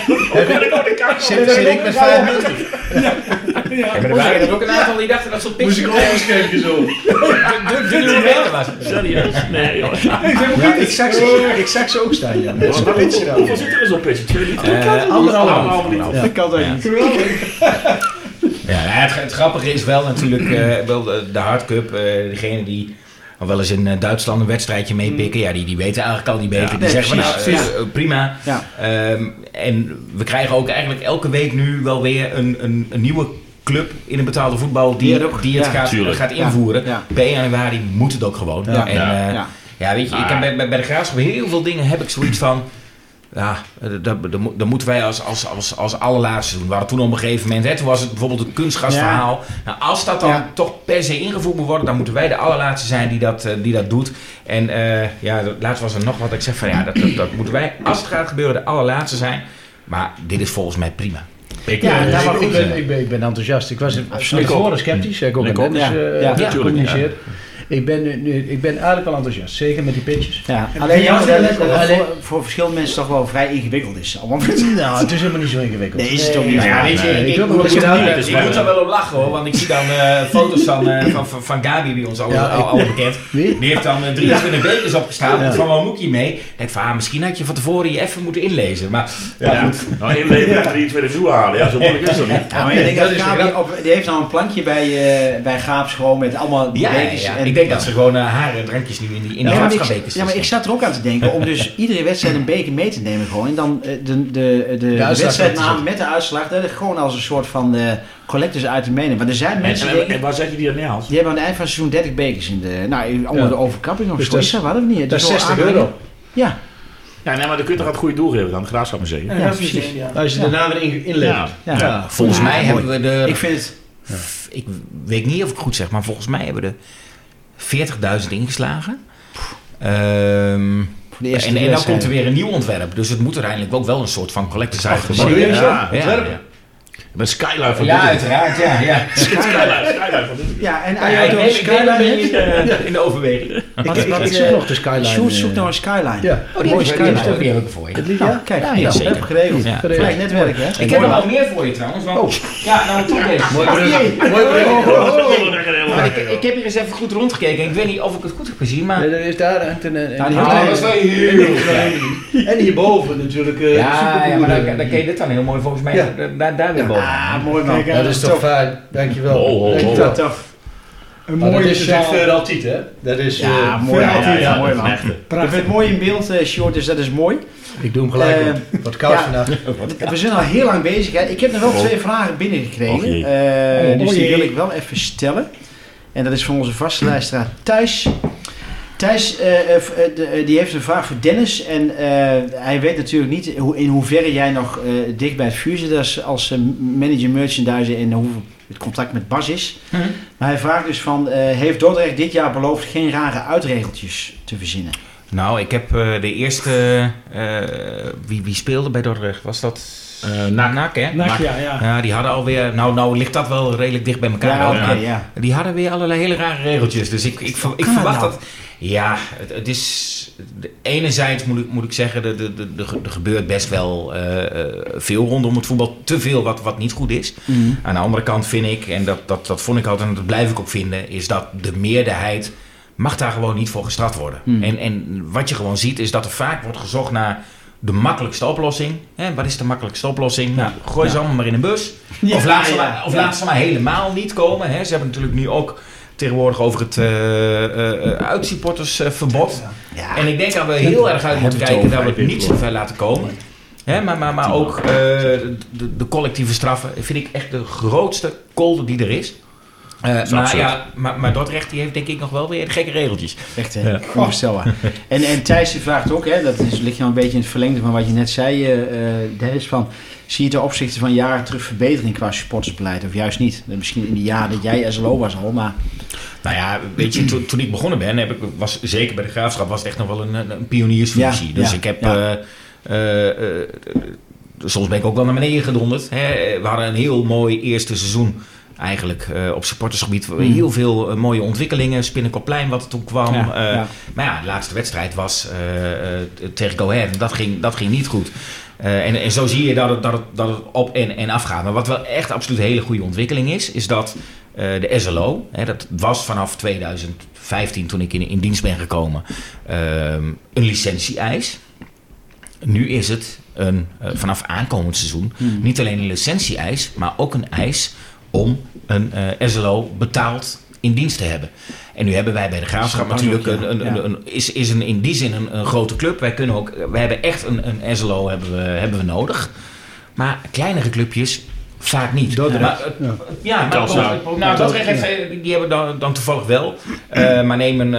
Speaker 3: Zit ik met 5 minuten.
Speaker 4: Er waren er ook een aantal die dachten dat zo'n pitcher...
Speaker 3: Moest ik overschrijven zo.
Speaker 4: De beter was.
Speaker 2: Serieus? Nee joh.
Speaker 3: Ik zag ze ook staan.
Speaker 2: Hoeveel zit er in zo'n pitcher? 2 liter?
Speaker 3: 1,5 liter.
Speaker 1: Dat kan toch niet.
Speaker 4: Ja, het grappige is wel natuurlijk de Hardcup. Degene die al wel eens in Duitsland een wedstrijdje meepikken, die weten eigenlijk al niet beter. Die zeggen van prima. Ja. En we krijgen ook eigenlijk elke week nu wel weer een nieuwe club in een betaalde voetbal die het gaat invoeren. Ja. Per 1 januari moet het ook gewoon. Ja. Weet je, ik heb bij de Graafschap heel veel dingen heb ik zoiets van... dat moeten wij als allerlaatste doen. We hadden toen op een gegeven moment, toen was het bijvoorbeeld het kunstgrasverhaal. Ja. Nou, als dat dan toch per se ingevoerd moet worden, dan moeten wij de allerlaatste zijn die dat doet. En laatst was er nog wat ik zeg van dat moeten wij, als het gaat gebeuren, de allerlaatste zijn. Maar dit is volgens mij prima.
Speaker 3: Ik ben enthousiast. Ik was van tevoren sceptisch. Ik ook net gecommuniceerd. Ik ben eigenlijk wel enthousiast. Zeker met die pitches.
Speaker 1: Ja. Alleen jammer dat het voor verschillende mensen toch wel vrij ingewikkeld is.
Speaker 3: Nou, het is helemaal niet zo ingewikkeld.
Speaker 1: Nee, is het ook niet.
Speaker 4: Ik moet er wel op lachen hoor. Want ik zie dan foto's van Gabi bij ons al bekend. Die heeft dan 23 bekers opgestapeld. Van wat moet je mee? Ik denk van misschien had je van tevoren je even moeten inlezen. Maar
Speaker 2: goed. Nou, inleveren en 23 toe halen. Ja, zo moeilijk is dat niet.
Speaker 1: Ja, maar ik denk dat Gabi, die heeft nou een plankje bij Gaaps gewoon met allemaal bekers.
Speaker 4: Ik denk dat ze gewoon haar drankjes nu in de Graafschapbekers.
Speaker 1: Ja, maar ik zat er ook aan te denken om dus iedere wedstrijd een beker mee te nemen gewoon. En dan de wedstrijdnaam met de uitslag, dat is gewoon als een soort van collectors uit te menen. Maar er zijn mensen...
Speaker 2: En waar zet je die dan neer als?
Speaker 1: Die hebben aan het eind van het seizoen 30 bekers in de... onder de overkapping of dus zo. Is dat wat of niet?
Speaker 3: Dat is €60.
Speaker 1: Ja.
Speaker 2: Ja, nee, maar dan kun je toch het goede doel geven dan, het Graafschapmuseum.
Speaker 5: Ja, precies.
Speaker 3: Als je daarna weer inlevert.
Speaker 4: Ja. Volgens mij hebben we er...
Speaker 1: Ik vind het...
Speaker 4: Ik weet niet of ik goed zeg, maar volgens mij hebben we er 40.000 ingeslagen. En dan komt er weer een nieuw ontwerp. Dus het moet uiteindelijk ook wel een soort van collectors item worden.
Speaker 2: Ja. Met Skyline van
Speaker 4: ja, uiteraard. Ja.
Speaker 2: Skyline van
Speaker 1: ja, en Ajax Skyline
Speaker 4: in de overweging.
Speaker 3: Ik zoek nog de Skyline.
Speaker 1: Sjoerd zoekt nog een Skyline.
Speaker 3: Ja.
Speaker 4: Die heb ik voor je.
Speaker 1: Kijk, dat heb ik geregeld. Gelijk netwerk, hè?
Speaker 4: Ik heb er al meer voor je trouwens. Ja, nou toch deze. Ik heb hier eens even goed rondgekeken. Ik weet niet of ik het goed heb gezien, maar...
Speaker 3: Er is daar hangt een...
Speaker 4: dat is wel heel klein.
Speaker 3: En hierboven natuurlijk.
Speaker 4: Ja, maar dan ken je dit dan heel mooi volgens mij. Daar weer boven.
Speaker 1: Ah, mooi man.
Speaker 3: Dat is toch fijn. Dankjewel.
Speaker 1: Dankjewel. Tof.
Speaker 5: Een mooie
Speaker 3: sjaal. Altijd, hè? Dat is
Speaker 1: mooi. Mooi man.
Speaker 2: Prachtig.
Speaker 1: Je bent mooi in beeld, Sjoerd, dus dat is mooi.
Speaker 3: Ik doe hem gelijk op. Wat koud vandaag.
Speaker 1: We zijn al heel lang bezig. Hè. Ik heb nog wel 2 vragen binnengekregen. Dus die wil ik wel even stellen. En dat is van onze vaste luisteraar Thijs. Thijs die heeft een vraag voor Dennis. En hij weet natuurlijk niet in hoeverre jij nog dicht bij het vuur zit als manager merchandise en hoe het contact met Bas is. Mm-hmm. Maar hij vraagt dus van, heeft Dordrecht dit jaar beloofd geen rare uitregeltjes te verzinnen?
Speaker 4: Nou, ik heb de eerste... wie speelde bij Dordrecht? Was dat... NAC, hè?
Speaker 5: NAC, ja.
Speaker 4: Die hadden alweer... Nou ligt dat wel redelijk dicht bij elkaar. Die hadden weer allerlei hele rare regeltjes. Dus ik verwacht dat... Ja, het is... Enerzijds moet ik zeggen, er gebeurt best wel veel rondom het voetbal. Te veel wat niet goed is. Mm-hmm. Aan de andere kant vind ik, en dat vond ik altijd en dat blijf ik ook vinden, is dat de meerderheid mag daar gewoon niet voor gestraft worden. Mm. En wat je gewoon ziet, is dat er vaak wordt gezocht naar de makkelijkste oplossing. Hè, wat is de makkelijkste oplossing? Nou, gooi ze allemaal maar in een bus. Ja, of laat ze maar helemaal niet komen. Hè. Ze hebben natuurlijk nu ook tegenwoordig over het uitsupportersverbod. Ja. En ik denk dat we heel erg uit moeten kijken dat we het niet zo ver laten komen. Hè, maar ook de collectieve straffen vind ik echt de grootste kolder die er is. Maar Dordrecht die heeft denk ik nog wel weer gekke regeltjes.
Speaker 1: Echt hè, onvoorstelbaar. En Thijs vraagt ook, hè, ligt nou een beetje in het verlengde van wat je net zei, Dennis, van zie je ten opzichte van jaren terug verbetering qua supportersbeleid of juist niet? Misschien in de jaren dat jij SLO was al, maar...
Speaker 4: Nou ja, weet je, toen ik begonnen ben, was zeker bij de Graafschap was het echt nog wel een pioniersfunctie. Dus ik heb... soms ben ik ook wel naar beneden gedonderd. Hè. We hadden een heel mooi eerste seizoen eigenlijk op supportersgebied. Heel veel mooie ontwikkelingen. Spinnekopplein wat er toen kwam. Maar ja, de laatste wedstrijd was tegen Go Ahead. Dat ging niet goed. En zo zie je dat het op en af gaat. Maar wat wel echt absoluut een hele goede ontwikkeling is dat de SLO, dat was vanaf 2015 toen ik in dienst ben gekomen, een licentie-eis. Nu is het vanaf aankomend seizoen niet alleen een licentie-eis, maar ook een eis om een SLO betaald in dienst te hebben. En nu hebben wij bij de Graafschap natuurlijk in die zin een grote club. Wij hebben echt een SLO hebben we nodig. Maar kleinere clubjes
Speaker 3: Vaak niet.
Speaker 4: Dordrecht. Die hebben dan toevallig wel. Maar nemen...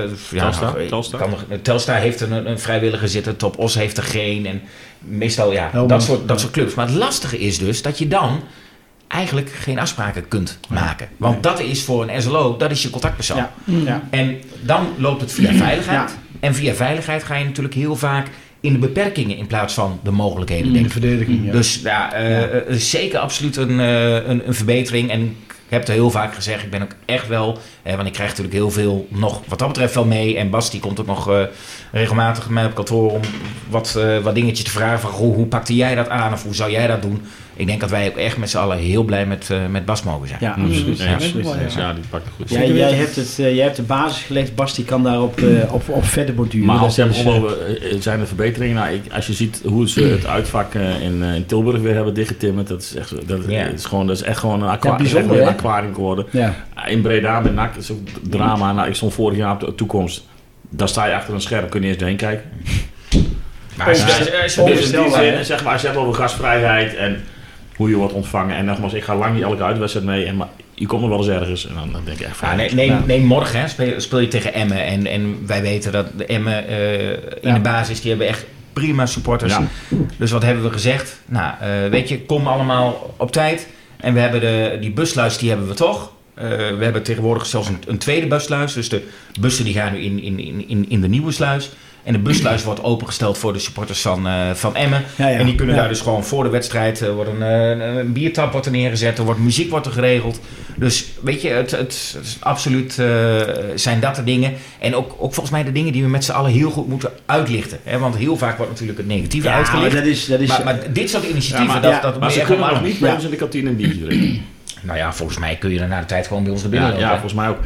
Speaker 4: Telstar heeft een vrijwilliger zitten. Top Os heeft er geen. En meestal dat soort clubs. Maar het lastige is dus dat je dan eigenlijk geen afspraken kunt maken. Want dat is voor een SLO, dat is je contactpersoon.
Speaker 1: Ja. Ja.
Speaker 4: En dan loopt het via veiligheid. Ja. En via veiligheid ga je natuurlijk heel vaak in de beperkingen in plaats van de mogelijkheden.
Speaker 3: In de verdediging,
Speaker 4: Dus zeker absoluut een verbetering. En ik heb het heel vaak gezegd, ik ben ook echt wel... want ik krijg natuurlijk heel veel nog wat dat betreft wel mee. En Bas die komt ook nog regelmatig met mij op kantoor om wat dingetjes te vragen. Van, hoe pakte jij dat aan of hoe zou jij dat doen? Ik denk dat wij ook echt met z'n allen heel blij met Bas mogen zijn.
Speaker 1: Ja, absoluut.
Speaker 2: Ja, die pakt het goed.
Speaker 1: Ja, jij hebt de basis gelegd. Bas die kan daarop op verder borduren.
Speaker 2: Maar als zijn er verbeteringen? Nou, als je ziet hoe ze het uitvak in Tilburg weer hebben dichtgetimmerd, dat is echt gewoon een aquarium geworden. Ja. In Breda met NAC, dat is ook drama. Nou, ik stond vorig jaar op de toekomst. Daar sta je achter een scherm, kun je niet eens doorheen kijken. Maar als je hebt over gastvrijheid en hoe je wordt ontvangen. En nogmaals, ik ga lang niet elke uitwedstrijd mee. Maar je komt nog wel eens ergens. En dan denk ik echt van...
Speaker 4: morgen speel je tegen Emmen. En wij weten dat de Emmen in de basis, die hebben echt prima supporters. Ja. Dus wat hebben we gezegd? Nou, weet je, kom allemaal op tijd. En we hebben die busluis, die hebben we toch. We hebben tegenwoordig zelfs een tweede busluis. Dus de bussen die gaan nu in de nieuwe sluis. En de busluis wordt opengesteld voor de supporters van Emmen. Ja. En die kunnen daar dus gewoon voor de wedstrijd... een biertap wordt er neergezet, muziek wordt er geregeld. Dus weet je, het is absoluut zijn dat de dingen. En ook volgens mij de dingen die we met z'n allen heel goed moeten uitlichten. Hè? Want heel vaak wordt natuurlijk het negatieve uitgelicht. Maar dit soort initiatieven...
Speaker 2: Maar ze kunnen nog niet bij ons in de kantine een biertje drinken.
Speaker 4: Nou ja, volgens mij kun je er na de tijd gewoon bij ons naar binnen lopen.
Speaker 2: Ja, volgens mij ook.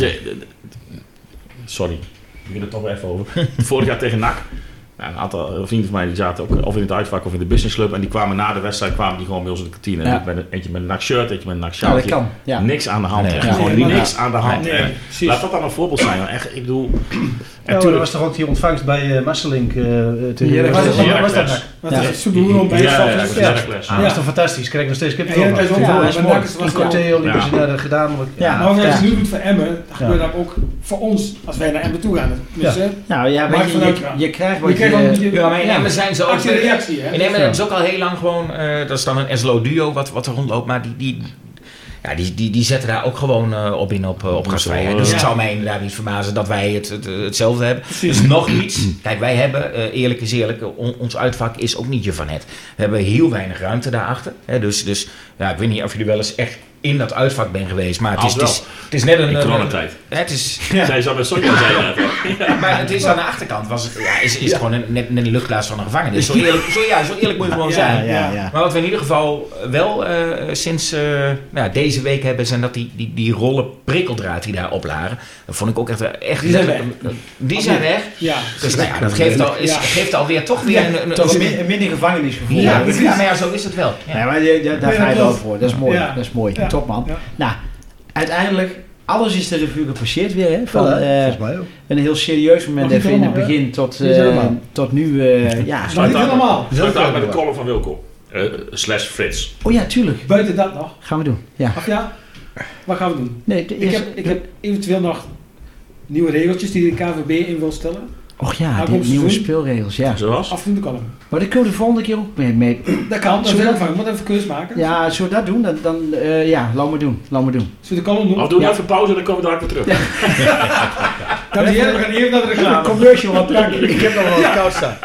Speaker 2: Sorry. Ik wil het toch even over. Vorig jaar tegen NAC. Een aantal vrienden van mij die zaten ook of in het uitvak of in de businessclub. En die kwamen na de wedstrijd gewoon bij ons in de kantine. Ja. Eentje met een NAC shirt, eentje met een NAC sjaaltje.
Speaker 1: Ja, dat kan. Ja.
Speaker 2: Niks aan de hand. Niks aan de hand. Nee, laat dat dan een voorbeeld zijn. Echt, ik bedoel...
Speaker 3: er was toch ook die ontvangst bij Marcelink.
Speaker 5: Was dat NAC?
Speaker 3: Dat is toch fantastisch. Ik krijg nog steeds kippenvel. Een cocktail, die hebben ze daar gedaan.
Speaker 5: Maar als je het nu doet voor Emmen, dan gebeurt dat ook voor ons als wij naar Emmen toe gaan.
Speaker 1: Je krijgt wat
Speaker 4: in Emmen zijn ze ook... In Emmen hebben ze ook al heel lang gewoon... dat is dan een SLO-duo wat er rondloopt, maar die zetten daar ook gewoon op in op gastvrijheid. Dus het zou mij inderdaad niet verbazen dat wij hetzelfde hebben. Dus nog iets. Kijk, wij hebben, eerlijk is eerlijk, ons uitvak is ook niet je van het. We hebben heel weinig ruimte daarachter. Dus ik weet niet of jullie wel eens echt in dat uitvak ben geweest, maar het is net een...
Speaker 2: In coronatijd.
Speaker 4: Het is...
Speaker 2: Zij zou met Sonja zijn.
Speaker 4: Maar het is aan de achterkant, is het gewoon net een luchtblaas van een gevangenis. Zo eerlijk moet je gewoon zijn. Ja. Maar wat we in ieder geval wel sinds deze week hebben, zijn dat die rollen prikkeldraad die daar op lagen. Dat vond ik ook echt... Die zijn weg. Ja. Dus dat geeft alweer toch weer
Speaker 1: een minder gevangenisgevoel.
Speaker 4: Ja, maar zo is het wel.
Speaker 1: Ja, maar daar ga je wel voor. Dat is mooi. Dat is mooi. Ja. Top man. Ja. Nou, uiteindelijk, alles is de revue gepasseerd weer. Hè? Van een heel serieus moment even in het begin tot nu.
Speaker 2: Sluit uit met de column van Wilco. /Frits.
Speaker 1: Oh ja, tuurlijk.
Speaker 5: Buiten dat nog.
Speaker 1: Gaan we doen. Ja.
Speaker 5: Of ja? Wat gaan we doen? Nee, ik heb eventueel nog nieuwe regeltjes die de KVB in wil stellen.
Speaker 1: Och ja, die nieuwe speelregels, ja.
Speaker 2: Zoals?
Speaker 5: Af en toe column.
Speaker 1: Maar dat kunnen we de volgende keer ook mee.
Speaker 5: Dat kan, dat wil ik moet even keus maken.
Speaker 1: Ja, zullen we dat doen? Laat maar doen.
Speaker 5: Zullen we de column doen?
Speaker 2: Of doen we even pauze en dan komen we daar weer terug.
Speaker 5: Dames en heren, we gaan even naar de reclame.
Speaker 1: Commercial, wat dank. Ik heb nog wel wat koud staan.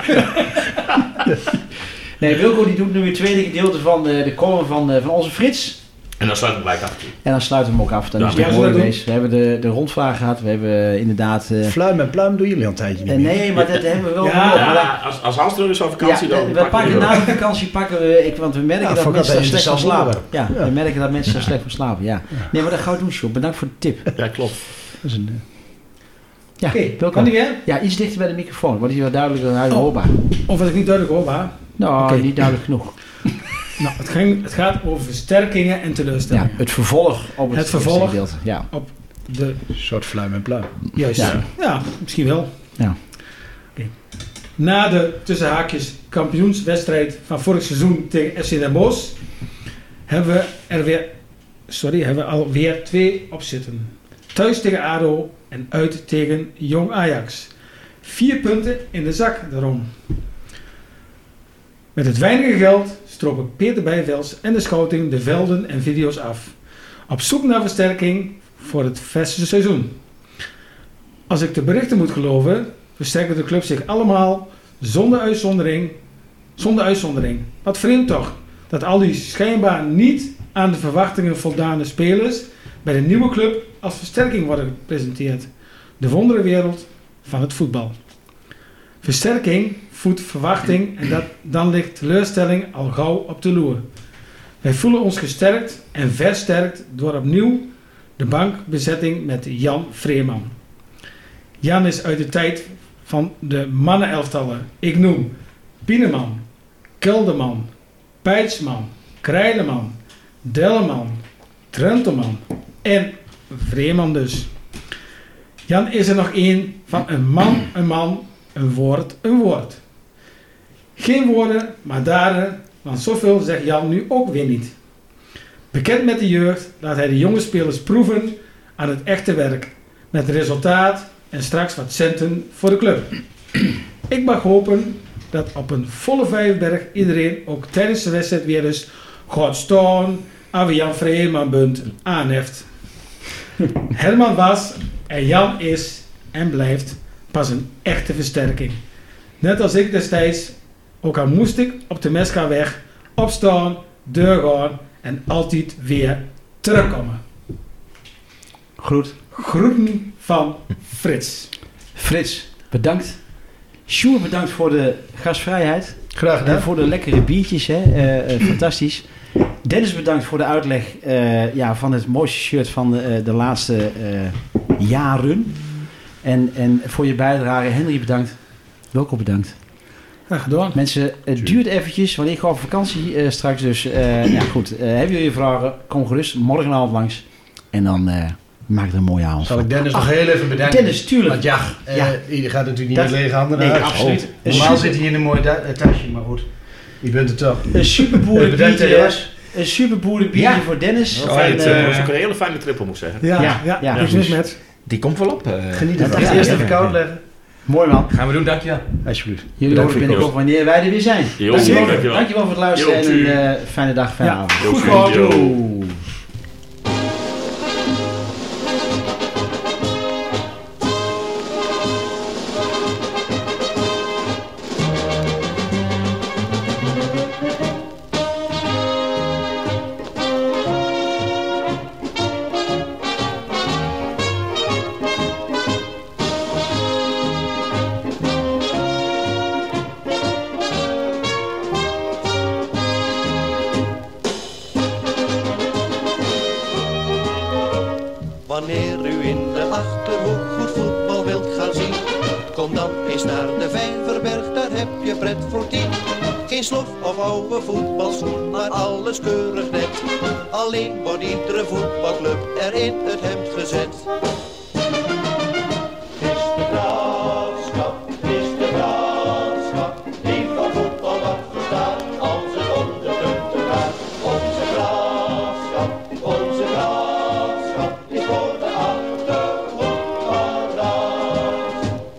Speaker 1: Nee, Wilco die doet nu het tweede gedeelte van de column van onze Frits.
Speaker 2: En dan sluiten we gelijk af.
Speaker 1: En dan sluiten we hem ook af. Dan is het mooi geweest. We hebben de rondvraag gehad. We hebben inderdaad...
Speaker 3: Fluim en pluim doen jullie al een tijdje niet meer.
Speaker 1: Nee, maar dat hebben we wel.
Speaker 2: Als Hans terug is van vakantie dan...
Speaker 1: We pakken na de vakantie want we merken dat mensen slecht van slapen. Ja, we merken dat mensen slecht van slapen. Ja. Nee, maar dat gaan we doen, Sjoerd. Bedankt voor de tip.
Speaker 2: Ja, klopt.
Speaker 1: Dat is een...
Speaker 5: Oké, kan die weer?
Speaker 1: Ja, iets dichter bij de microfoon. Wordt hij wat duidelijker hoorbaar.
Speaker 5: Of was ik niet duidelijk hoorbaar?
Speaker 1: Nou, niet duidelijk genoeg.
Speaker 5: Nou, het gaat over versterkingen en teleurstellingen.
Speaker 1: Ja, het vervolg op het gedeelte. Ja.
Speaker 5: Op de
Speaker 3: soort fluim en pluim.
Speaker 5: Juist. Ja, misschien wel.
Speaker 1: Ja.
Speaker 5: Okay. Na de tussen haakjes kampioenswedstrijd van vorig seizoen tegen FC Den Bosch hebben we alweer 2 op zitten. Thuis tegen ADO en uit tegen Jong Ajax. 4 punten in de zak daarom. Met het weinige geld stropen Peter Bijvels en de scouting de velden en video's af. Op zoek naar versterking voor het verse seizoen. Als ik de berichten moet geloven, versterken de club zich allemaal zonder uitzondering. Wat vreemd toch, dat al die schijnbaar niet aan de verwachtingen voldane spelers bij de nieuwe club als versterking worden gepresenteerd. De wonderenwereld van het voetbal. Versterking voedt verwachting en dan ligt teleurstelling al gauw op de loer. Wij voelen ons gesterkt en versterkt door opnieuw de bankbezetting met Jan Vreeman. Jan is uit de tijd van de mannenelftallen. Ik noem Pieneman, Kelderman, Peitsman, Krijleman, Delleman, Trentelman en Vreeman dus. Jan is er nog één van een man, een woord. Geen woorden, maar daden, want zoveel zegt Jan nu ook weer niet. Bekend met de jeugd laat hij de jonge spelers proeven aan het echte werk, met resultaat en straks wat centen voor de club. Ik mag hopen dat op een volle Vijverberg iedereen ook tijdens de wedstrijd weer eens God staan, Jan Vreeman bunt aanheft. Herman was en Jan is en blijft pas een echte versterking. Net als ik destijds, ook al moest ik op de Mesca-weg opstaan, deur gaan en altijd weer terugkomen. Groeten van Frits.
Speaker 1: Frits, bedankt. Sjoerd, bedankt voor de gastvrijheid.
Speaker 3: Graag gedaan.
Speaker 1: En voor de lekkere biertjes, fantastisch. Dennis, bedankt voor de uitleg van het mooiste shirt van de laatste jaren. En voor je bijdrage. Henry, bedankt. Welkom, bedankt.
Speaker 5: Graag gedaan.
Speaker 1: Mensen, het duurt eventjes, want ik ga op vakantie straks. Dus hebben jullie vragen, kom gerust morgenavond langs. En dan maak er een mooie avond.
Speaker 3: Zal ik Dennis nog heel even bedanken?
Speaker 1: Dennis, tuurlijk.
Speaker 3: Want die gaat natuurlijk niet met lege handen naar
Speaker 1: Nee,
Speaker 3: huis.
Speaker 1: absoluut.
Speaker 3: Normaal zit hij in een mooi tasje, maar goed. Je bent er toch.
Speaker 1: Een superboeren biertje voor Dennis.
Speaker 2: Dat was ook een hele fijne trippel, moet ik zeggen.
Speaker 5: Ja, precies met.
Speaker 4: Die komt wel op.
Speaker 3: Geniet ervan. Eerst even koud leggen.
Speaker 1: Mooi man.
Speaker 4: Gaan we doen, dankjewel.
Speaker 3: Alsjeblieft.
Speaker 1: Jullie horen binnenkort wanneer wij er weer zijn.
Speaker 2: Dankjewel.
Speaker 1: Dankjewel voor het luisteren en een fijne dag, fijne avond.
Speaker 2: Goed gewoon.
Speaker 6: Wanneer u in de Achterhoek goed voetbal wilt gaan zien, kom dan eens naar de Vijverberg, daar heb je pret voor 10. Geen slof of oude voetbalschoen, maar alles keurig net. Alleen wordt iedere voetbalclub er in het hemd gezet. Is de graafschap, is de graafschap, die van voetbal wat verstaan, als het om de punten gaat. Onze graafschap, onze graafschap, is voor de Achterhoek paraat.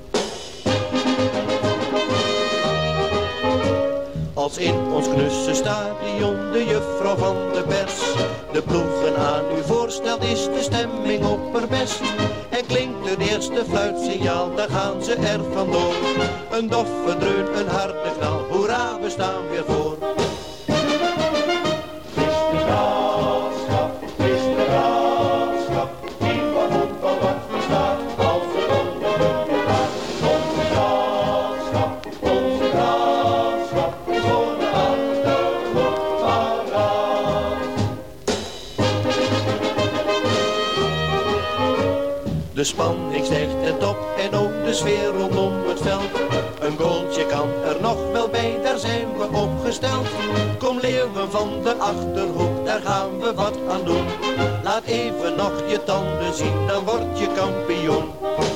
Speaker 6: Als in ons knusse stadion de juffrouw van de pers de ploegen aan u voorstelt, is de stemming opperbest. En klinkt het eerste fluitsignaal, dan gaan ze er vandoor. Een doffe dreun, een harde knal, hoera, we staan weer voor. Is de graafschap, is de graafschap, die van voetbal wat verstaat, als het om de punten gaat. Onze graafschap, is voor de Achterhoek paraat. De spanning stijgt ten top en ook de sfeer rondom het veld. Een goaltje kan er nog wel bij, daar zijn we opgesteld. Kom leeuwen van de Achterhoek, daar gaan we wat aan doen. Laat even nog je tanden zien, dan word je kampioen.